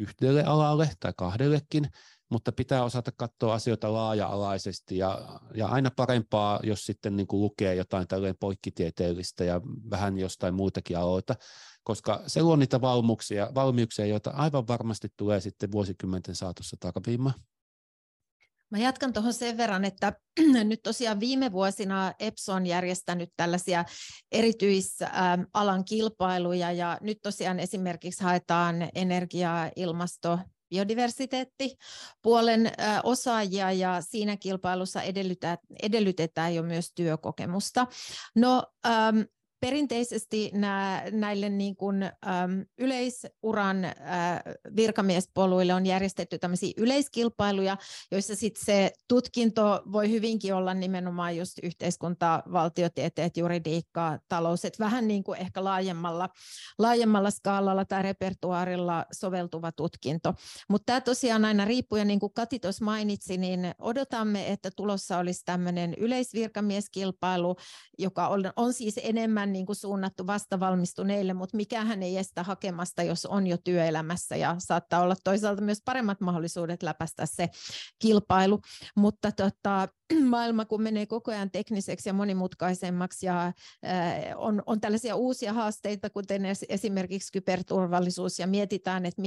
yhdelle alalle tai kahdellekin, mutta pitää osata katsoa asioita laaja-alaisesti ja aina parempaa, jos sitten niin kuin lukee jotain tällainen poikkitieteellistä ja vähän jostain muitakin aloita, koska se luo niitä valmiuksia, joita aivan varmasti tulee sitten vuosikymmenten saatossa tarviimaan. Mä jatkan tuohon sen verran, että nyt tosiaan viime vuosina EPSO on järjestänyt tällaisia erityisalan kilpailuja ja nyt tosiaan esimerkiksi haetaan energia-, ilmasto- biodiversiteettipuolen osaajia ja siinä kilpailussa edellytetään jo myös työkokemusta. No, perinteisesti näille niin kuin, yleisuran virkamiespoluille on järjestetty tämmöisiä yleiskilpailuja, joissa sitten se tutkinto voi hyvinkin olla nimenomaan just yhteiskunta, valtiotieteet, juridiikka, talous, että vähän niin kuin ehkä laajemmalla skaalalla tai repertuaarilla soveltuva tutkinto. Mutta tämä tosiaan aina riippuu, ja niin kuin Kati tuossa mainitsi, niin odotamme, että tulossa olisi tämmöinen yleisvirkamieskilpailu, joka on siis enemmän niin kuin suunnattu vastavalmistuneille, mutta mikähän ei estä hakemasta, jos on jo työelämässä, ja saattaa olla toisaalta myös paremmat mahdollisuudet läpäistä se kilpailu, mutta maailma kun menee koko ajan tekniseksi ja monimutkaisemmaksi ja on tällaisia uusia haasteita, kuten esimerkiksi kyberturvallisuus, ja mietitään, että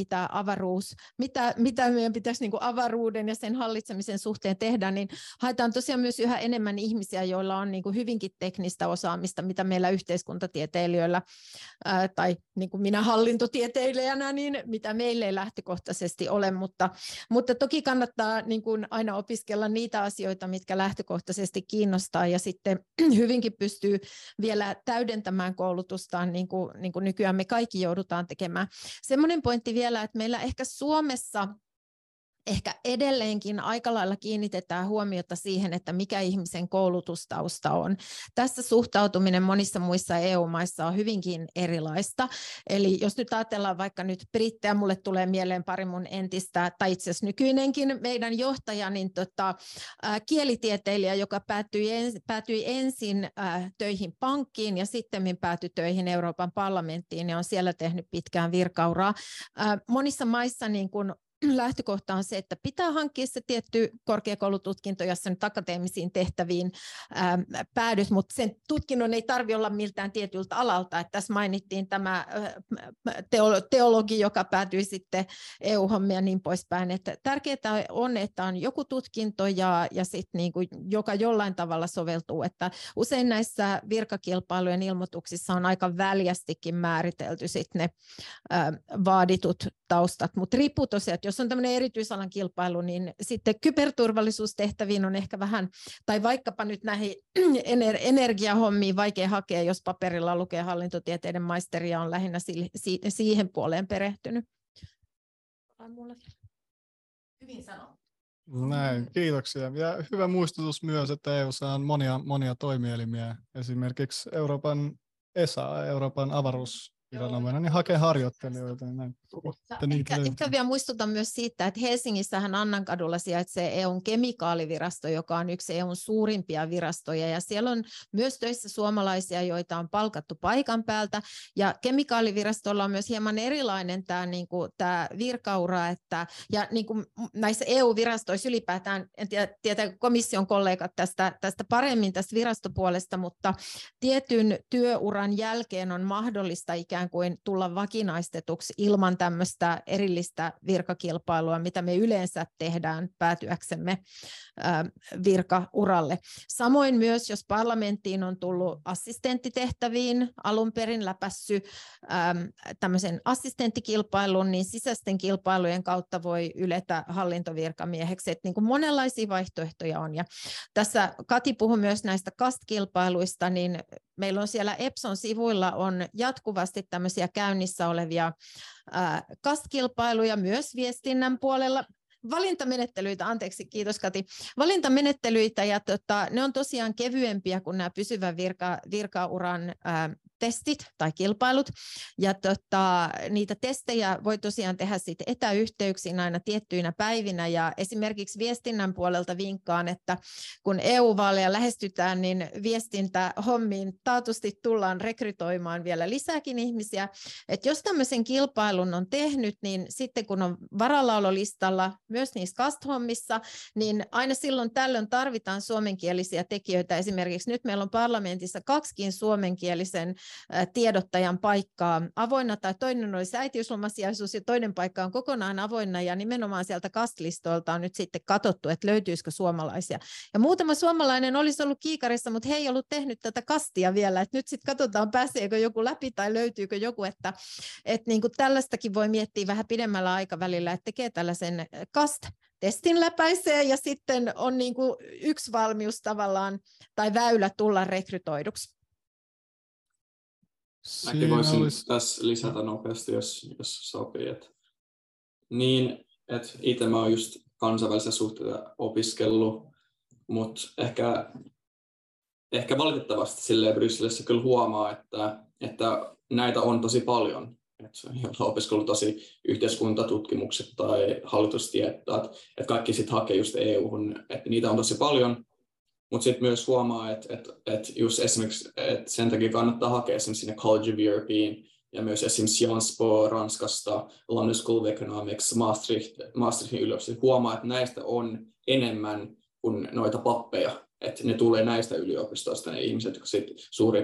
mitä meidän pitäisi niin kuin avaruuden ja sen hallitsemisen suhteen tehdä, niin haetaan tosiaan myös yhä enemmän ihmisiä, joilla on niin kuin hyvinkin teknistä osaamista, mitä meillä yhteiskuntatieteilijöillä tai niin kuin minä hallintotieteilijänä, niin mitä meillä ei lähtökohtaisesti ole, mutta toki kannattaa niin kuin aina opiskella niitä asioita, mitkä lähtökohtaisesti kiinnostaa, ja sitten hyvinkin pystyy vielä täydentämään koulutustaan, niin kuin nykyään me kaikki joudutaan tekemään. Semmoinen pointti vielä, että meillä ehkä Suomessa edelleenkin aika lailla kiinnitetään huomiota siihen, että mikä ihmisen koulutustausta on. Tässä suhtautuminen monissa muissa EU-maissa on hyvinkin erilaista. Eli jos nyt ajatellaan vaikka nyt brittejä, mulle tulee mieleen pari mun entistä, tai itse asiassa nykyinenkin meidän johtaja, niin kielitieteilijä, joka päätyi ensin töihin pankkiin ja sitten päätyi töihin Euroopan parlamenttiin ja on siellä tehnyt pitkään virkauraa. Monissa maissa niin kun lähtökohta on se, että pitää hankkia se tietty korkeakoulututkinto, jossa nyt akateemisiin tehtäviin päädyt, mutta sen tutkinnon ei tarvitse olla miltään tietyltä alalta. Että tässä mainittiin tämä teologi, joka päätyi sitten EU-hommia ja niin poispäin. Että tärkeää on, että on joku tutkinto ja sitten niin kuin, joka jollain tavalla soveltuu. Että usein näissä virkakilpailujen ilmoituksissa on aika väljästikin määritelty sitten ne vaaditut taustat, mutta riippuu tosiaan, että jos on tämmöinen erityisalan kilpailu, niin sitten kyberturvallisuustehtäviin on ehkä vähän, tai vaikkapa nyt näihin energiahommiin vaikea hakea, jos paperilla lukee hallintotieteiden maisteri ja on lähinnä siihen puoleen perehtynyt. Hyvin sanottu. Näin, kiitoksia. Ja hyvä muistutus myös, että EU:ssa on monia toimielimiä, esimerkiksi Euroopan ESA, Euroopan avaruusviranomainen, niin hakee harjoittelijoita. Näin. Ehkä vielä muistutan myös siitä, että Helsingissähän Annankadulla sijaitsee EUn kemikaalivirasto, joka on yksi EUn suurimpia virastoja, ja siellä on myös töissä suomalaisia, joita on palkattu paikan päältä, ja kemikaalivirastolla on myös hieman erilainen tämä virkaura, ja niin kuin näissä EU-virastoissa ylipäätään, en tiedä komission kollegat tästä paremmin tästä virastopuolesta, mutta tietyn työuran jälkeen on mahdollista ikään kuin tulla vakinaistetuksi ilman tämmöistä erillistä virkakilpailua, mitä me yleensä tehdään päätyäksemme virkauralle. Samoin myös, jos parlamenttiin on tullut assistenttitehtäviin, alun perin läpässyt tämmöisen assistenttikilpailun, niin sisäisten kilpailujen kautta voi yletä hallintovirkamieheksi. Että niin kuin monenlaisia vaihtoehtoja on. Ja tässä Kati puhui myös näistä KAST-kilpailuista, niin meillä on siellä EPSOn sivuilla on jatkuvasti tämmöisiä käynnissä olevia KAST-kilpailuja myös viestinnän puolella. valintamenettelyitä, anteeksi, kiitos Kati. Valintamenettelyitä ja ne on tosiaan kevyempiä kuin nämä pysyvän virkauran testit tai kilpailut. Ja niitä testejä voi tosiaan tehdä sitten etäyhteyksin aina tiettyinä päivinä. Ja esimerkiksi viestinnän puolelta vinkkaan, että kun EU-vaaleja lähestytään, niin viestintähommiin taatusti tullaan rekrytoimaan vielä lisääkin ihmisiä. Et jos tämmöisen kilpailun on tehnyt, niin sitten kun on varallaololistalla myös niissä KAST-hommissa, niin aina silloin tällöin tarvitaan suomenkielisiä tekijöitä. Esimerkiksi nyt meillä on parlamentissa 2 suomenkielisen tiedottajan paikkaa avoinna, tai toinen olisi äitiyslomasijaisuus ja toinen paikka on kokonaan avoinna, ja nimenomaan sieltä KAST-listoilta on nyt sitten katsottu, että löytyisikö suomalaisia. Ja muutama suomalainen olisi ollut kiikarissa, mutta he ei ollut tehnyt tätä kastia vielä, että nyt sitten katsotaan, pääseekö joku läpi tai löytyykö joku, että niin kuin tällaistakin voi miettiä vähän pidemmällä aikavälillä, että tekee tällaisen KAST-testin läpäisee ja sitten on niin kuin yksi valmius tavallaan tai väylä tulla rekrytoiduksi. Mäkin voisin tässä lisätä nopeasti, jos sopii. Niin, että itse mä oon just kansainvälisiä suhteita opiskellut, mutta ehkä valitettavasti silleen Brysselissä kyllä huomaa, että näitä on tosi paljon. Että on opiskellut tosi yhteiskuntatutkimukset tai hallitustiedot, että kaikki sitten hakee just EU-hun, että niitä on tosi paljon. Mutta sitten myös huomaa, että just esimerkiksi että sen takia kannattaa hakea esimerkiksi sinne College of Europein ja myös esimerkiksi Sciences Po Ranskasta, London School of Economics, Maastrichtin yliopisto. Huomaa, että näistä on enemmän kuin noita pappeja. Että ne tulee näistä yliopistoista ne ihmiset, jotka sitten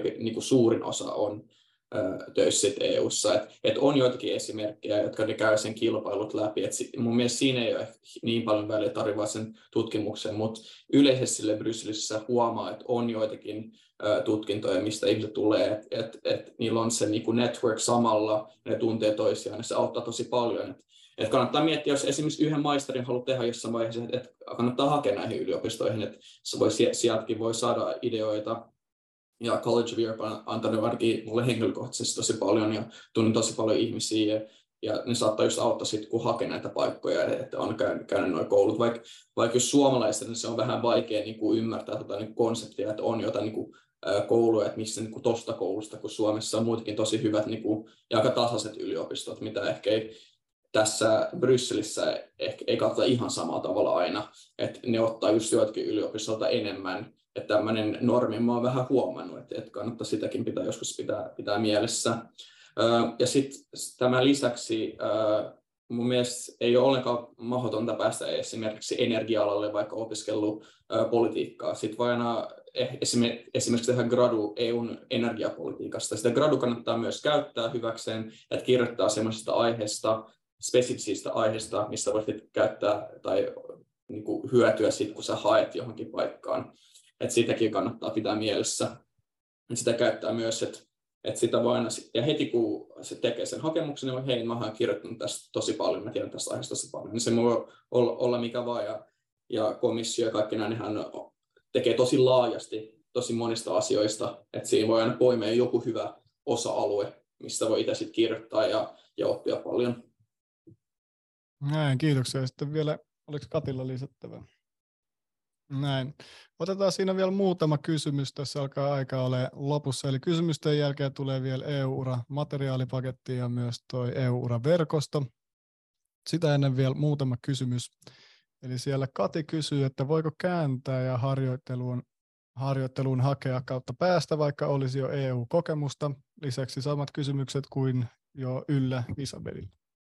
suurin osa on töissä EU:ssa. Et on joitakin esimerkkejä, jotka ne käy sen kilpailut läpi. Mun mielestä siinä ei ole niin paljon väliä tarvitse sen tutkimuksen, mutta yleisesti Brysselissä huomaa, että on joitakin tutkintoja, mistä ihmiset tulee, että niillä on se niinku network samalla, ne tuntee toisiaan, ja se auttaa tosi paljon. Et kannattaa miettiä, jos esimerkiksi yhden maisterin haluat tehdä jossain vaiheessa, että kannattaa hakea näihin yliopistoihin, että sieltäkin voi saada ideoita. Ja College of Europe on antanut ainakin mulle henkilökohtaisesti tosi paljon ja tunnen tosi paljon ihmisiä ja ne saattaa just auttaa sitten, kun hakee näitä paikkoja, että on käynyt nuo koulut. Vaikka jos suomalaisten, niin se on vähän vaikea niin kuin ymmärtää niin konseptia, että on jotain niin kuin kouluja, että missä niin kuin tosta koulusta, kun Suomessa on muutenkin tosi hyvät niin kuin, ja aika tasaiset yliopistot, mitä ehkä ei tässä Brysselissä ei katsota ihan samalla tavalla aina, että ne ottaa just joitakin yliopistolta enemmän. Että tämmöinen normi mä oon vähän huomannut, että kannattaa sitäkin joskus pitää mielessä. Ja sitten tämän lisäksi mun mielestä ei ole ollenkaan mahdotonta päästä esimerkiksi energia-alalle, vaikka opiskellut politiikkaa. Sitten voi aina esimerkiksi tehdä gradu EUn energiapolitiikasta. Sitä gradu kannattaa myös käyttää hyväkseen, että kirjoittaa semmoisista aiheista, spesifisistä aiheista, mistä voit käyttää tai niin kuin hyötyä siitä, kun sä haet johonkin paikkaan. Että sitäkin kannattaa pitää mielessä. Sitä käyttää myös, että sitä voi aina, ja heti kun se tekee sen hakemuksen, niin hei, mä oon kirjoittanut tästä tosi paljon, mä tiedän tästä aiheesta tosi paljon. Niin se voi olla mikä vaan, ja komissio ja kaikki näin, hän tekee tosi laajasti, tosi monista asioista, että siinä voi aina poimia joku hyvä osa-alue, mistä voi itse sitten kirjoittaa ja oppia paljon. Näin, kiitoksia. Sitten vielä, oliko Katilla lisättävää? Näin. Otetaan siinä vielä muutama kysymys. Tässä alkaa aika ole lopussa. Eli kysymysten jälkeen tulee vielä EU-ura-materiaalipaketti ja myös tuo EU-ura-verkosto. Sitä ennen vielä muutama kysymys. Eli siellä Kati kysyy, että voiko kääntää ja harjoitteluun hakea kautta päästä, vaikka olisi jo EU-kokemusta. Lisäksi samat kysymykset kuin jo Yllä Isabelilla.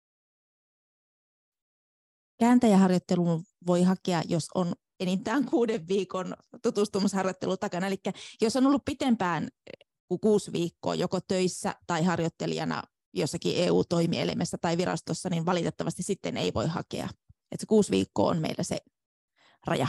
Kääntäjäharjoitteluun voi hakea, jos on enintään 6 viikon tutustumusharjoittelu takana. Eli jos on ollut pitempään kuin 6 viikkoa joko töissä tai harjoittelijana jossakin EU-toimielimessä tai virastossa, niin valitettavasti sitten ei voi hakea. Että se 6 viikkoa on meillä se raja.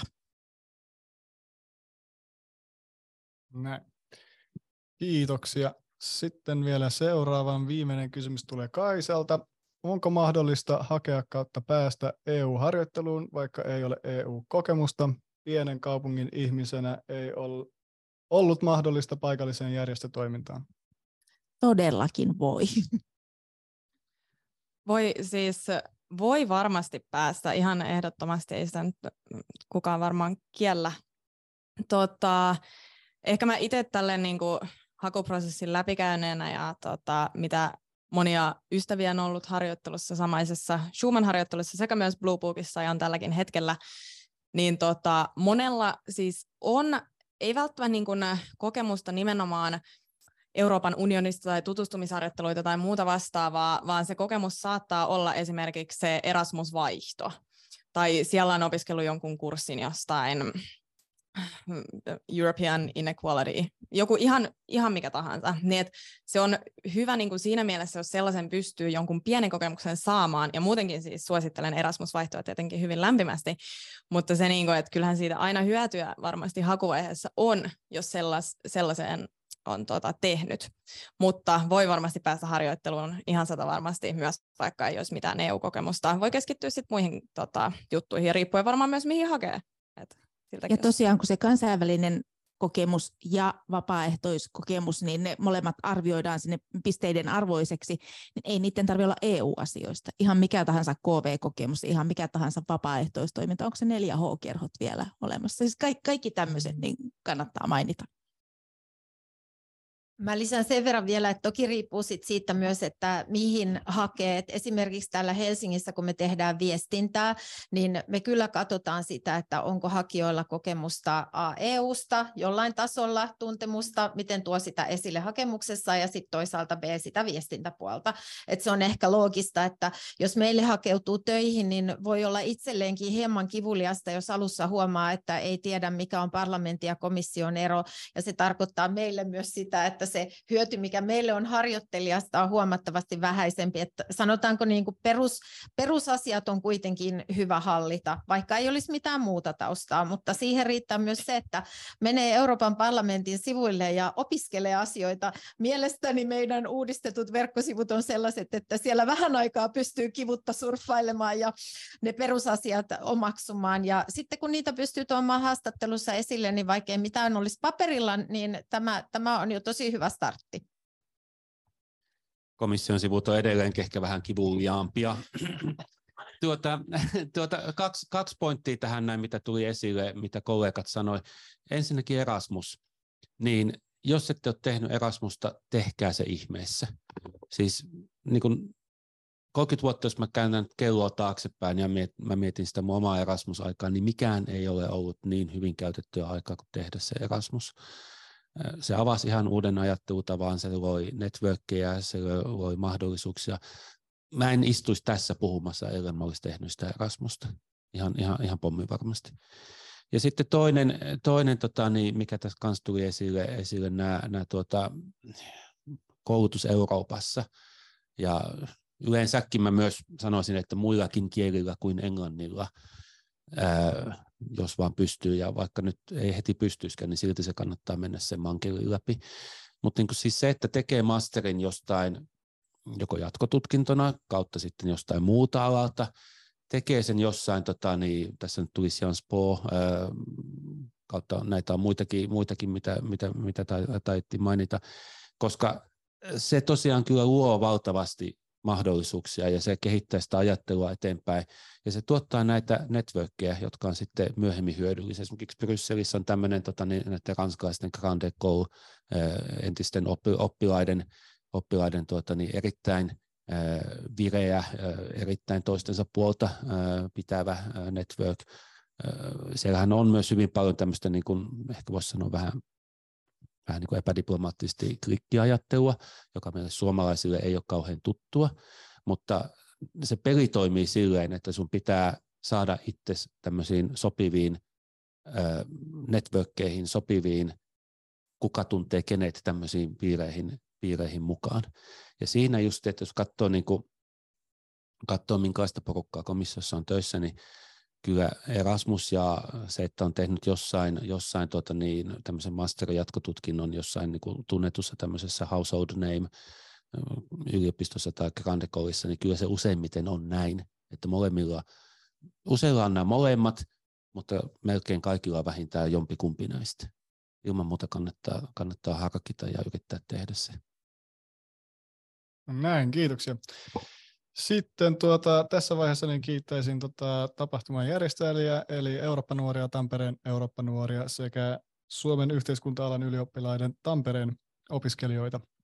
Näin. Kiitoksia. Sitten vielä seuraavan viimeinen kysymys tulee Kaisalta. Onko mahdollista hakea kautta päästä EU-harjoitteluun, vaikka ei ole EU-kokemusta? Pienen kaupungin ihmisenä ei ollut mahdollista paikalliseen järjestötoimintaan. Todellakin voi. Voi siis voi varmasti päästä ihan ehdottomasti, ei sitä nyt kukaan varmaan kiellä. Ehkä mä itse tälleen niin kuin hakuprosessin läpikäyneenä ja mitä monia ystäviä on ollut harjoittelussa samaisessa Schumann-harjoittelussa sekä myös Blue Bookissa ja on tälläkin hetkellä, niin monella siis on, ei välttämättä niin kuin kokemusta nimenomaan Euroopan unionista tai tutustumisharjoitteluita tai muuta vastaavaa, vaan se kokemus saattaa olla esimerkiksi se Erasmus-vaihto tai siellä on opiskellut jonkun kurssin jostain European Inequality, joku ihan mikä tahansa, niin että se on hyvä niin kuin siinä mielessä, jos sellaisen pystyy jonkun pienen kokemuksen saamaan, ja muutenkin siis suosittelen Erasmus-vaihtoa tietenkin hyvin lämpimästi, mutta se, niin kuin, että kyllähän siitä aina hyötyä varmasti hakuvaiheessa on, jos sellaiseen on tehnyt, mutta voi varmasti päästä harjoitteluun ihan varmasti myös, vaikka ei olisi mitään EU-kokemusta. Voi keskittyä sitten muihin juttuihin, ja riippuen varmaan myös mihin hakee. Ja tosiaan, kun se kansainvälinen kokemus ja vapaaehtoiskokemus, niin ne molemmat arvioidaan sinne pisteiden arvoiseksi, niin ei niiden tarvitse olla EU-asioista. Ihan mikä tahansa KV-kokemus, ihan mikä tahansa vapaaehtoistoiminta, onko se 4H-kerhot vielä olemassa? Siis kaikki tämmöiset niin kannattaa mainita. Mä lisään sen verran vielä, että toki riippuu siitä myös, että mihin hakee. Esimerkiksi täällä Helsingissä, kun me tehdään viestintää, niin me kyllä katsotaan sitä, että onko hakijoilla kokemusta EUsta jollain tasolla, tuntemusta, miten tuo sitä esille hakemuksessa ja sitten toisaalta B sitä viestintäpuolta. Et se on ehkä loogista, että jos meille hakeutuu töihin, niin voi olla itselleenkin hieman kivuliasta, jos alussa huomaa, että ei tiedä mikä on parlamentin ja komission ero, ja se tarkoittaa meille myös sitä, että se hyöty, mikä meille on harjoittelijasta, on huomattavasti vähäisempi. Että sanotaanko niin kuin perusasiat on kuitenkin hyvä hallita, vaikka ei olisi mitään muuta taustaa, mutta siihen riittää myös se, että menee Euroopan parlamentin sivuille ja opiskelee asioita. Mielestäni meidän uudistetut verkkosivut on sellaiset, että siellä vähän aikaa pystyy kivutta surffailemaan ja ne perusasiat omaksumaan. Ja sitten kun niitä pystyy tuomaan haastattelussa esille, niin vaikka ei mitään olisi paperilla, niin tämä on jo tosi hyvä startti. Komission sivut on edelleenkin ehkä vähän kivuliaampia. Kaksi pointtia tähän näin, mitä tuli esille, mitä kollegat sanoi. Ensinnäkin Erasmus. Niin jos ette ole tehnyt Erasmusta, tehkää se ihmeessä. Siis niin kun 30 vuotta, jos mä käännän kelloa taaksepäin ja mä mietin sitä mun omaa Erasmus-aikaa, niin mikään ei ole ollut niin hyvin käytettyä aikaa kuin tehdä se Erasmus. Se avasi ihan uuden ajattelutavan, se loi networkkeja, se loi mahdollisuuksia. Mä en istuisi tässä puhumassa, ellei mä olisi tehnyt sitä Erasmusta. Ihan pommi varmasti. Ja sitten toinen mikä tässä kanssa tuli esille nämä koulutus Euroopassa. Ja yleensäkin mä myös sanoisin, että muillakin kielillä kuin englannilla, jos vaan pystyy, ja vaikka nyt ei heti pystyisikään, niin silti se kannattaa mennä sen mankelin läpi. Mutta niin siis se, että tekee masterin jostain, joko jatkotutkintona kautta sitten jostain muuta alalta, tekee sen jossain, tässä nyt tuli Sciences Po, kautta näitä on muitakin mitä taidettiin mainita, koska se tosiaan kyllä luo valtavasti mahdollisuuksia ja se kehittää sitä ajattelua eteenpäin ja se tuottaa näitä networkkeja, jotka on sitten myöhemmin hyödyllisiä. Esimerkiksi Brysselissä on tämmöinen näiden ranskalaisten Grande École entisten oppilaiden erittäin vireä, erittäin toistensa puolta pitävä network. Siellähän on myös hyvin paljon tämmöistä, niin kuin ehkä voisi sanoa vähän niin kuin epädiplomaattisesti klikkiajattelua, joka meille suomalaisille ei ole kauhean tuttua, mutta se peli toimii silleen, että sun pitää saada itse tämmöisiin sopiviin networkkeihin, sopiviin, kuka tuntee kenet tämmöisiin piireihin mukaan. Ja siinä just, että jos katsoo minkälaista porukkaa komissiossa on töissä, niin kyllä Erasmus ja se, että on tehnyt jossain tämmöisen masterin jatkotutkinnon jossain niin kuin tunnetussa tämmöisessä household name yliopistossa tai Grande Écolessa, niin kyllä se useimmiten on näin, että useilla on nämä molemmat, mutta melkein kaikilla on vähintään jompikumpi näistä. Ilman muuta kannattaa harkita ja yrittää tehdä se. Näin, kiitoksia. Sitten tässä vaiheessa niin kiittäisin tapahtuman järjestäjiä, eli Eurooppa-nuoria, Tampereen Eurooppa-nuoria sekä Suomen yhteiskunta-alan ylioppilaiden Tampereen opiskelijoita.